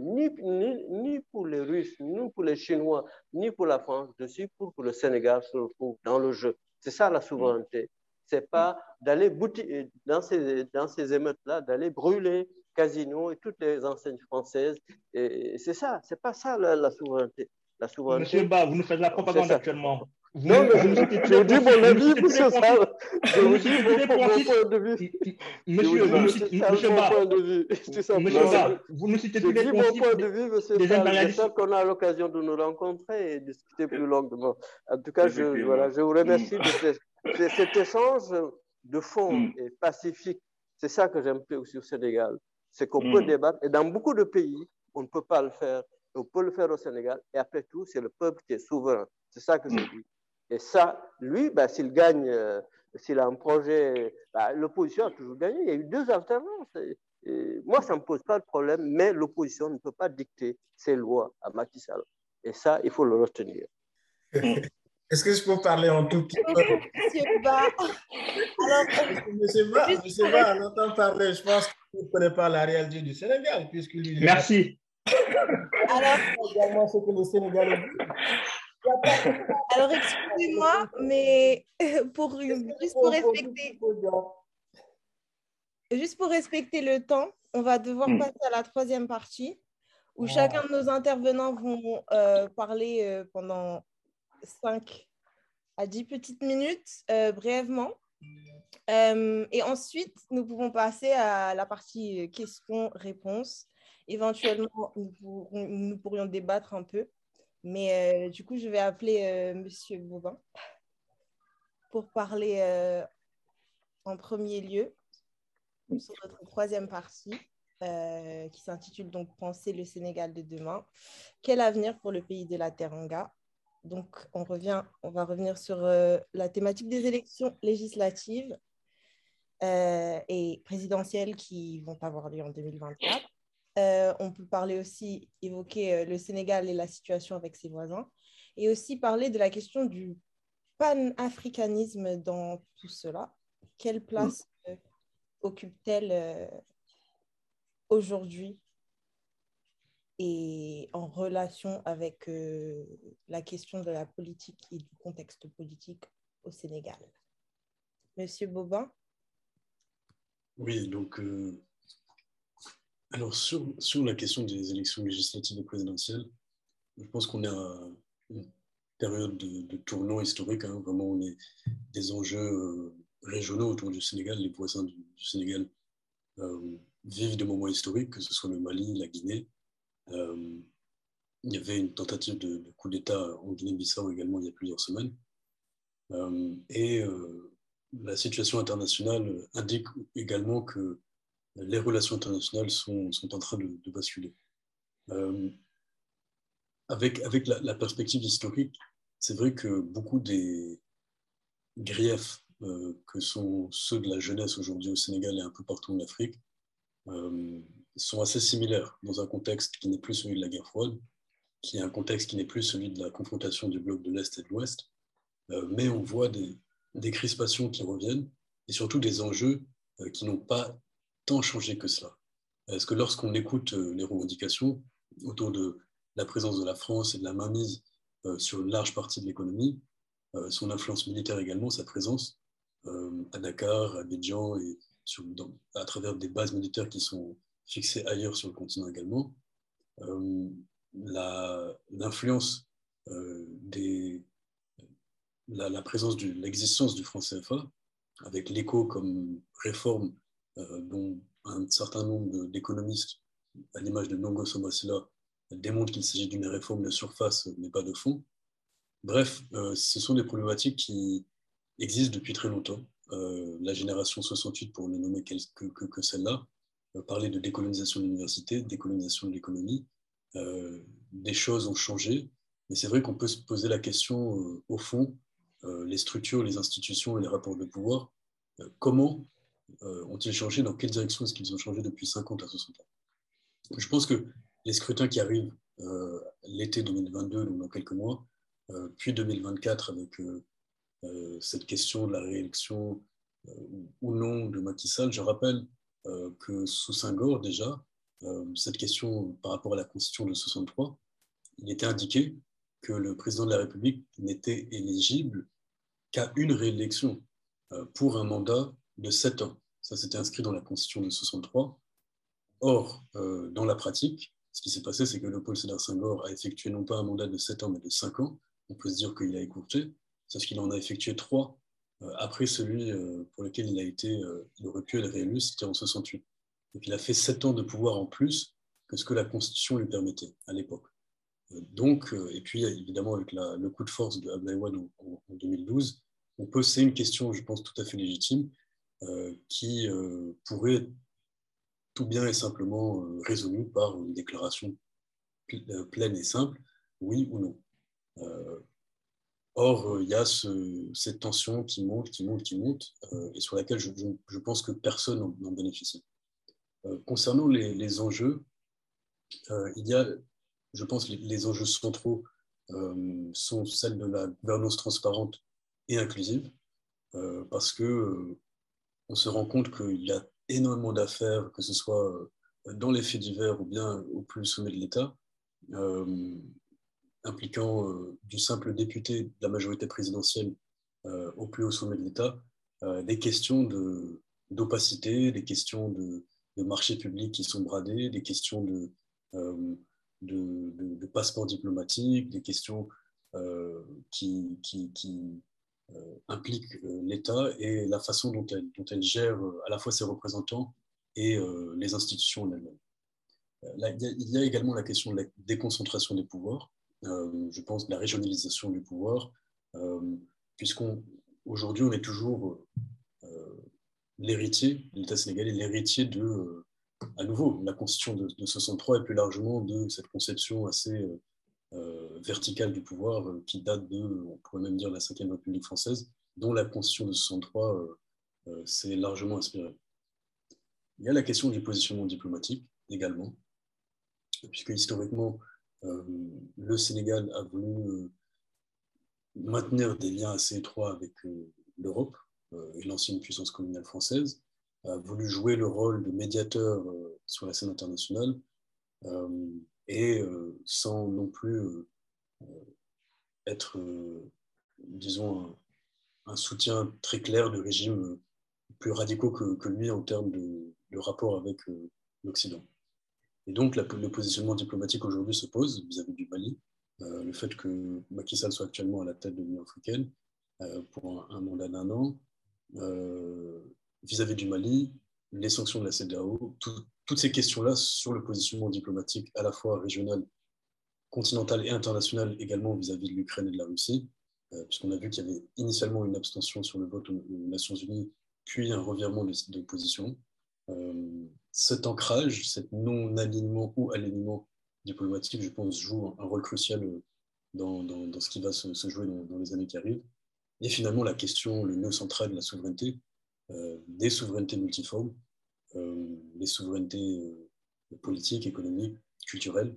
ni pour les Russes, ni pour les Chinois, ni pour la France. Je suis pour que le Sénégal se retrouve dans le jeu. C'est ça la souveraineté. C'est pas d'aller dans ces émeutes-là, d'aller brûler Casino et toutes les enseignes françaises. Et c'est ça, c'est pas ça la souveraineté. La souveraineté. Monsieur Ba, vous nous faites de la propagande actuellement. Non, mais je dis mon avis, monsieur Sall. Je vous dis mon point de vue. Monsieur Ba, vous nous citez tous les mon point de vue, monsieur Sall. J'espère qu'on a l'occasion de nous rencontrer et discuter plus longuement. En tout cas, je vous remercie de cet échange de fond et pacifique. C'est ça que j'aime aussi au Sénégal. C'est qu'on peut débattre. Et dans beaucoup de pays, on ne peut pas le faire. On peut le faire au Sénégal. Et après tout, c'est le peuple qui est souverain. C'est ça que je dis. Et ça, lui, s'il gagne, s'il a un projet, l'opposition a toujours gagné. Il y a eu deux alternances. Et moi, ça ne me pose pas de problème, mais l'opposition ne peut pas dicter ses lois à Macky Sall. Et ça, il faut le retenir. Est-ce que je peux parler un tout petit peu? Monsieur Ba. Alors, Monsieur Ba, on entend parler, je pense qu'il ne connaît pas la réalité du Sénégal, puisqu'il... Merci. Alors, également ce que le Sénégal dit. Alors, excusez-moi, mais juste pour respecter le temps, on va devoir passer à la troisième partie où chacun de nos intervenants vont parler pendant 5 à 10 petites minutes, brièvement. Et ensuite, nous pouvons passer à la partie questions-réponses. Éventuellement, nous pourrions débattre un peu. Mais du coup, je vais appeler Monsieur Bobin pour parler en premier lieu sur notre troisième partie qui s'intitule donc « Penser le Sénégal de demain. Quel avenir pour le pays de la Teranga ?» Donc, on va revenir sur la thématique des élections législatives et présidentielles qui vont avoir lieu en 2024. On peut évoquer le Sénégal et la situation avec ses voisins, et aussi parler de la question du panafricanisme dans tout cela. Quelle place occupe-t-elle aujourd'hui et en relation avec la question de la politique et du contexte politique au Sénégal. Monsieur Bobin? Oui, donc, alors sur la question des élections législatives et présidentielles, je pense qu'on est à une période de tournant historique, hein. Vraiment, on est des enjeux régionaux autour du Sénégal. Les voisins du Sénégal vivent des moments historiques, que ce soit le Mali, la Guinée. Il y avait une tentative de coup d'État en Guinée-Bissau également il y a plusieurs semaines. La situation internationale indique également que les relations internationales sont en train de basculer. Avec la perspective historique, c'est vrai que beaucoup des griefs que sont ceux de la jeunesse aujourd'hui au Sénégal et un peu partout en Afrique sont assez similaires dans un contexte qui n'est plus celui de la guerre froide, qui est un contexte qui n'est plus celui de la confrontation du bloc de l'Est et de l'Ouest, mais on voit des crispations qui reviennent et surtout des enjeux qui n'ont pas tant changé que cela. Parce que lorsqu'on écoute les revendications autour de la présence de la France et de la mainmise sur une large partie de l'économie, son influence militaire également, sa présence à Dakar, à Abidjan et à travers des bases militaires qui sont fixées ailleurs sur le continent également, l'influence la présence de l'existence du franc CFA, avec l'écho comme réforme dont un certain nombre d'économistes, à l'image de Nongo Somasela, démontrent qu'il s'agit d'une réforme de surface, mais pas de fond. Bref, ce sont des problématiques qui existent depuis très longtemps. La génération 68, pour ne nommer que celle-là, parlait de décolonisation de l'université, de décolonisation de l'économie. Des choses ont changé, mais c'est vrai qu'on peut se poser la question, au fond, les structures, les institutions et les rapports de pouvoir, comment ont-ils changé, dans quelle direction est-ce qu'ils ont changé depuis 50 à 60 ans? Je pense que les scrutins qui arrivent l'été 2022, donc dans quelques mois, puis 2024 avec cette question de la réélection ou non de Macky Sall, je rappelle que sous Senghor déjà, cette question par rapport à la Constitution de 63, il était indiqué que le président de la République n'était éligible qu'à une réélection pour un mandat de 7 ans. Ça, c'était inscrit dans la Constitution de 63. Or, dans la pratique, ce qui s'est passé, c'est que Léopold Sédar Senghor a effectué non pas un mandat de 7 ans, mais de 5 ans. On peut se dire qu'il a écourté, sauf qu'il en a effectué 3 après celui pour lequel il aurait pu être réélu, c'était en 68. Donc, il a fait 7 ans de pouvoir en plus que ce que la Constitution lui permettait à l'époque. Donc, et puis évidemment avec le coup de force de Abdoulaye Wade en 2012, c'est une question, je pense, tout à fait légitime, qui pourrait être tout bien et simplement résolue par une déclaration pleine et simple, oui ou non. Or, il y a cette tension qui monte, et sur laquelle je pense que personne n'en bénéficie. Concernant les enjeux, il y a, je pense, les enjeux centraux sont celles de la gouvernance transparente et inclusive, parce que on se rend compte qu'il y a énormément d'affaires, que ce soit dans les faits divers ou bien au plus sommet de l'État, impliquant du simple député de la majorité présidentielle au plus haut sommet de l'État, des questions d'opacité, des questions de marchés publics qui sont bradés, des questions de passeports diplomatiques, des questions qui impliquent l'État et la façon dont elle gère à la fois ses représentants et les institutions en elles-mêmes. Il y a également la question de la déconcentration des pouvoirs, je pense de la régionalisation du pouvoir, puisqu'aujourd'hui on est toujours l'héritier, l'État sénégalais, l'héritier de, à nouveau, la Constitution de 63 et plus largement de cette conception assez verticale du pouvoir qui date on pourrait même dire, la Ve République française, dont la Constitution de 63 s'est largement inspirée. Il y a la question du positionnement diplomatique également, puisque historiquement, le Sénégal a voulu maintenir des liens assez étroits avec l'Europe et l'ancienne puissance coloniale française, a voulu jouer le rôle de médiateur sur la scène internationale, et sans non plus être, disons, un soutien très clair de régimes plus radicaux que lui en termes de rapport avec l'Occident. Et donc, le positionnement diplomatique aujourd'hui se pose vis-à-vis du Mali. Le fait que Macky Sall soit actuellement à la tête de l'Union africaine pour un mandat d'1 an, vis-à-vis du Mali, les sanctions de la CEDEAO, toutes ces questions-là sur le positionnement diplomatique à la fois régional, continental et international également vis-à-vis de l'Ukraine et de la Russie, puisqu'on a vu qu'il y avait initialement une abstention sur le vote aux Nations Unies, puis un revirement de position. Cet ancrage, cet non-alignement ou alignement diplomatique, je pense, joue un rôle crucial dans ce qui va se jouer dans les années qui arrivent. Et finalement, la question, le nœud central de la souveraineté, des souverainetés multiformes, les souverainetés politiques, économiques, culturelles,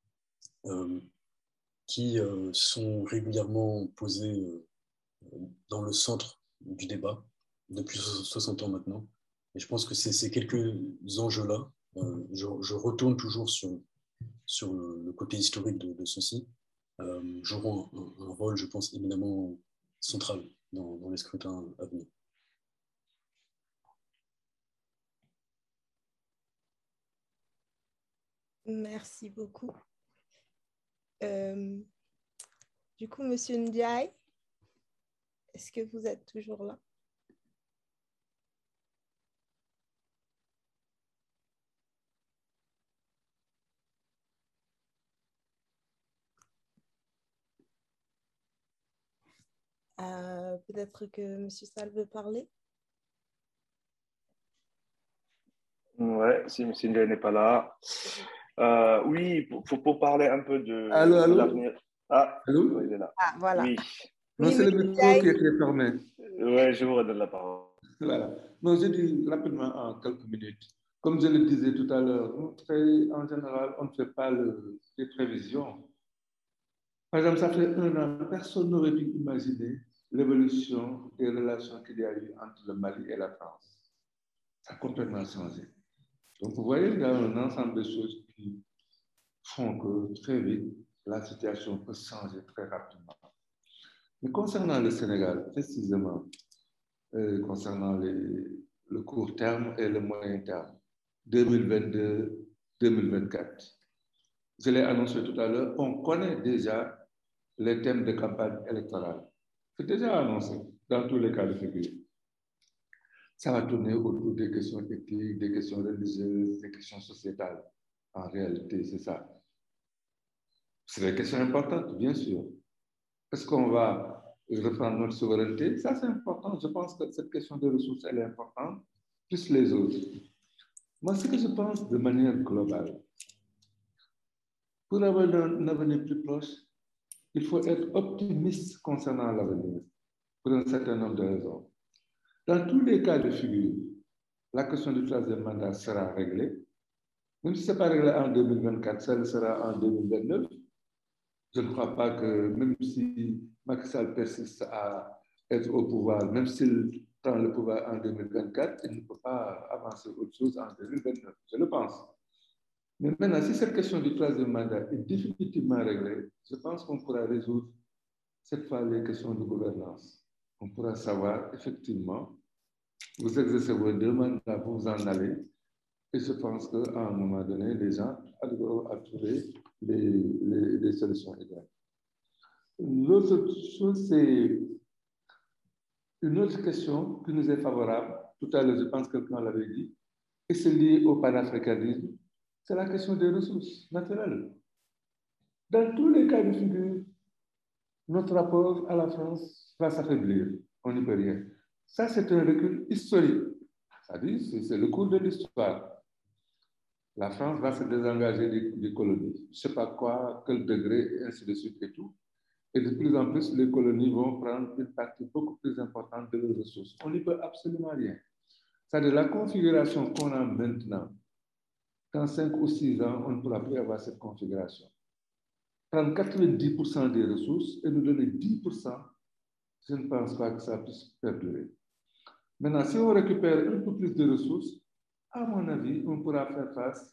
qui sont régulièrement posées dans le centre du débat depuis 60 ans maintenant. Et je pense que ces quelques enjeux-là, je retourne toujours sur le côté historique de ceci, joueront un rôle, je pense, éminemment central dans les scrutins à venir. Merci beaucoup. Du coup, Monsieur Ndiaye, est-ce que vous êtes toujours là? Peut-être que M. Sall veut parler. Ouais, si M. Ndiaye n'est pas là. Oui, pour parler un peu de l'avenir. Ah, allô? il est là. Ah, voilà. Oui. Non, c'est le micro qui était fermé. Oui, je vous redonne la parole. Voilà. Non, je dis rapidement en quelques minutes. Comme je le disais tout à l'heure, en général, on ne fait pas les prévisions. Par exemple, ça fait 1 an, personne n'aurait pu imaginer l'évolution des relations qu'il y a eu entre le Mali et la France. Ça a complètement changé. Donc, vous voyez, il y a un ensemble de choses qui font que très vite, la situation peut changer très rapidement. Mais concernant le Sénégal, précisément, concernant le court terme et le moyen terme, 2022-2024, je l'ai annoncé tout à l'heure, on connaît déjà les thèmes de campagne électorale. C'est déjà annoncé dans tous les cas de figure. Ça va tourner autour des questions éthiques, des questions religieuses, des questions sociétales. En réalité, c'est ça. C'est des questions importantes, bien sûr. Est-ce qu'on va reprendre notre souveraineté? Ça, c'est important. Je pense que cette question des ressources, elle est importante, plus les autres. Moi, ce que je pense de manière globale, pour avoir un avenir plus proche, il faut être optimiste concernant l'avenir, pour un certain nombre de raisons. Dans tous les cas de figure, la question du 3e mandat sera réglée. Même si ce n'est pas réglé en 2024, ça le sera en 2029. Je ne crois pas que, même si Macky Sall persiste à être au pouvoir, même s'il prend le pouvoir en 2024, il ne peut pas avancer autre chose en 2029. Je le pense. Mais maintenant, si cette question du 3e mandat est définitivement réglée, je pense qu'on pourra résoudre cette fois les questions de gouvernance. On pourra savoir effectivement, vous exercez vos 2 mandats, vous en allez, et je pense qu'à un moment donné, les gens arriveront à trouver les solutions idéales. L'autre chose, c'est une autre question qui nous est favorable. Tout à l'heure, je pense que quelqu'un l'avait dit, et c'est lié au panafricanisme, c'est la question des ressources naturelles. Dans tous les cas de figure, notre rapport à la France va s'affaiblir. On n'y peut rien. Ça, c'est un recul historique. C'est-à-dire, c'est le cours de l'histoire. La France va se désengager des colonies. Je ne sais pas quoi, quel degré, et ainsi de suite et tout. Et de plus en plus, les colonies vont prendre une partie beaucoup plus importante de leurs ressources. On n'y peut absolument rien. C'est-à-dire la configuration qu'on a maintenant, dans 5 ou 6 ans, on ne pourra plus avoir cette configuration. Prendre 90% des ressources et nous donner 10%, je ne pense pas que ça puisse perdurer. Maintenant, si on récupère un peu plus de ressources, à mon avis, on pourra faire face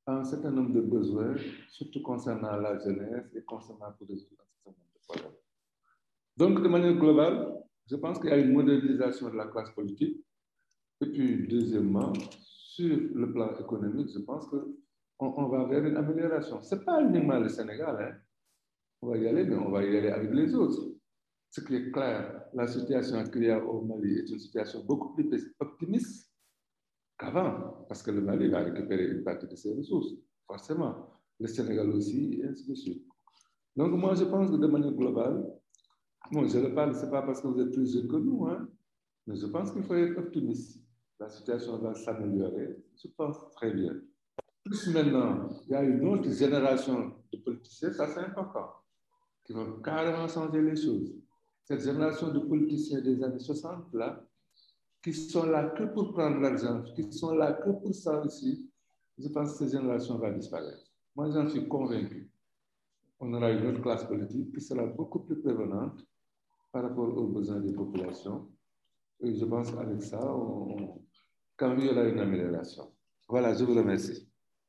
un certain nombre de besoins, surtout concernant la jeunesse et concernant pour résoudre un certain nombre de problèmes. Donc, de manière globale, je pense qu'il y a une modernisation de la classe politique. Et puis, deuxièmement, sur le plan économique, je pense qu'on va vers une amélioration. Ce n'est pas uniquement le Sénégal, hein. On va y aller, mais on va y aller avec les autres. Ce qui est clair, la situation qu'il y a au Mali est une situation beaucoup plus optimiste qu'avant, parce que le Mali va récupérer une partie de ses ressources, forcément. Le Sénégal aussi, et ainsi de suite. Donc, moi, je pense que de manière globale, bon, je le parle, ce n'est pas parce que vous êtes plus jeunes que nous, hein, mais je pense qu'il faut être optimiste. La situation va s'améliorer, je pense très bien. Plus maintenant, il y a une autre génération de politiciens, ça c'est important, qui vont carrément changer les choses. Cette génération de politiciens des années 60, là, qui sont là que pour prendre l'argent, qui sont là que pour ça aussi, je pense que cette génération va disparaître. Moi, j'en suis convaincu. On aura une autre classe politique qui sera beaucoup plus prévenante par rapport aux besoins des populations. Et je pense qu'avec ça, quand même, il y aura une amélioration. Voilà, je vous remercie.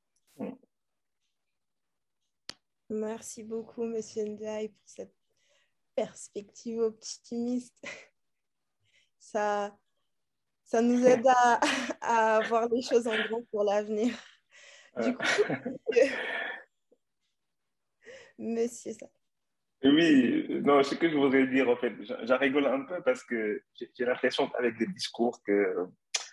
Merci beaucoup, M. Ndiaye, pour cette perspective optimiste. Ça nous aide à voir les choses en grand pour l'avenir. Du coup, monsieur ça. Oui, non, ce que je voudrais dire, en fait, j'en rigole un peu parce que j'ai l'impression qu'avec des discours que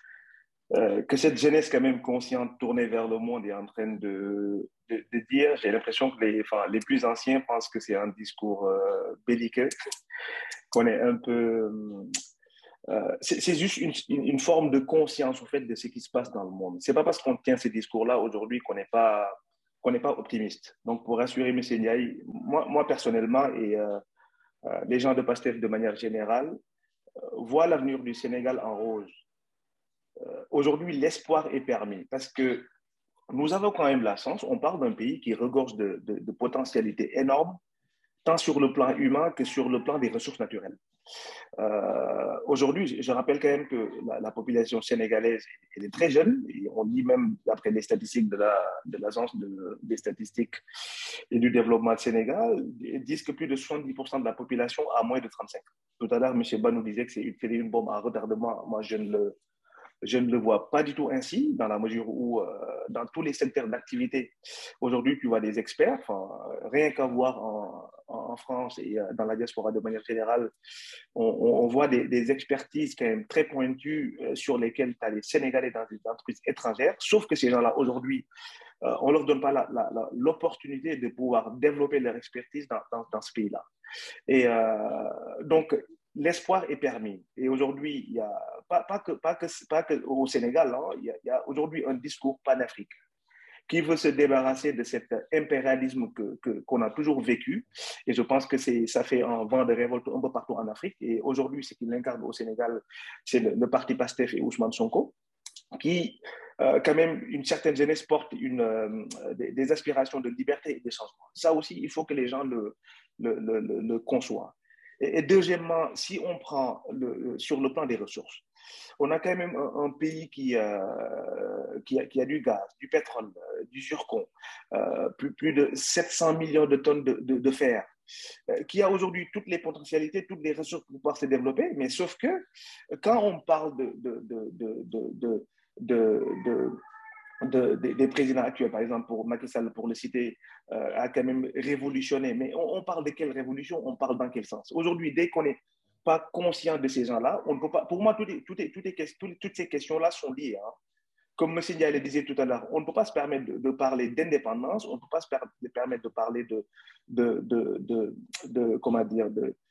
cette jeunesse quand même consciente, tournée vers le monde, est en train de dire, j'ai l'impression que les plus anciens pensent que c'est un discours belliqueux, qu'on est un peu... c'est juste une forme de conscience, au fait, de ce qui se passe dans le monde. Ce n'est pas parce qu'on tient ces discours-là aujourd'hui qu'on n'est pas optimiste. Donc, pour rassurer M. Ndiaye, moi personnellement, et les gens de PASTEF de manière générale, voient l'avenir du Sénégal en rose. Aujourd'hui, l'espoir est permis parce que nous avons quand même la chance, on parle d'un pays qui regorge de potentialités énormes, tant sur le plan humain que sur le plan des ressources naturelles. Aujourd'hui, je rappelle quand même que la population sénégalaise elle est très jeune, et on dit même, d'après les statistiques de l'Agence des statistiques et du développement du Sénégal, ils disent que plus de 70% de la population a moins de 35 ans. Tout à l'heure, M. Ba nous disait que c'est une bombe à retardement. Moi, je ne le vois pas du tout ainsi, dans la mesure où, dans tous les secteurs d'activité, aujourd'hui, tu vois des experts, rien qu'à voir en France et dans la diaspora de manière générale, on voit des expertises quand même très pointues sur lesquelles tu as les Sénégalais dans des entreprises étrangères, sauf que ces gens-là, aujourd'hui, on ne leur donne pas l'opportunité de pouvoir développer leur expertise dans ce pays-là. Et donc, l'espoir est permis. Et aujourd'hui, il y a pas que au Sénégal, hein, il y a aujourd'hui un discours panafricain qui veut se débarrasser de cet impérialisme qu'on a toujours vécu. Et je pense que ça fait un vent de révolte un peu partout en Afrique. Et aujourd'hui, ce qu'il incarne au Sénégal, c'est le parti PASTEF et Ousmane Sonko, qui, quand même, une certaine jeunesse porte des aspirations de liberté et de changement. Ça aussi, il faut que les gens le conçoivent. Et deuxièmement, si on prend sur le plan des ressources, on a quand même un pays qui a du gaz, du pétrole, du zircon, plus de 700 millions de tonnes de fer, qui a aujourd'hui toutes les potentialités, toutes les ressources pour pouvoir se développer, mais sauf que quand on parle des présidents actuels, par exemple, pour Macky Sall, pour le citer, a quand même révolutionné. Mais on parle de quelle révolution? On parle dans quel sens? Aujourd'hui, dès qu'on n'est pas conscient de ces gens-là, on ne peut pas. Pour moi, toutes ces questions-là sont liées. Hein. Comme M. Ndiaye le disait tout à l'heure, on ne peut pas se permettre de parler d'indépendance, on ne peut pas se permettre de parler comment dire,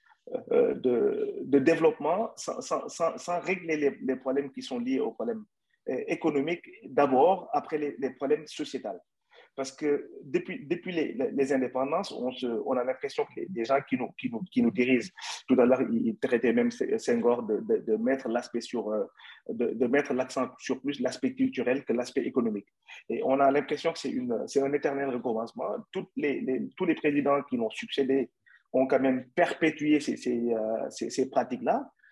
de développement sans régler les problèmes qui sont liés aux problèmes économiques d'abord, après les problèmes sociétals. Parce que depuis les indépendances, on a l'impression que les gens qui nous dirigent, tout à l'heure, ils traitaient même Senghor de mettre de mettre l'accent sur plus l'aspect culturel que l'aspect économique. Et on a l'impression que c'est un éternel recommencement. Tous les présidents qui l'ont succédé ont quand même perpétué ces pratiques-là.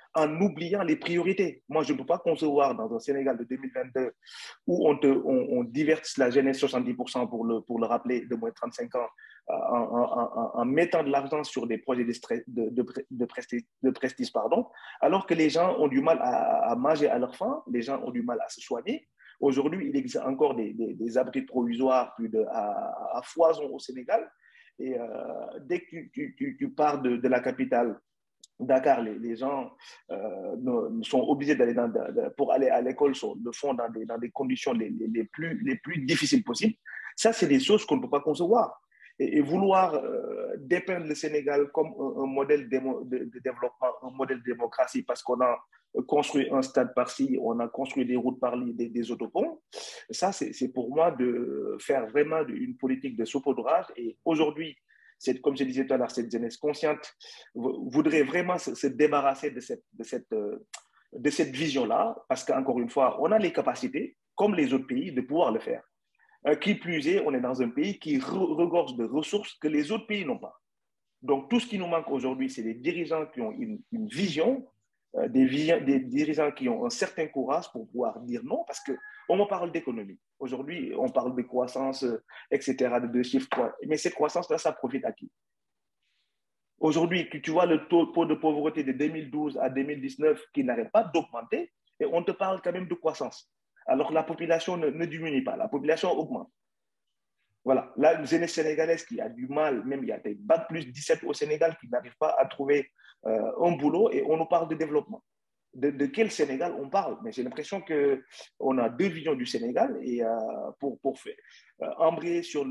en oubliant les priorités. Moi, je ne peux pas concevoir dans un Sénégal de 2022 où on divertisse la jeunesse 70% pour le rappeler de moins de 35 ans en mettant de l'argent sur des projets de prestige, pardon, alors que les gens ont du mal à manger à leur faim, les gens ont du mal à se soigner. Aujourd'hui, il existe encore des abris provisoires à foison au Sénégal. Et dès que tu pars de la capitale, Dakar, les gens sont obligés d'aller pour aller à l'école, le font dans des conditions les plus difficiles possibles. Ça, c'est des choses qu'on ne peut pas concevoir. Et vouloir dépeindre le Sénégal comme un modèle de développement, un modèle de démocratie, parce qu'on a construit un stade par-ci, on a construit des routes par-là, des autoponts, ça, c'est pour moi de faire vraiment une politique de saupoudrage. Et aujourd'hui, comme je disais tout à l'heure, cette jeunesse consciente voudrait vraiment se débarrasser de cette vision-là, parce qu'encore une fois, on a les capacités, comme les autres pays, de pouvoir le faire. Qui plus est, on est dans un pays qui regorge de ressources que les autres pays n'ont pas. Donc, tout ce qui nous manque aujourd'hui, c'est des dirigeants qui ont une vision, des dirigeants qui ont un certain courage pour pouvoir dire non, parce qu'on me parle d'économie. Aujourd'hui, on parle de croissance, etc., de 2 chiffres. Mais cette croissance-là, ça profite à qui? Aujourd'hui, tu vois le taux de pauvreté de 2012 à 2019 qui n'arrête pas d'augmenter, et on te parle quand même de croissance. Alors que la population ne diminue pas, la population augmente. Voilà, la jeunesse sénégalaise qui a du mal, même il y a des bac plus 17 au Sénégal qui n'arrivent pas à trouver un boulot, et on nous parle de développement. De quel Sénégal on parle? Mais j'ai l'impression qu'on a 2 visions du Sénégal, et pour embrayer sur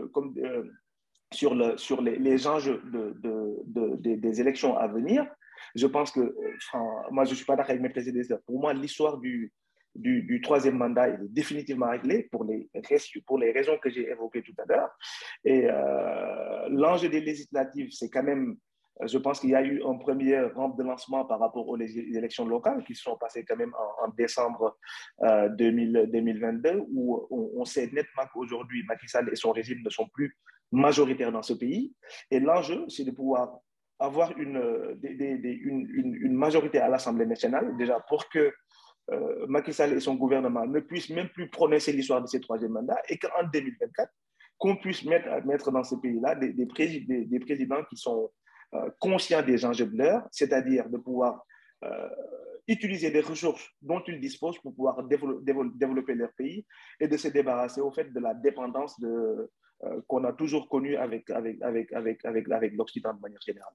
les enjeux des élections à venir, je pense que, moi je ne suis pas d'accord avec mes prédécesseurs. Pour moi, l'histoire du 3e mandat est définitivement réglée pour les raisons que j'ai évoquées tout à l'heure. Et l'enjeu des législatives, c'est quand même, je pense qu'il y a eu un premier rampe de lancement par rapport aux élections locales qui se sont passées quand même en décembre 2022, où on sait nettement qu'aujourd'hui, Macky Sall et son régime ne sont plus majoritaires dans ce pays. Et l'enjeu, c'est de pouvoir avoir une majorité à l'Assemblée nationale, déjà pour que Macky Sall et son gouvernement ne puissent même plus prononcer l'histoire de ces 3e mandats, et qu'en 2024, qu'on puisse mettre dans ce pays-là des présidents qui sont conscients des enjeux de l'heure, c'est-à-dire de pouvoir utiliser des ressources dont ils disposent pour pouvoir développer leur pays, et de se débarrasser au fait de la dépendance qu'on a toujours connue avec l'Occident de manière générale.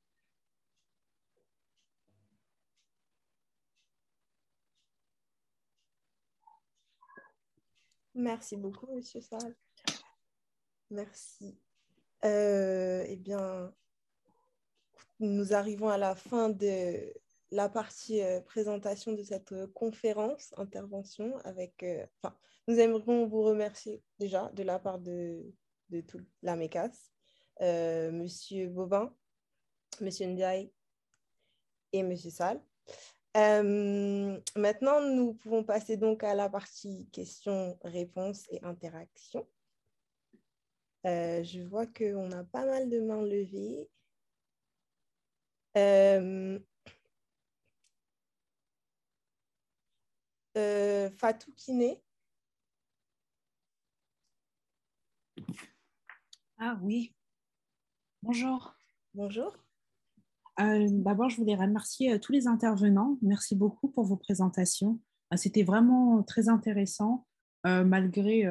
Merci beaucoup, Monsieur Sall. Merci. Eh bien, nous arrivons à la fin de la partie présentation de cette conférence, intervention. Nous aimerions vous remercier déjà de la part de toute la MECAS, Monsieur Bobin, Monsieur Ndiaye et Monsieur Sall. Maintenant, nous pouvons passer donc à la partie questions-réponses et interactions. Je vois qu'on a pas mal de mains levées. Fatou Kiné. Ah oui, bonjour. Bonjour. D'abord, je voulais remercier tous les intervenants. Merci beaucoup pour vos présentations. C'était vraiment très intéressant, malgré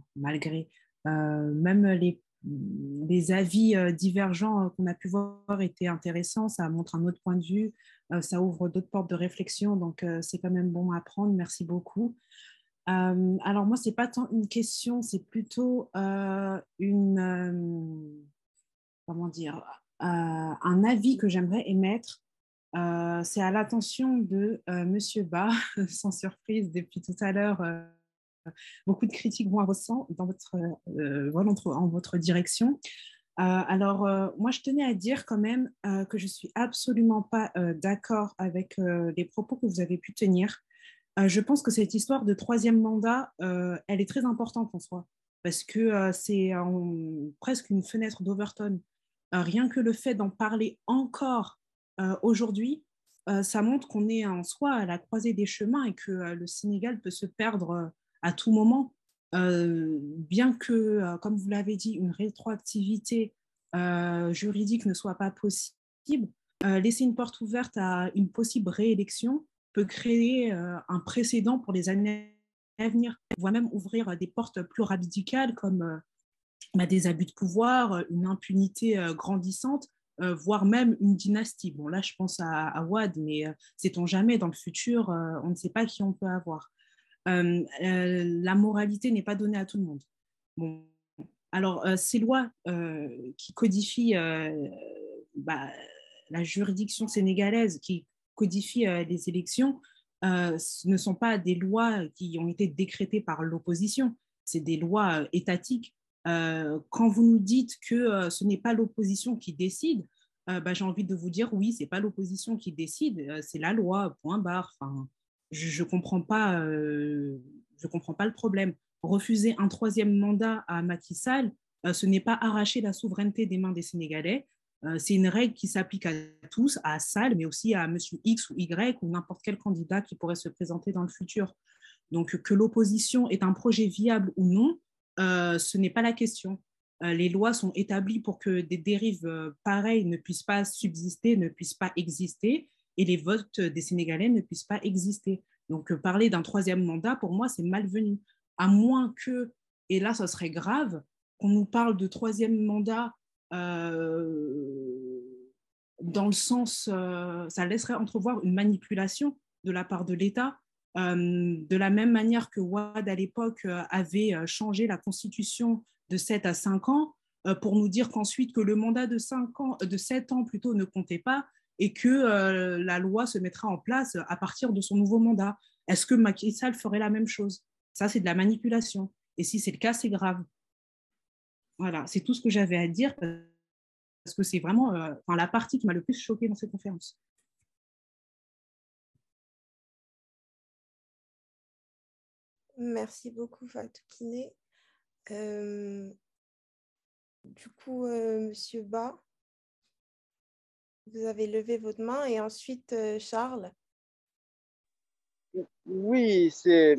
même les avis divergents qu'on a pu voir étaient intéressants. Ça montre un autre point de vue, ça ouvre d'autres portes de réflexion, donc c'est quand même bon à prendre. Merci beaucoup. Alors moi, ce n'est pas tant une question, c'est plutôt un avis que j'aimerais émettre. C'est à l'attention de Monsieur Ba, sans surprise, depuis tout à l'heure, beaucoup de critiques vont en votre direction. Moi, je tenais à dire quand même que je ne suis absolument pas d'accord avec les propos que vous avez pu tenir. Je pense que cette histoire de 3e mandat, elle est très importante en soi, parce que c'est presque une fenêtre d'Overton. Rien que le fait d'en parler encore aujourd'hui, ça montre qu'on est en soi à la croisée des chemins et que le Sénégal peut se perdre à tout moment. Bien que, comme vous l'avez dit, une rétroactivité juridique ne soit pas possible, laisser une porte ouverte à une possible réélection peut créer un précédent pour les années à venir, voire même ouvrir des portes plus radicales comme des abus de pouvoir, une impunité grandissante, voire même une dynastie. Bon, là, je pense à Wade, mais sait-on jamais, dans le futur, on ne sait pas qui on peut avoir. La moralité n'est pas donnée à tout le monde. Bon. Alors, ces lois qui codifient la juridiction sénégalaise, qui codifient les élections, ne sont pas des lois qui ont été décrétées par l'opposition, c'est des lois étatiques. Quand vous nous dites que ce n'est pas l'opposition qui décide, j'ai envie de vous dire oui, ce n'est pas l'opposition qui décide, c'est la loi, point barre. Enfin, je ne comprends pas le problème. Refuser un troisième mandat à Macky Sall, ce n'est pas arracher la souveraineté des mains des Sénégalais. C'est une règle qui s'applique à tous, à Sall, mais aussi à M. X ou Y ou n'importe quel candidat qui pourrait se présenter dans le futur. Donc, que l'opposition est un projet viable ou non, ce n'est pas la question. Les lois sont établies pour que des dérives pareilles ne puissent pas subsister, ne puissent pas exister, et les votes des Sénégalais ne puissent pas exister. Donc, parler d'un troisième mandat, pour moi, c'est malvenu. À moins que, et là, ça serait grave, qu'on nous parle de troisième mandat dans le sens, ça laisserait entrevoir une manipulation de la part de l'État, de la même manière que Wade, à l'époque, avait changé la constitution de 7 à 5 ans pour nous dire qu'ensuite que le mandat de 7 ans plutôt ne comptait pas et que la loi se mettra en place à partir de son nouveau mandat. Est-ce que Macky Sall ferait la même chose? Ça, c'est de la manipulation. Et si c'est le cas, c'est grave. Voilà, c'est tout ce que j'avais à dire parce que c'est vraiment la partie qui m'a le plus choquée dans cette conférence. Merci beaucoup, Fatou Kiné. Du coup, Monsieur Ba, vous avez levé votre main et ensuite Charles. Oui,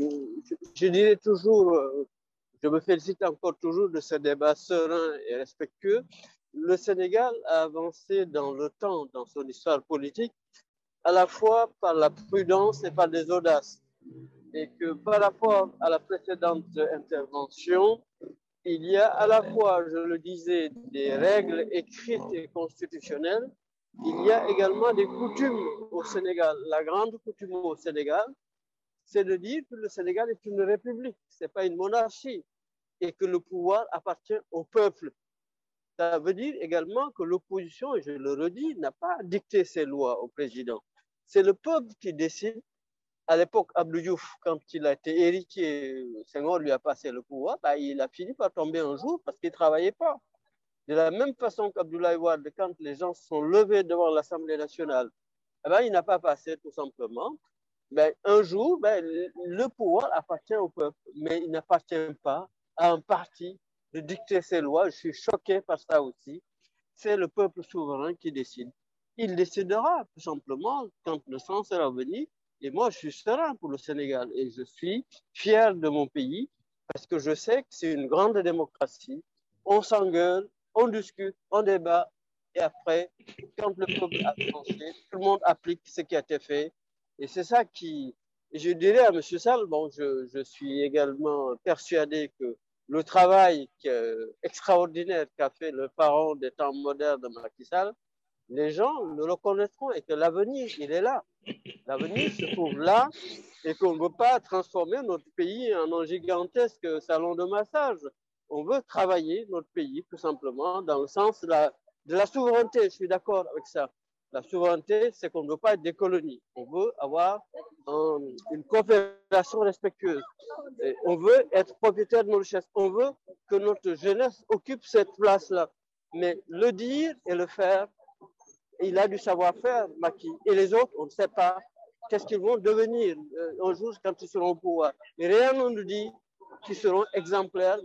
je dirais toujours, je me félicite encore toujours de ce débat serein et respectueux. Le Sénégal a avancé dans le temps, dans son histoire politique, à la fois par la prudence et par des audaces. Et que par rapport à la précédente intervention, il y a à la fois, je le disais, des règles écrites et constitutionnelles, il y a également des coutumes au Sénégal. La grande coutume au Sénégal, c'est de dire que le Sénégal est une république, ce n'est pas une monarchie, et que le pouvoir appartient au peuple. Ça veut dire également que l'opposition, et je le redis, n'a pas dicté ses lois au président. C'est le peuple qui décide. À l'époque, Abdou Diouf, quand il a été héritier, Senghor lui a passé le pouvoir, il a fini par tomber un jour parce qu'il ne travaillait pas. De la même façon qu'Abdoulaye Wade, quand les gens se sont levés devant l'Assemblée nationale, il n'a pas passé tout simplement. Un jour, le pouvoir appartient au peuple, mais il n'appartient pas à un parti de dicter ses lois. Je suis choqué par ça aussi. C'est le peuple souverain qui décide. Il décidera tout simplement quand le temps sera venu. Et moi, je suis serein pour le Sénégal et je suis fier de mon pays parce que je sais que c'est une grande démocratie. On s'engueule, on discute, on débat et après, quand le peuple a tranché, tout le monde applique ce qui a été fait. Et c'est ça qui... Je dirais à M. Sall, je suis également persuadé que le travail extraordinaire qu'a fait le pharaon des temps modernes de Macky Sall, les gens le reconnaîtront et que l'avenir, il est là. L'avenir se trouve là et qu'on ne veut pas transformer notre pays en un gigantesque salon de massage. On veut travailler notre pays tout simplement dans le sens de la souveraineté. Je suis d'accord avec ça. La souveraineté, c'est qu'on ne veut pas être des colonies. On veut avoir une coopération respectueuse. Et on veut être propriétaire de nos richesses. On veut que notre jeunesse occupe cette place-là. Mais le dire et le faire, il a du savoir-faire, Macky. Et les autres, on ne sait pas qu'est-ce qu'ils vont devenir un jour quand ils seront au pouvoir. Et rien ne nous dit qu'ils seront exemplaires.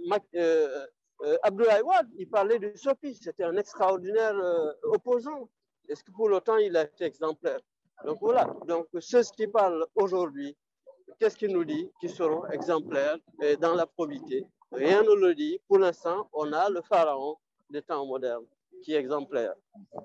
Abdoulaye Wade, il parlait du SOPI, c'était un extraordinaire opposant. Est-ce que pour l'autant, il a été exemplaire? Donc voilà, donc ceux qui parlent aujourd'hui, qu'est-ce qu'ils nous disent? Qu'ils seront exemplaires dans la probité. Rien ne le dit. Pour l'instant, on a le pharaon des temps modernes qui est exemplaire.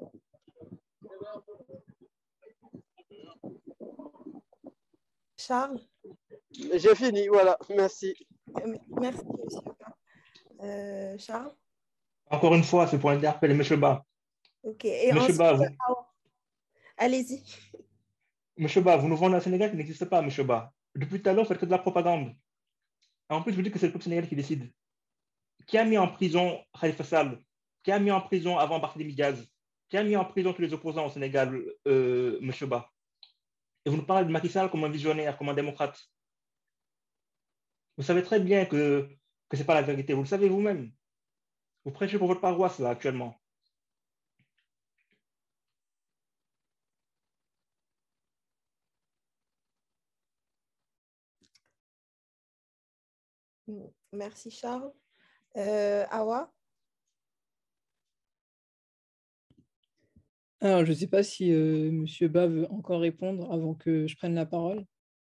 Charles? J'ai fini, voilà, merci. Merci, monsieur. Charles? Encore une fois, c'est pour interpeller M. Ba. Ok, et M. ensuite, Ba, allez-y. M. Ba, vous nous vendez un Sénégal qui n'existe pas, M. Ba. Depuis tout à l'heure, vous faites que de la propagande. En plus, vous dites que c'est le peuple sénégalais qui décide. Qui a mis en prison Khalifa Sall? Qui a mis en prison avant Barthélémy Diaz? Qui a mis en prison tous les opposants au Sénégal, M. Ba? Et vous nous parlez de Macky Sall comme un visionnaire, comme un démocrate. Vous savez très bien que ce n'est pas la vérité. Vous le savez vous-même. Vous prêchez pour votre paroisse, là, actuellement. Merci, Charles. Awa? Alors, je ne sais pas si M. Ba veut encore répondre avant que je prenne la parole.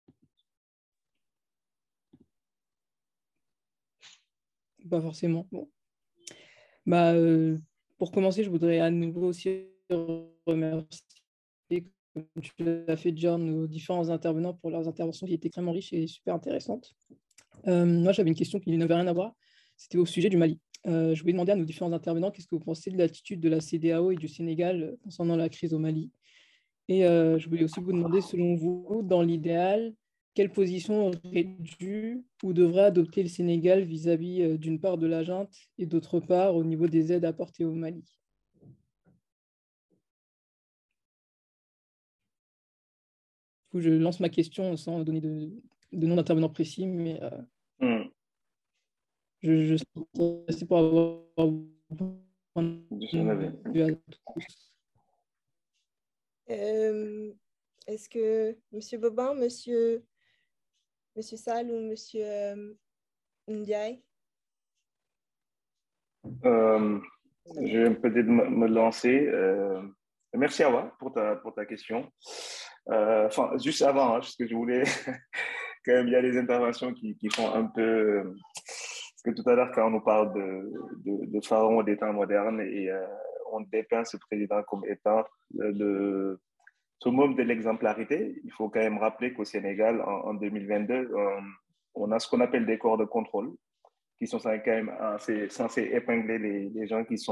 Pas forcément. Bon. Bah, pour commencer, je voudrais à nouveau aussi remercier, comme tu l'as fait, John, nos différents intervenants pour leurs interventions qui étaient extrêmement riches et super intéressantes. Moi, j'avais une question qui n'avait rien à voir. C'était au sujet du Mali. Je voulais demander à nos différents intervenants qu'est-ce que vous pensez de l'attitude de la CEDEAO et du Sénégal concernant la crise au Mali. Et je voulais aussi vous demander, selon vous, dans l'idéal, quelle position aurait dû ou devrait adopter le Sénégal vis-à-vis d'une part de la junte et d'autre part au niveau des aides apportées au Mali? Je lance ma question sans donner de nom d'intervenant précis, mais je suis intéressé pour avoir Est-ce que M. Bobin, Monsieur Sall ou M. Ndiaye? Je vais peut-être me lancer. Merci Awa pour ta question. Enfin, juste avant, parce que je voulais quand même, il y a des interventions qui font un peu... Parce que tout à l'heure, quand on nous parle de pharaon des temps modernes et on dépeint ce président comme étant le summum de l'exemplarité, il faut quand même rappeler qu'au Sénégal, en 2022, on a ce qu'on appelle des corps de contrôle qui sont quand même censés épingler les gens qui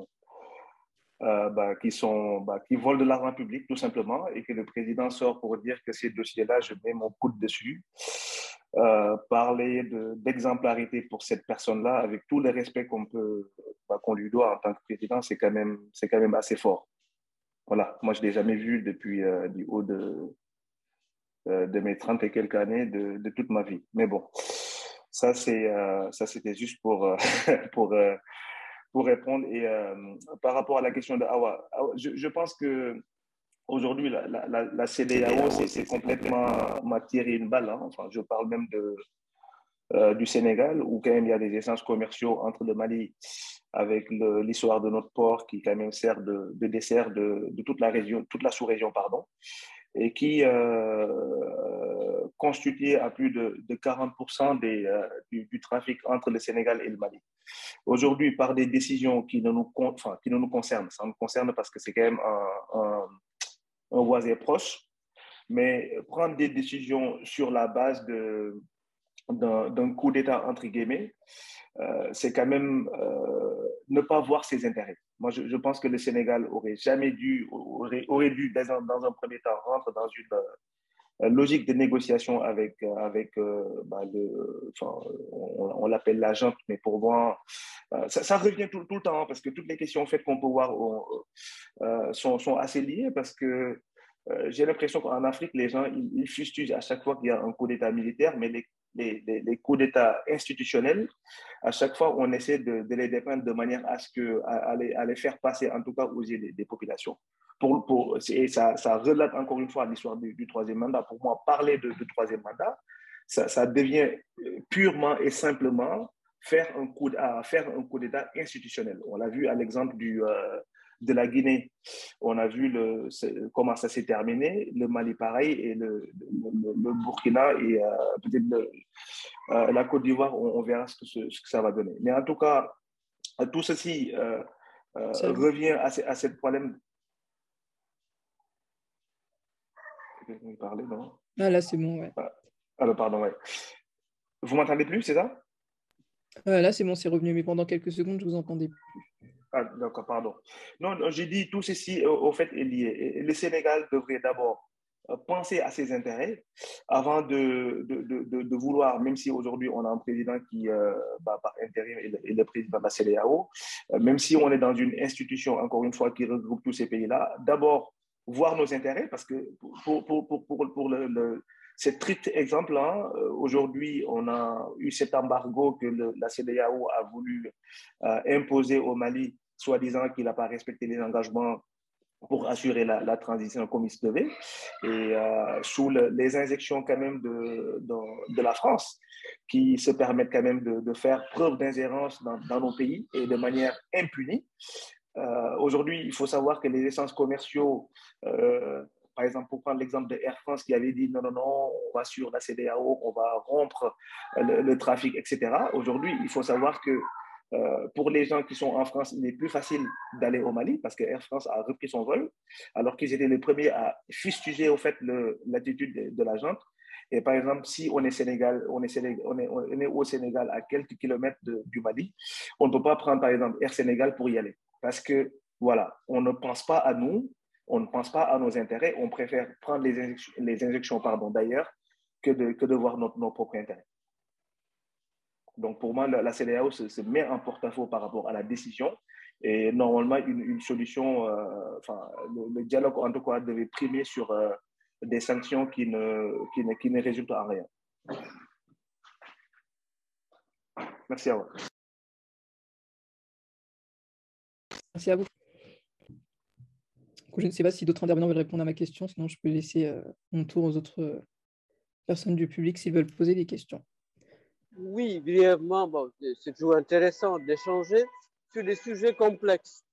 volent de l'argent public, tout simplement, et que le président sort pour dire que ces dossiers-là, je mets mon coude dessus. Parler d'exemplarité pour cette personne-là, avec tout le respect qu'on lui doit en tant que président, c'est quand même assez fort. Voilà, moi, je ne l'ai jamais vu depuis du haut de mes 30 et quelques années de toute ma vie. Mais bon, ça, c'était juste pour répondre. Et par rapport à la question de Awa, je pense que aujourd'hui, la CEDEAO, c'est complètement m'a tiré une balle. Hein. Enfin, je parle même du Sénégal, où quand même il y a des échanges commerciaux entre le Mali avec l'histoire de notre port qui quand même sert de dessert de toute la sous-région, pardon, et qui constitue à plus de 40% du trafic entre le Sénégal et le Mali. Aujourd'hui, par des décisions qui ne nous concernent, ça nous concerne parce que c'est quand même un voisin proche, mais prendre des décisions sur la base d'un coup d'État, entre guillemets, c'est quand même ne pas voir ses intérêts. Moi, je pense que le Sénégal aurait dû, dans un premier temps, rentrer dans une logique de négociation avec on l'appelle la junte, mais pour moi, ça revient tout le temps, parce que toutes les questions faites qu'on peut voir sont assez liées, parce que j'ai l'impression qu'en Afrique, les gens, ils fustigent à chaque fois qu'il y a un coup d'État militaire, mais les coups d'État institutionnels, à chaque fois, on essaie de les dépeindre de manière à les faire passer, en tout cas, aux yeux des populations. Et ça relate encore une fois l'histoire du troisième mandat. Pour moi, parler de troisième mandat, ça devient purement et simplement faire un coup d'État institutionnel. On l'a vu à l'exemple de la Guinée, on a vu comment ça s'est terminé, le Mali pareil, et le Burkina et peut-être la Côte d'Ivoire, on verra ce que ça va donner. Mais en tout cas, tout ceci revient à ce problème. Vous parlez, non? Ah, là, c'est bon, ouais. Alors, pardon, ouais. Vous m'entendez plus, c'est ça? Là, c'est bon, c'est revenu, mais pendant quelques secondes, je vous entendais plus. Ah, d'accord, pardon. Non, j'ai dit tout ceci, au fait, est lié. Et le Sénégal devrait d'abord penser à ses intérêts avant de vouloir, même si aujourd'hui on a un président qui, par intérim, est le président de la CEDEAO, même si on est dans une institution, encore une fois, qui regroupe tous ces pays-là, d'abord voir nos intérêts, parce que pour ce triste exemple-là, aujourd'hui, on a eu cet embargo que la CEDEAO a voulu imposer au Mali, soi-disant qu'il n'a pas respecté les engagements pour assurer la transition comme il se devait, et sous les injections quand même de la France, qui se permettent quand même de faire preuve d'ingérence dans nos pays et de manière impunie. Aujourd'hui, il faut savoir que les échanges commerciaux, par exemple, pour prendre l'exemple de Air France qui avait dit non, on va sur la CEDEAO, on va rompre le trafic, etc. Aujourd'hui, il faut savoir que pour les gens qui sont en France, il est plus facile d'aller au Mali parce que Air France a repris son vol, alors qu'ils étaient les premiers à fustiger au fait l'attitude de l'agent. Et par exemple, si on est au Sénégal à quelques kilomètres du Mali, on ne peut pas prendre par exemple Air Sénégal pour y aller. Parce que, voilà, on ne pense pas à nous, on ne pense pas à nos intérêts, on préfère prendre les injections d'ailleurs que de voir nos propres intérêts. Donc, pour moi, la CEDEAO se met en porte-à-faux par rapport à la décision. Et normalement, une solution, le dialogue, en tout cas, devait primer sur des sanctions qui ne résultent en rien. Merci à vous. Merci à vous. Je ne sais pas si d'autres intervenants veulent répondre à ma question, sinon je peux laisser mon tour aux autres personnes du public s'ils veulent poser des questions. Oui, brièvement, c'est toujours intéressant d'échanger sur des sujets complexes.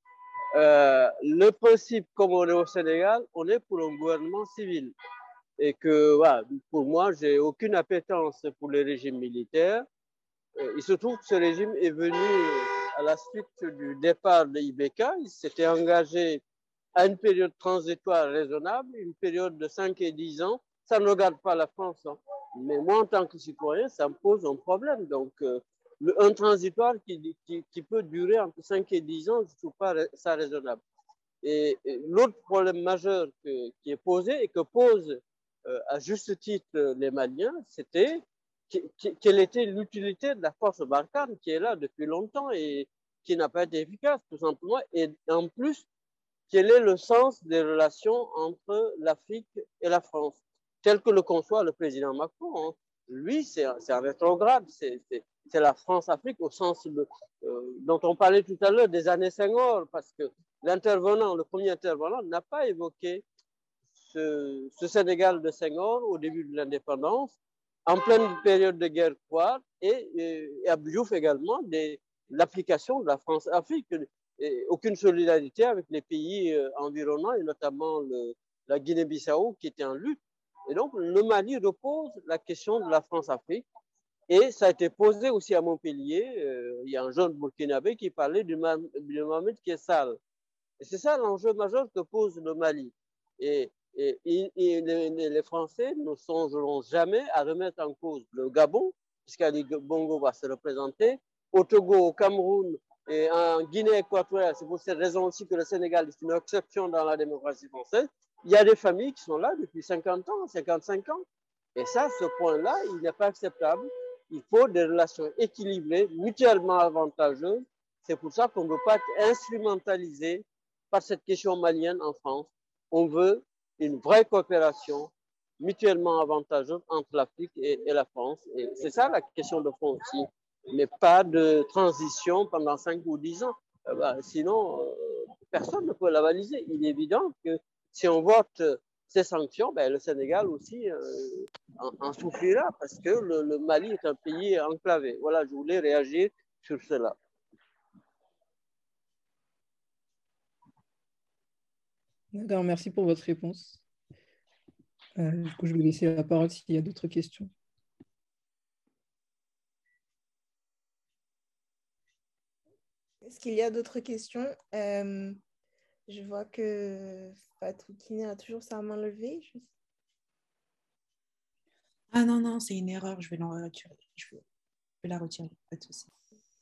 Le principe, comme on est au Sénégal, on est pour un gouvernement civil. Et que, voilà, pour moi, j'ai aucune appétence pour les régimes militaires. Il se trouve que ce régime est venu à la suite du départ de IBK. Il s'était engagé à une période transitoire raisonnable, une période de 5 et 10 ans. Ça ne regarde pas la France, hein. Mais moi, en tant que citoyen, ça me pose un problème. Donc, un transitoire qui peut durer entre 5 et 10 ans, je ne trouve pas ça raisonnable. Et l'autre problème majeur qui est posé et que posent à juste titre les Maliens, c'était quelle était l'utilité de la force Barkhane qui est là depuis longtemps et qui n'a pas été efficace, tout simplement. Et en plus, quel est le sens des relations entre l'Afrique et la France, tel que le conçoit le président Macron, hein. Lui, c'est un rétrograde, c'est la France-Afrique au sens dont on parlait tout à l'heure des années Senghor, parce que le premier intervenant n'a pas évoqué ce Sénégal de Senghor au début de l'indépendance, en pleine période de guerre froide, et à Diouf également, l'application de la France-Afrique. Aucune solidarité avec les pays environnants, et notamment la Guinée-Bissau qui était en lutte. Et donc, le Mali repose la question de la France-Afrique. Et ça a été posé aussi à Montpellier. Il y a un jeune burkinabé qui parlait du Mohamed qui est sale. Et c'est ça l'enjeu majeur que pose le Mali. Et les Français ne songeront jamais à remettre en cause le Gabon, puisqu'Ali Bongo va se représenter, au Togo, au Cameroun, et en Guinée équatoriale. C'est pour cette raison aussi que le Sénégal est une exception dans la démocratie française. Il y a des familles qui sont là depuis 50 ans, 55 ans. Et ça, ce point-là, il n'est pas acceptable. Il faut des relations équilibrées, mutuellement avantageuses. C'est pour ça qu'on ne veut pas être instrumentalisé par cette question malienne en France. On veut une vraie coopération mutuellement avantageuse entre l'Afrique et la France. Et c'est ça la question de fond aussi. Mais pas de transition pendant 5 ou 10 ans. Sinon, personne ne peut l'avaliser. Il est évident que si on vote ces sanctions, le Sénégal aussi en souffrira parce que le Mali est un pays enclavé. Voilà, je voulais réagir sur cela. D'accord, merci pour votre réponse. Du coup, je vais laisser la parole s'il y a d'autres questions. Est-ce qu'il y a d'autres questions? Je vois que Fatou Kiné a toujours sa main levée. Ah non, non, c'est une erreur, je vais la retirer. Je vais la retirer, pas de souci.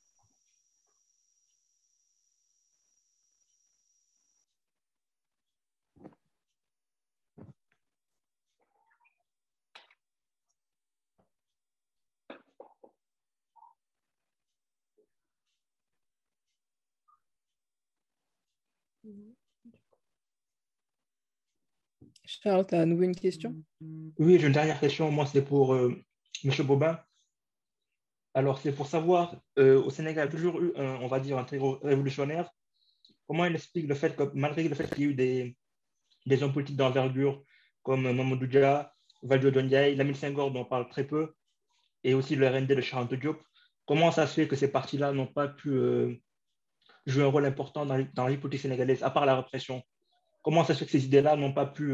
Charles, tu as à nouveau une question? Oui, j'ai une dernière question. Moi, c'est pour M. Bobin. Alors, c'est pour savoir, au Sénégal, il y a toujours eu, on va dire, un terreau révolutionnaire. Comment il explique le fait que, malgré le fait qu'il y ait eu des hommes politiques d'envergure comme Mamadou Dia, Valdiodio Ndiaye, Lamine Senghor, dont on parle très peu, et aussi le RND de Charles Anta Diop, comment ça se fait que ces partis-là n'ont pas pu jouer un rôle important dans la vie politique sénégalaise, à part la répression? Comment ça se fait que ces idées-là n'ont pas pu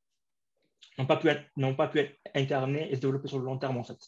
être incarnées et se développer sur le long terme, en fait?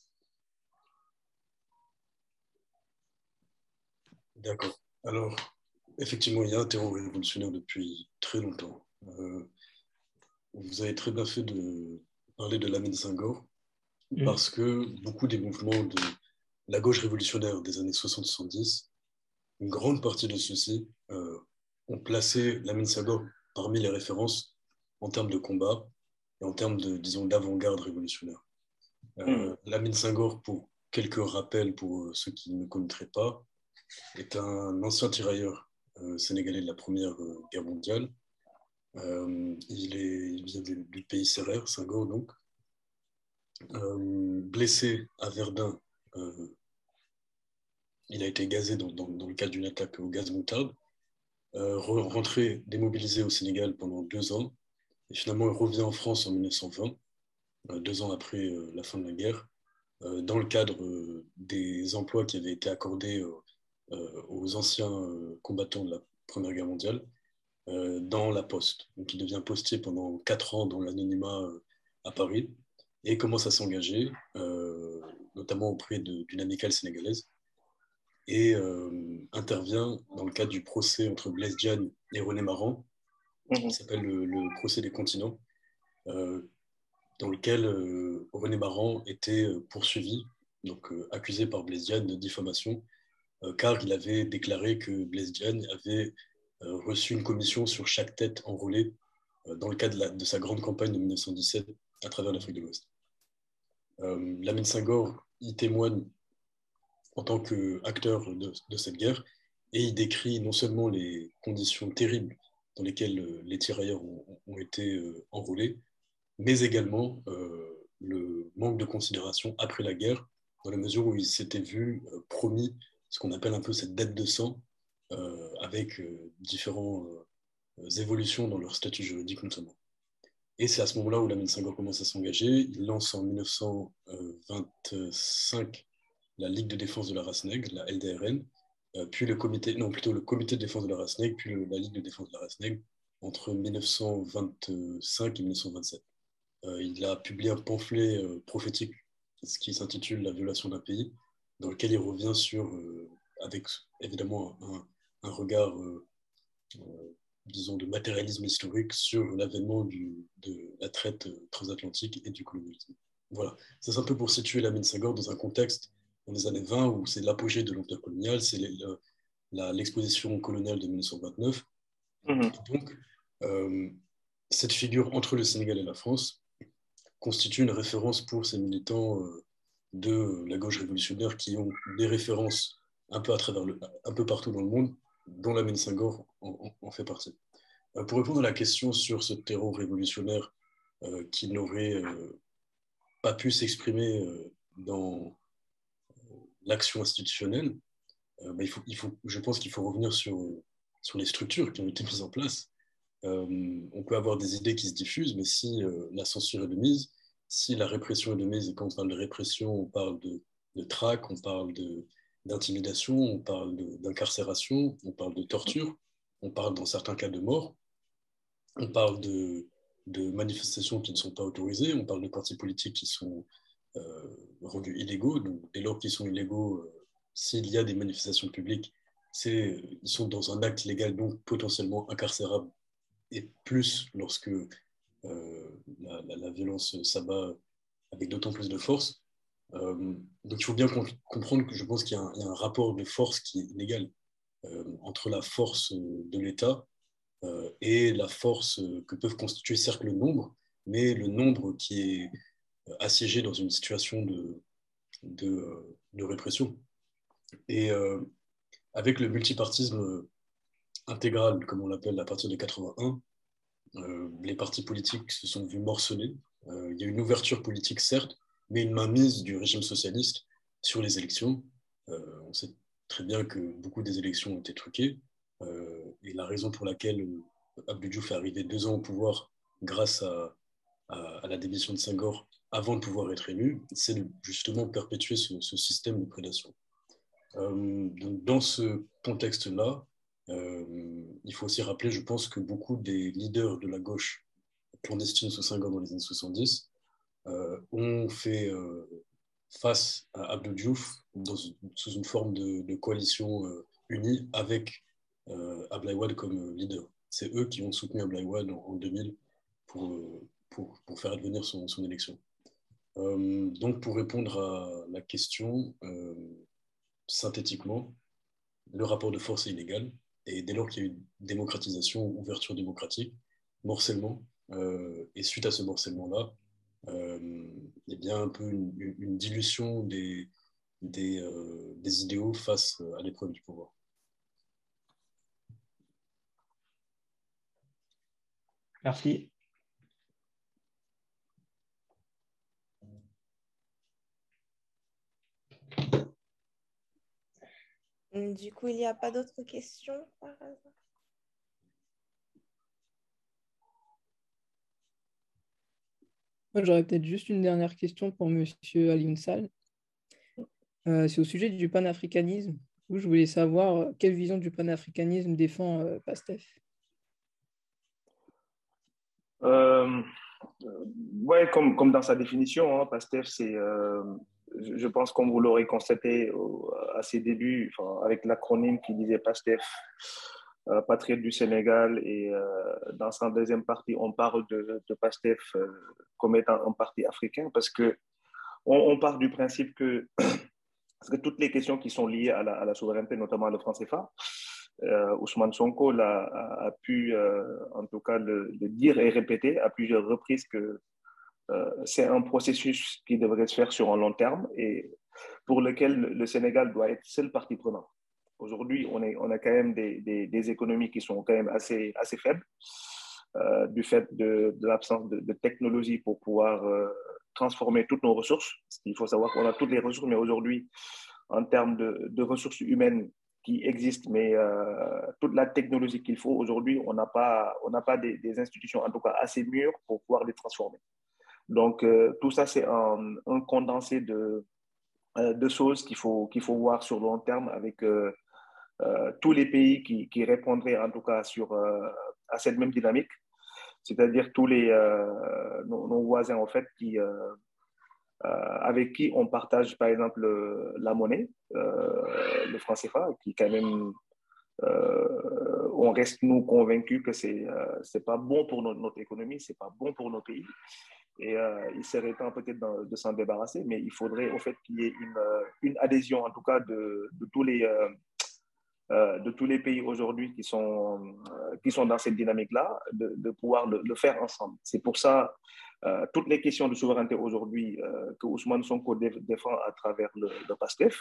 D'accord. Alors, effectivement, il y a un terreau révolutionnaire depuis très longtemps. Vous avez très bien fait de parler de Lamine Senghor, parce que beaucoup des mouvements de la gauche révolutionnaire des années 60-70, une grande partie de ceux-ci ont placé Lamine Senghor parmi les références en termes de combat et en termes de, disons, d'avant-garde révolutionnaire. Lamine Senghor, pour quelques rappels pour ceux qui ne connaîtraient pas, est un ancien tirailleur sénégalais de la Première Guerre mondiale. Il vient du pays Sérère, Senghor donc. Blessé à Verdun, il a été gazé dans le cadre d'une attaque au gaz moutarde. Rentré démobilisé au Sénégal pendant 2 ans. Et finalement, il revient en France en 1920, 2 ans après la fin de la guerre, dans le cadre des emplois qui avaient été accordés aux anciens combattants de la Première Guerre mondiale dans la Poste. Donc, il devient postier pendant 4 ans dans l'anonymat à Paris et commence à s'engager, notamment auprès d'une amicale sénégalaise, et intervient dans le cadre du procès entre Blaise Diagne et René Maran, qui s'appelle le procès des continents, dans lequel René Maran était poursuivi, donc accusé par Blaise Diagne de diffamation, car il avait déclaré que Blaise Diagne avait reçu une commission sur chaque tête enrôlée dans le cadre de sa grande campagne de 1917 à travers l'Afrique de l'Ouest. Lamine Senghor y témoigne en tant qu'acteur de cette guerre, et il décrit non seulement les conditions terribles dans lesquelles les tirailleurs ont été enrôlés, mais également le manque de considération après la guerre, dans la mesure où il s'était vu promis ce qu'on appelle un peu cette dette de sang, avec différentes évolutions dans leur statut juridique notamment. Et c'est à ce moment-là où Lamine Senghor commence à s'engager. Il lance en 1925 la Ligue de défense de la race nègre, la LDRN, puis le comité de défense de la race nègre, puis la Ligue de défense de la race nègre entre 1925 et 1927. Il a publié un pamphlet prophétique, ce qui s'intitule La violation d'un pays, dans lequel il revient sur, avec évidemment un regard, disons, de matérialisme historique sur l'avènement de la traite transatlantique et du colonialisme. Voilà, c'est un peu pour situer Lamine Senghor dans un contexte dans les années 20 où c'est l'apogée de l'empire colonial, c'est l'exposition coloniale de 1929. Et donc, cette figure entre le Sénégal et la France constitue une référence pour ces militants de la gauche révolutionnaire qui ont des références un peu partout dans le monde, dont Lamine Senghor en fait partie. Pour répondre à la question sur ce terreau révolutionnaire qui n'aurait pas pu s'exprimer dans l'action institutionnelle, je pense qu'il faut revenir sur les structures qui ont été mises en place. On peut avoir des idées qui se diffusent, mais si la censure est de mise, si la répression est de mise, et quand on parle de répression, on parle de traque, on parle d'intimidation, on parle d'incarcération, on parle de torture, on parle dans certains cas de mort, On parle de manifestations qui ne sont pas autorisées, on parle de partis politiques qui sont rendus illégaux. Donc, dès lors qu'ils sont illégaux, s'il y a des manifestations publiques, ils sont dans un acte légal, donc potentiellement incarcérable, et plus lorsque la violence s'abat avec d'autant plus de force. Donc il faut bien comprendre que je pense qu'il y a un rapport de force qui est inégal entre la force de l'État et la force que peuvent constituer certes le nombre, mais le nombre qui est assiégé dans une situation de répression. Et avec le multipartisme intégral, comme on l'appelle à partir de 81, les partis politiques se sont vus morcelés. Il y a une ouverture politique, certes, mais une mainmise du régime socialiste sur les élections. On sait très bien que beaucoup des élections ont été truquées. Et la raison pour laquelle Abdou Diouf est arrivé 2 ans au pouvoir grâce à la démission de Senghor avant de pouvoir être élu, c'est de justement perpétuer ce système de prédation. Donc dans ce contexte-là, il faut aussi rappeler, je pense, que beaucoup des leaders de la gauche clandestine sous Senghor dans les années 70 ont fait face à Abdou Diouf sous une forme de coalition unie avec Ablaye Wade comme leader. C'est eux qui ont soutenu Ablaye Wade en 2000 pour faire advenir son élection. Donc pour répondre à la question, synthétiquement, le rapport de force est inégal, et dès lors qu'il y a eu démocratisation, ouverture démocratique, morcellement, et suite à ce morcellement-là, il y a bien un peu une dilution des idéaux face à l'épreuve du pouvoir. Merci. Du coup, il n'y a pas d'autres questions par hasard? Moi, j'aurais peut-être juste une dernière question pour M. Alioune Sall. C'est au sujet du panafricanisme, où je voulais savoir quelle vision du panafricanisme défend PASTEF. Ouais, comme dans sa définition, hein, PASTEF, c'est, je pense, comme vous l'aurez constaté à ses débuts, avec l'acronyme qui disait PASTEF, Patriote du Sénégal, et dans sa deuxième partie, on parle de PASTEF comme étant un parti africain, parce que on part du principe que, parce que toutes les questions qui sont liées à la souveraineté, notamment le franc CFA, Ousmane Sonko a pu, en tout cas, le dire et répéter à plusieurs reprises que c'est un processus qui devrait se faire sur un long terme et pour lequel le Sénégal doit être seul partie prenante. Aujourd'hui, on a quand même des économies qui sont quand même assez faibles du fait de l'absence de technologie pour pouvoir transformer toutes nos ressources. Il faut savoir qu'on a toutes les ressources, mais aujourd'hui, en termes de ressources humaines qui existent, mais toute la technologie qu'il faut, aujourd'hui, on n'a pas des institutions, en tout cas, assez mûres pour pouvoir les transformer. Donc, tout ça, c'est un condensé de choses qu'il faut voir sur le long terme avec tous les pays qui répondraient, en tout cas, à cette même dynamique, c'est-à-dire tous nos voisins, en fait, avec qui on partage, par exemple, la monnaie, le franc CFA, qui quand même, on reste, nous, convaincus que c'est pas bon pour notre économie, c'est pas bon pour nos pays. Et il serait temps peut-être de s'en débarrasser, mais il faudrait au fait qu'il y ait une adhésion, en tout cas, de tous les pays aujourd'hui qui sont dans cette dynamique-là, de pouvoir le faire ensemble. C'est pour ça, toutes les questions de souveraineté aujourd'hui que Ousmane Sonko défend à travers le PASTEF,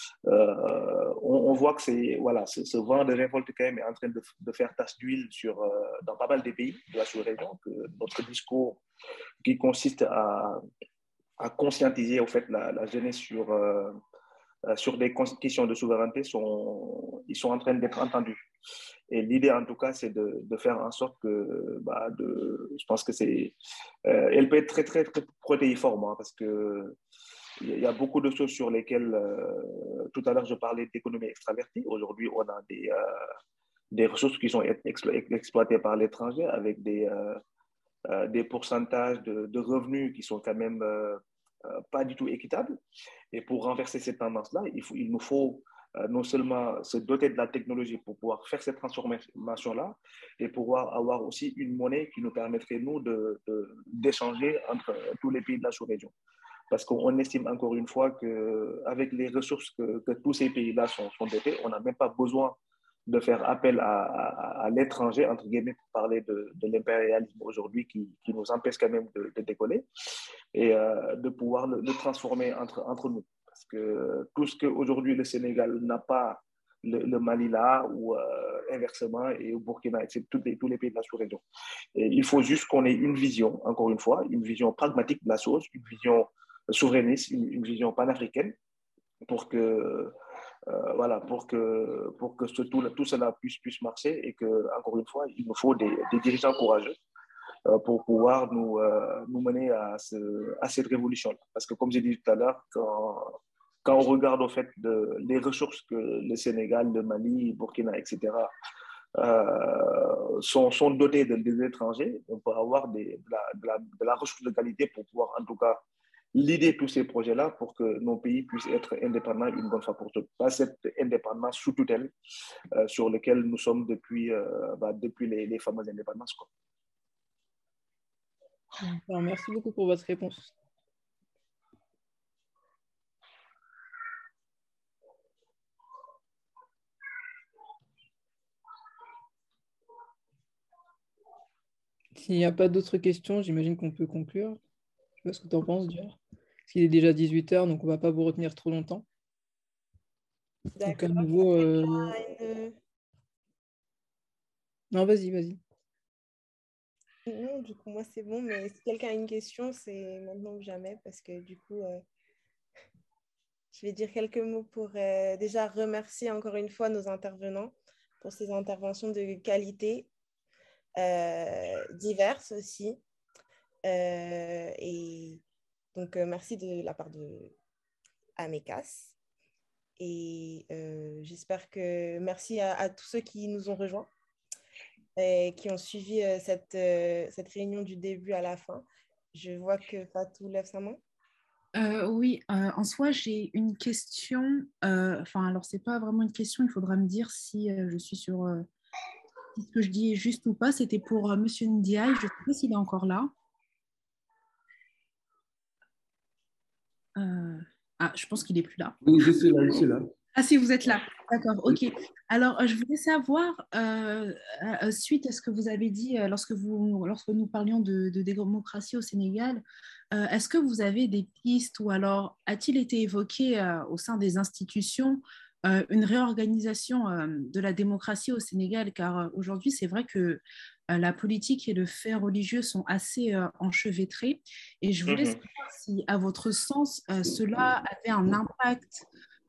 on voit que ce vent de révolte quand même est en train de faire tache d'huile dans pas mal des pays de la sous-région, que notre discours qui consiste à conscientiser au fait la jeunesse sur des questions de souveraineté, ils sont en train d'être entendus. Et l'idée, en tout cas, c'est de faire en sorte que, je pense que elle peut être très, très, très protéiforme, hein, parce que il y a beaucoup de choses sur lesquelles, tout à l'heure, je parlais d'économie extravertie. Aujourd'hui, on a des ressources qui sont exploitées par l'étranger avec des pourcentages de revenus qui sont quand même pas du tout équitables. Et pour renverser cette tendance-là, il nous faut non seulement se doter de la technologie pour pouvoir faire cette transformation-là, et pouvoir avoir aussi une monnaie qui nous permettrait, nous, d'échanger entre tous les pays de la sous-région. Parce qu'on estime encore une fois qu'avec les ressources que tous ces pays-là sont dotés, on n'a même pas besoin de faire appel à l'étranger, entre guillemets, pour parler de l'impérialisme aujourd'hui qui nous empêche quand même de décoller, et de pouvoir le transformer entre nous. Parce que tout ce qu'aujourd'hui le Sénégal n'a pas, le Mali là, ou inversement, et au Burkina, c'est tous les pays de la sous-région. Il faut juste qu'on ait une vision, encore une fois, une vision pragmatique de la chose, une vision souverainiste, une vision panafricaine, pour que voilà, pour que tout cela puisse marcher, et que, encore une fois, il nous faut des dirigeants courageux pour pouvoir nous mener à cette révolution-là. Parce que, comme j'ai dit tout à l'heure, quand on regarde au fait les ressources que le Sénégal, le Mali, Burkina, etc., sont dotés des étrangers, on peut avoir de la ressource de qualité pour pouvoir, en tout cas, l'idée de tous ces projets-là pour que nos pays puissent être indépendants une bonne fois pour toutes. Pas cette indépendance sous tutelle sur laquelle nous sommes depuis les fameuses indépendances, quoi. Alors, merci beaucoup pour votre réponse. S'il n'y a pas d'autres questions, j'imagine qu'on peut conclure. Je sais pas ce que tu en penses, Dior. Parce qu'il est déjà 18h, donc on ne va pas vous retenir trop longtemps. Donc, à nouveau... Non, vas-y. Non, du coup, moi, c'est bon, mais si quelqu'un a une question, c'est maintenant ou jamais, parce que du coup, je vais dire quelques mots pour déjà remercier encore une fois nos intervenants pour ces interventions de qualité, diverses aussi. Et donc, merci de la part de Amekas. Et j'espère que merci à tous ceux qui nous ont rejoints et qui ont suivi cette réunion du début à la fin. Je vois que Fatou lève sa main. Oui, en soi, j'ai une question. Alors, ce n'est pas vraiment une question, il faudra me dire si je suis sur si ce que je dis est juste ou pas. C'était pour Monsieur Ndiaye, je ne sais pas s'il est encore là. Je pense qu'il n'est plus là. Oui, je suis là. Ah, si vous êtes là, d'accord, ok. Alors, je voulais savoir, suite à ce que vous avez dit lorsque nous parlions de démocratie au Sénégal, est-ce que vous avez des pistes, ou alors a-t-il été évoqué au sein des institutions une réorganisation de la démocratie au Sénégal? Car aujourd'hui, c'est vrai que la politique et le fait religieux sont assez enchevêtrés. Et je voulais savoir si, à votre sens, cela avait un impact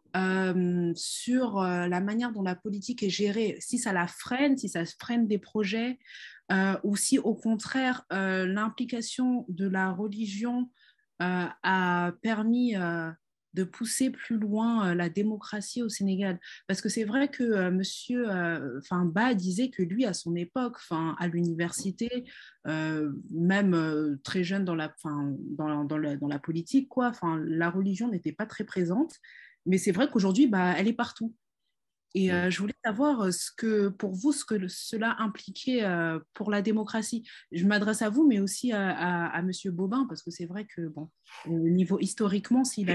sur la manière dont la politique est gérée, si ça la freine, si ça freine des projets, ou si au contraire l'implication de la religion a permis de pousser plus loin la démocratie au Sénégal. Parce que c'est vrai que monsieur Ba disait que lui, à son époque, à l'université, même très jeune dans la politique, la religion n'était pas très présente. Mais c'est vrai qu'aujourd'hui, elle est partout. Et je voulais savoir pour vous, ce que cela impliquait pour la démocratie. Je m'adresse à vous, mais aussi à M. Bobin, parce que c'est vrai que, au niveau historiquement, s'il a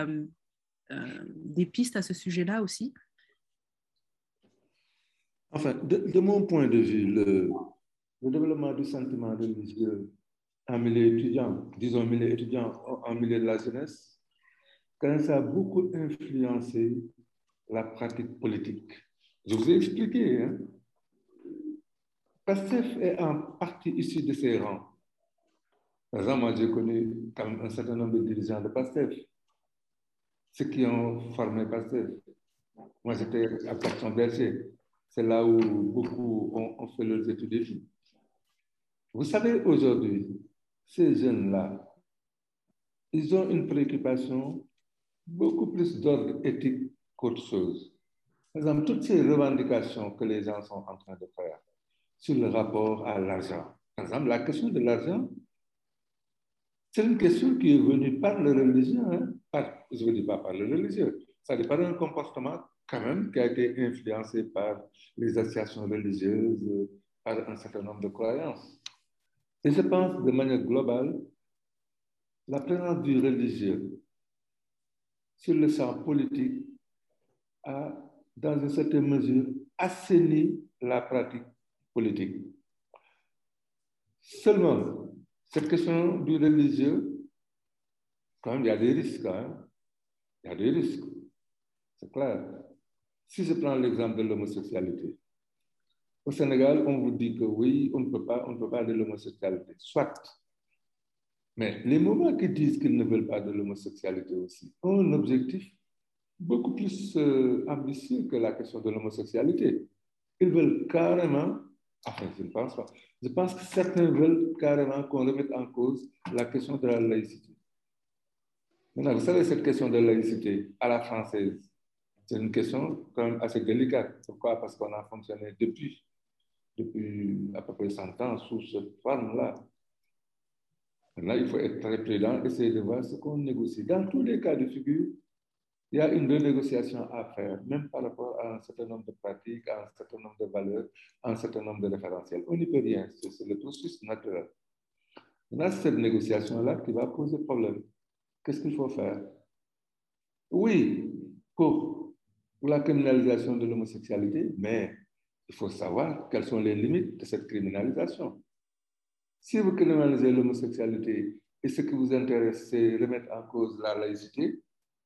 des pistes à ce sujet-là aussi. Enfin, de mon point de vue, le développement du sentiment religieux en milieu étudiant, disons milieu étudiant, en milieu de la jeunesse, quand ça a beaucoup influencé la pratique politique. Je vous ai expliqué, hein? PASTEF est en partie issu de ces rangs. Par exemple, moi, j'ai connu quand même un certain nombre de dirigeants de PASTEF, ceux qui ont formé PASTEF. Moi, j'étais à Carton-Berger. C'est là où beaucoup ont fait leurs études de filles. Vous savez, aujourd'hui, ces jeunes-là, ils ont une préoccupation beaucoup plus d'ordre éthique qu'autre chose. Par exemple, toutes ces revendications que les gens sont en train de faire sur le rapport à l'argent. Par exemple, la question de l'argent, c'est une question qui est venue par le religieux. Je ne dis pas par le religieux. Ça dépend d'un comportement quand même qui a été influencé par les associations religieuses, par un certain nombre de croyances. Et je pense de manière globale, la présence du religieux sur le champ politique a, dans une certaine mesure, assaini la pratique politique. Seulement, cette question du religieux, quand même, il y a des risques. Il y a des risques, c'est clair. Si je prends l'exemple de l'homosexualité, au Sénégal, on vous dit que oui, on ne peut pas de l'homosexualité. Soit. Mais les mouvements qui disent qu'ils ne veulent pas de l'homosexualité aussi ont un objectif beaucoup plus ambitieux que la question de l'homosexualité. Ils veulent carrément, enfin, je ne pense pas, je pense que certains veulent carrément qu'on remette en cause la question de la laïcité. Maintenant, vous savez, cette question de laïcité à la française, c'est une question quand même assez délicate. Pourquoi? Parce qu'on a fonctionné depuis à peu près 100 ans sous cette forme-là. Maintenant, il faut être très prudent, essayer de voir ce qu'on négocie. Dans tous les cas de figure, il y a une renégociation à faire, même par rapport à un certain nombre de pratiques, à un certain nombre de valeurs, à un certain nombre de référentiels. On n'y peut rien, c'est le processus naturel. Maintenant, c'est cette négociation-là qui va poser problème. Qu'est-ce qu'il faut faire? Oui, pour la criminalisation de l'homosexualité, mais il faut savoir quelles sont les limites de cette criminalisation. Si vous criminalisez l'homosexualité et ce qui vous intéresse, c'est remettre en cause la laïcité,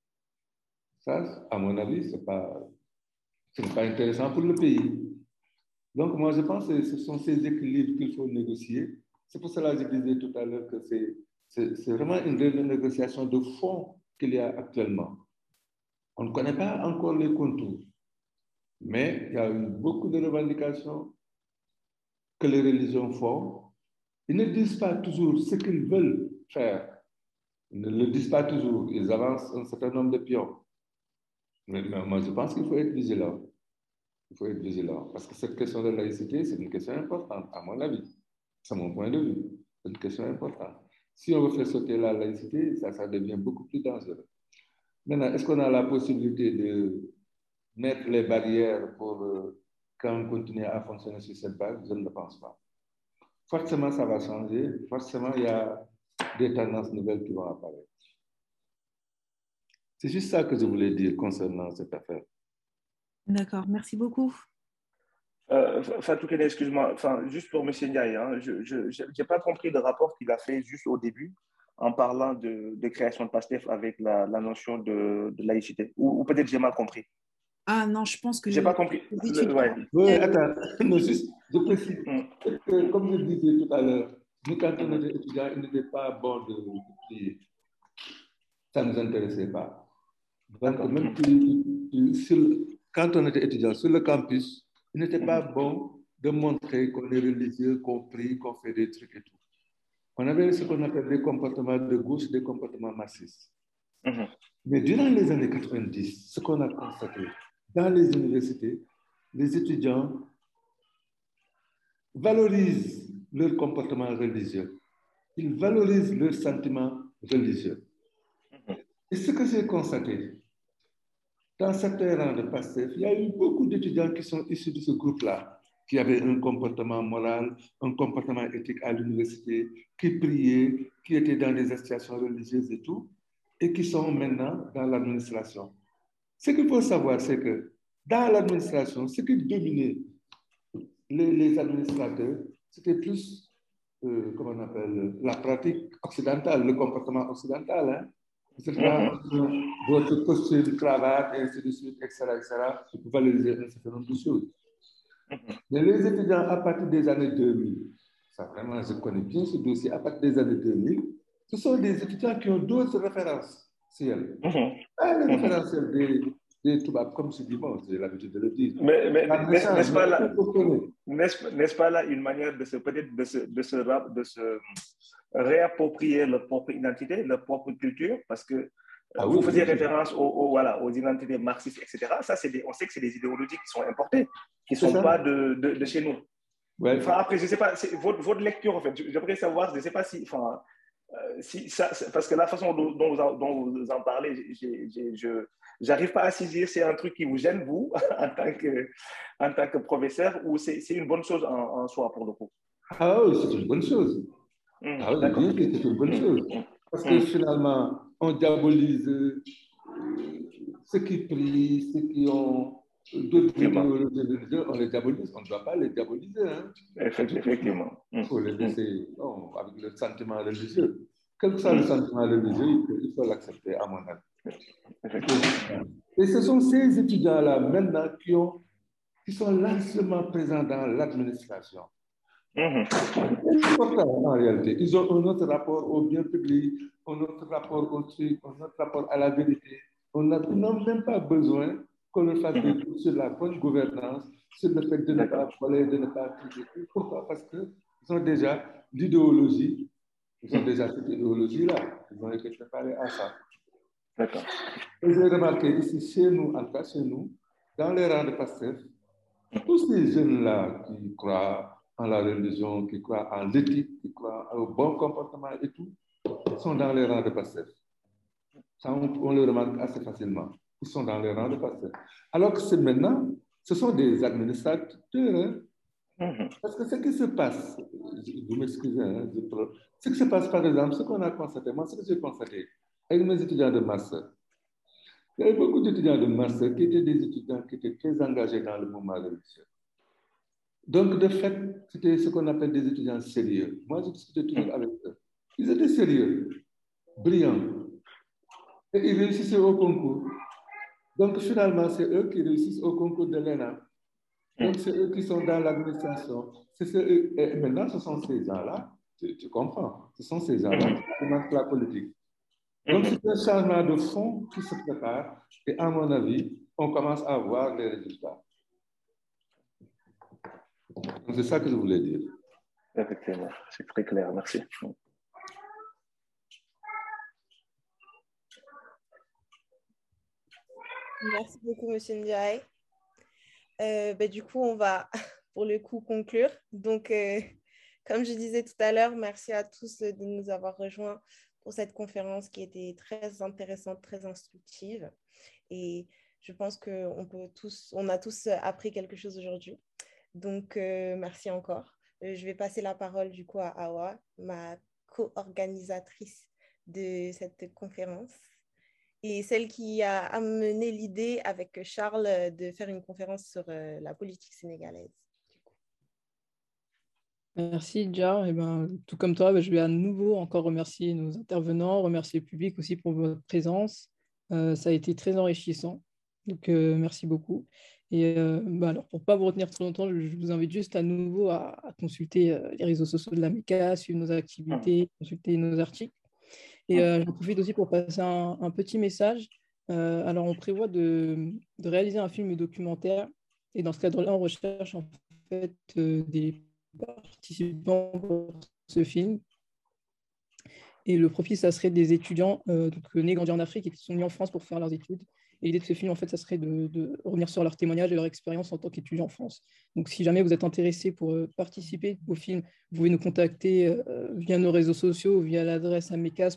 ça, à mon avis, ce n'est pas intéressant pour le pays. Donc, moi, je pense que ce sont ces équilibres qu'il faut négocier. C'est pour cela que je disais tout à l'heure que c'est vraiment une négociation de fond qu'il y a actuellement. On ne connaît pas encore les contours, mais il y a eu beaucoup de revendications que les religions font. Ils ne disent pas toujours ce qu'ils veulent faire. Ils ne le disent pas toujours. Ils avancent un certain nombre de pions. Mais moi, je pense qu'il faut être vigilant. Il faut être vigilant. Parce que cette question de laïcité, c'est une question importante, à mon avis. C'est mon point de vue. C'est une question importante. Si on veut faire sauter la laïcité, ça devient beaucoup plus dangereux. Maintenant, est-ce qu'on a la possibilité de mettre les barrières pour quand même continuer à fonctionner sur cette base? Je ne le pense pas. Forcément, ça va changer. Forcément, il y a des tendances nouvelles qui vont apparaître. C'est juste ça que je voulais dire concernant cette affaire. D'accord, merci beaucoup. Fatou Kene, excuse-moi, enfin, juste pour M. Ndiaye, hein, je n'ai pas compris le rapport qu'il a fait juste au début en parlant de création de PASTEF avec la notion de laïcité. Ou peut-être j'ai mal compris. Ah non, je pense que j'ai pas compris. Oui, attends, non, juste, je précise. Comme je disais tout à l'heure, nous, quand on était étudiants, il n'était pas bon de prier. Ça ne nous intéressait pas. Donc, même quand on était étudiant sur le campus, il n'était pas bon de montrer qu'on est religieux, qu'on prie, qu'on fait des trucs et tout. On avait ce qu'on appelle des comportements de gauche, des comportements marxistes. Mais durant les années 90, ce qu'on a constaté, dans les universités, les étudiants valorisent leur comportement religieux. Ils valorisent leurs sentiments religieux. Et ce que j'ai constaté, dans certains rangs de PASTEF, il y a eu beaucoup d'étudiants qui sont issus de ce groupe-là, qui avaient un comportement moral, un comportement éthique à l'université, qui priaient, qui étaient dans des associations religieuses et tout, et qui sont maintenant dans l'administration. Ce qu'il faut savoir, c'est que dans l'administration, ce qui dominait les administrateurs, c'était plus, comment on appelle, la pratique occidentale, le comportement occidental. Hein? Votre costume, cravate, et ainsi de suite, etc., pour valoriser un certain nombre de choses. Mais les étudiants, à partir des années 2000, ça vraiment, je connais bien ce dossier, à partir des années 2000, ce sont des étudiants qui ont d'autres références. Les référentiels des Toubab, comme je dis, bon, j'ai l'habitude de le dire. Mais n'est-ce pas là une manière de se réapproprier leur propre identité, leur propre culture? Parce que Vous faisiez référence voilà, aux identités marxistes, etc. Ça, on sait que c'est des idéologies qui sont importées, qui ne sont pas de chez nous. Ouais. Enfin, après, je ne sais pas, votre lecture, en fait, j'aimerais savoir, je ne sais pas si ça, parce que la façon dont vous en parlez, je n'arrive pas à saisir, c'est un truc qui vous gêne, vous, en tant que professeur, ou c'est une bonne chose en soi, pour le coup? Ah oui, c'est une bonne chose. Ah oui, c'est une bonne chose. Parce que finalement, on diabolise ceux qui prient, ceux qui ont d'autres idéologies religieuses, on les diabolise. On ne doit pas les diaboliser. Hein. Effectivement. Il faut les laisser avec le sentiment religieux. Quel que soit le sentiment religieux, il faut l'accepter, à mon avis. Et ce sont ces étudiants-là, maintenant, qui sont largement présents dans l'administration. C'est important en réalité. Ils ont un autre rapport au bien public, un autre rapport au truc, un autre rapport à la vérité. Ils n'ont même pas besoin qu'on leur fasse des trucs sur la bonne gouvernance, sur le fait de ne pas voler, de ne pas critiquer. Pourquoi? Parce qu'ils ont déjà l'idéologie, ils ont déjà cette idéologie-là. Ils ont été préparés à ça. D'accord. Et j'ai remarqué ici, chez nous, en tout cas chez nous, dans les rangs de Pastef, tous ces jeunes-là qui croient en la religion, qui croient en l'éthique, qui croient au bon comportement et tout, sont dans les rangs de Pastef. Ça, on le remarque assez facilement. Ils sont dans les rangs de Pastef. Alors que c'est maintenant, ce sont des administrateurs. Hein? Parce que ce qui se passe, vous m'excusez, hein, ce qui se passe par exemple, ce qu'on a constaté, moi ce que j'ai constaté avec mes étudiants de master, il y avait beaucoup d'étudiants de master qui étaient des étudiants qui étaient très engagés dans le mouvement religieux. Donc, de fait, c'était ce qu'on appelle des étudiants sérieux. Moi, je discutais toujours avec eux. Ils étaient sérieux, brillants. Et ils réussissaient au concours. Donc, finalement, c'est eux qui réussissent au concours de l'ENA. Donc, c'est eux qui sont dans l'administration. Et maintenant, ce sont ces gens-là, tu comprends, ce sont ces gens-là qui commencent la politique. Donc, c'est un changement de fond qui se prépare. Et à mon avis, on commence à voir les résultats. C'est ça que je voulais dire. Effectivement, c'est très clair. Merci. Merci beaucoup, M. Ndiaye. Du coup, on va pour le coup conclure. Donc, comme je disais tout à l'heure, merci à tous de nous avoir rejoints pour cette conférence qui était très intéressante, très instructive. Et je pense qu'on a tous appris quelque chose aujourd'hui. Donc, merci encore. Je vais passer la parole du coup à Awa, ma co-organisatrice de cette conférence et celle qui a amené l'idée avec Charles de faire une conférence sur la politique sénégalaise. Merci, Dja. Tout comme toi, je vais à nouveau encore remercier nos intervenants, remercier le public aussi pour votre présence. Ça a été très enrichissant. Donc, merci beaucoup. Et alors, pour ne pas vous retenir trop longtemps, je vous invite juste à nouveau à consulter les réseaux sociaux de la MECA, suivre nos activités, consulter nos articles. Et j'en profite aussi pour passer un petit message. Alors, on prévoit de réaliser un film documentaire. Et dans ce cadre-là, on recherche en fait des participants pour ce film. Et le profil, ça serait des étudiants nés et grandis en Afrique et qui sont venus en France pour faire leurs études. Et l'idée de ce film, en fait, ça serait de revenir sur leur témoignage et leur expérience en tant qu'étudiants en France. Donc, si jamais vous êtes intéressé pour participer au film, vous pouvez nous contacter via nos réseaux sociaux, via l'adresse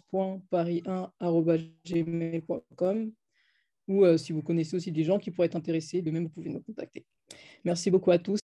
amecas.paris1@gmail.com ou si vous connaissez aussi des gens qui pourraient être intéressés, de même, vous pouvez nous contacter. Merci beaucoup à tous.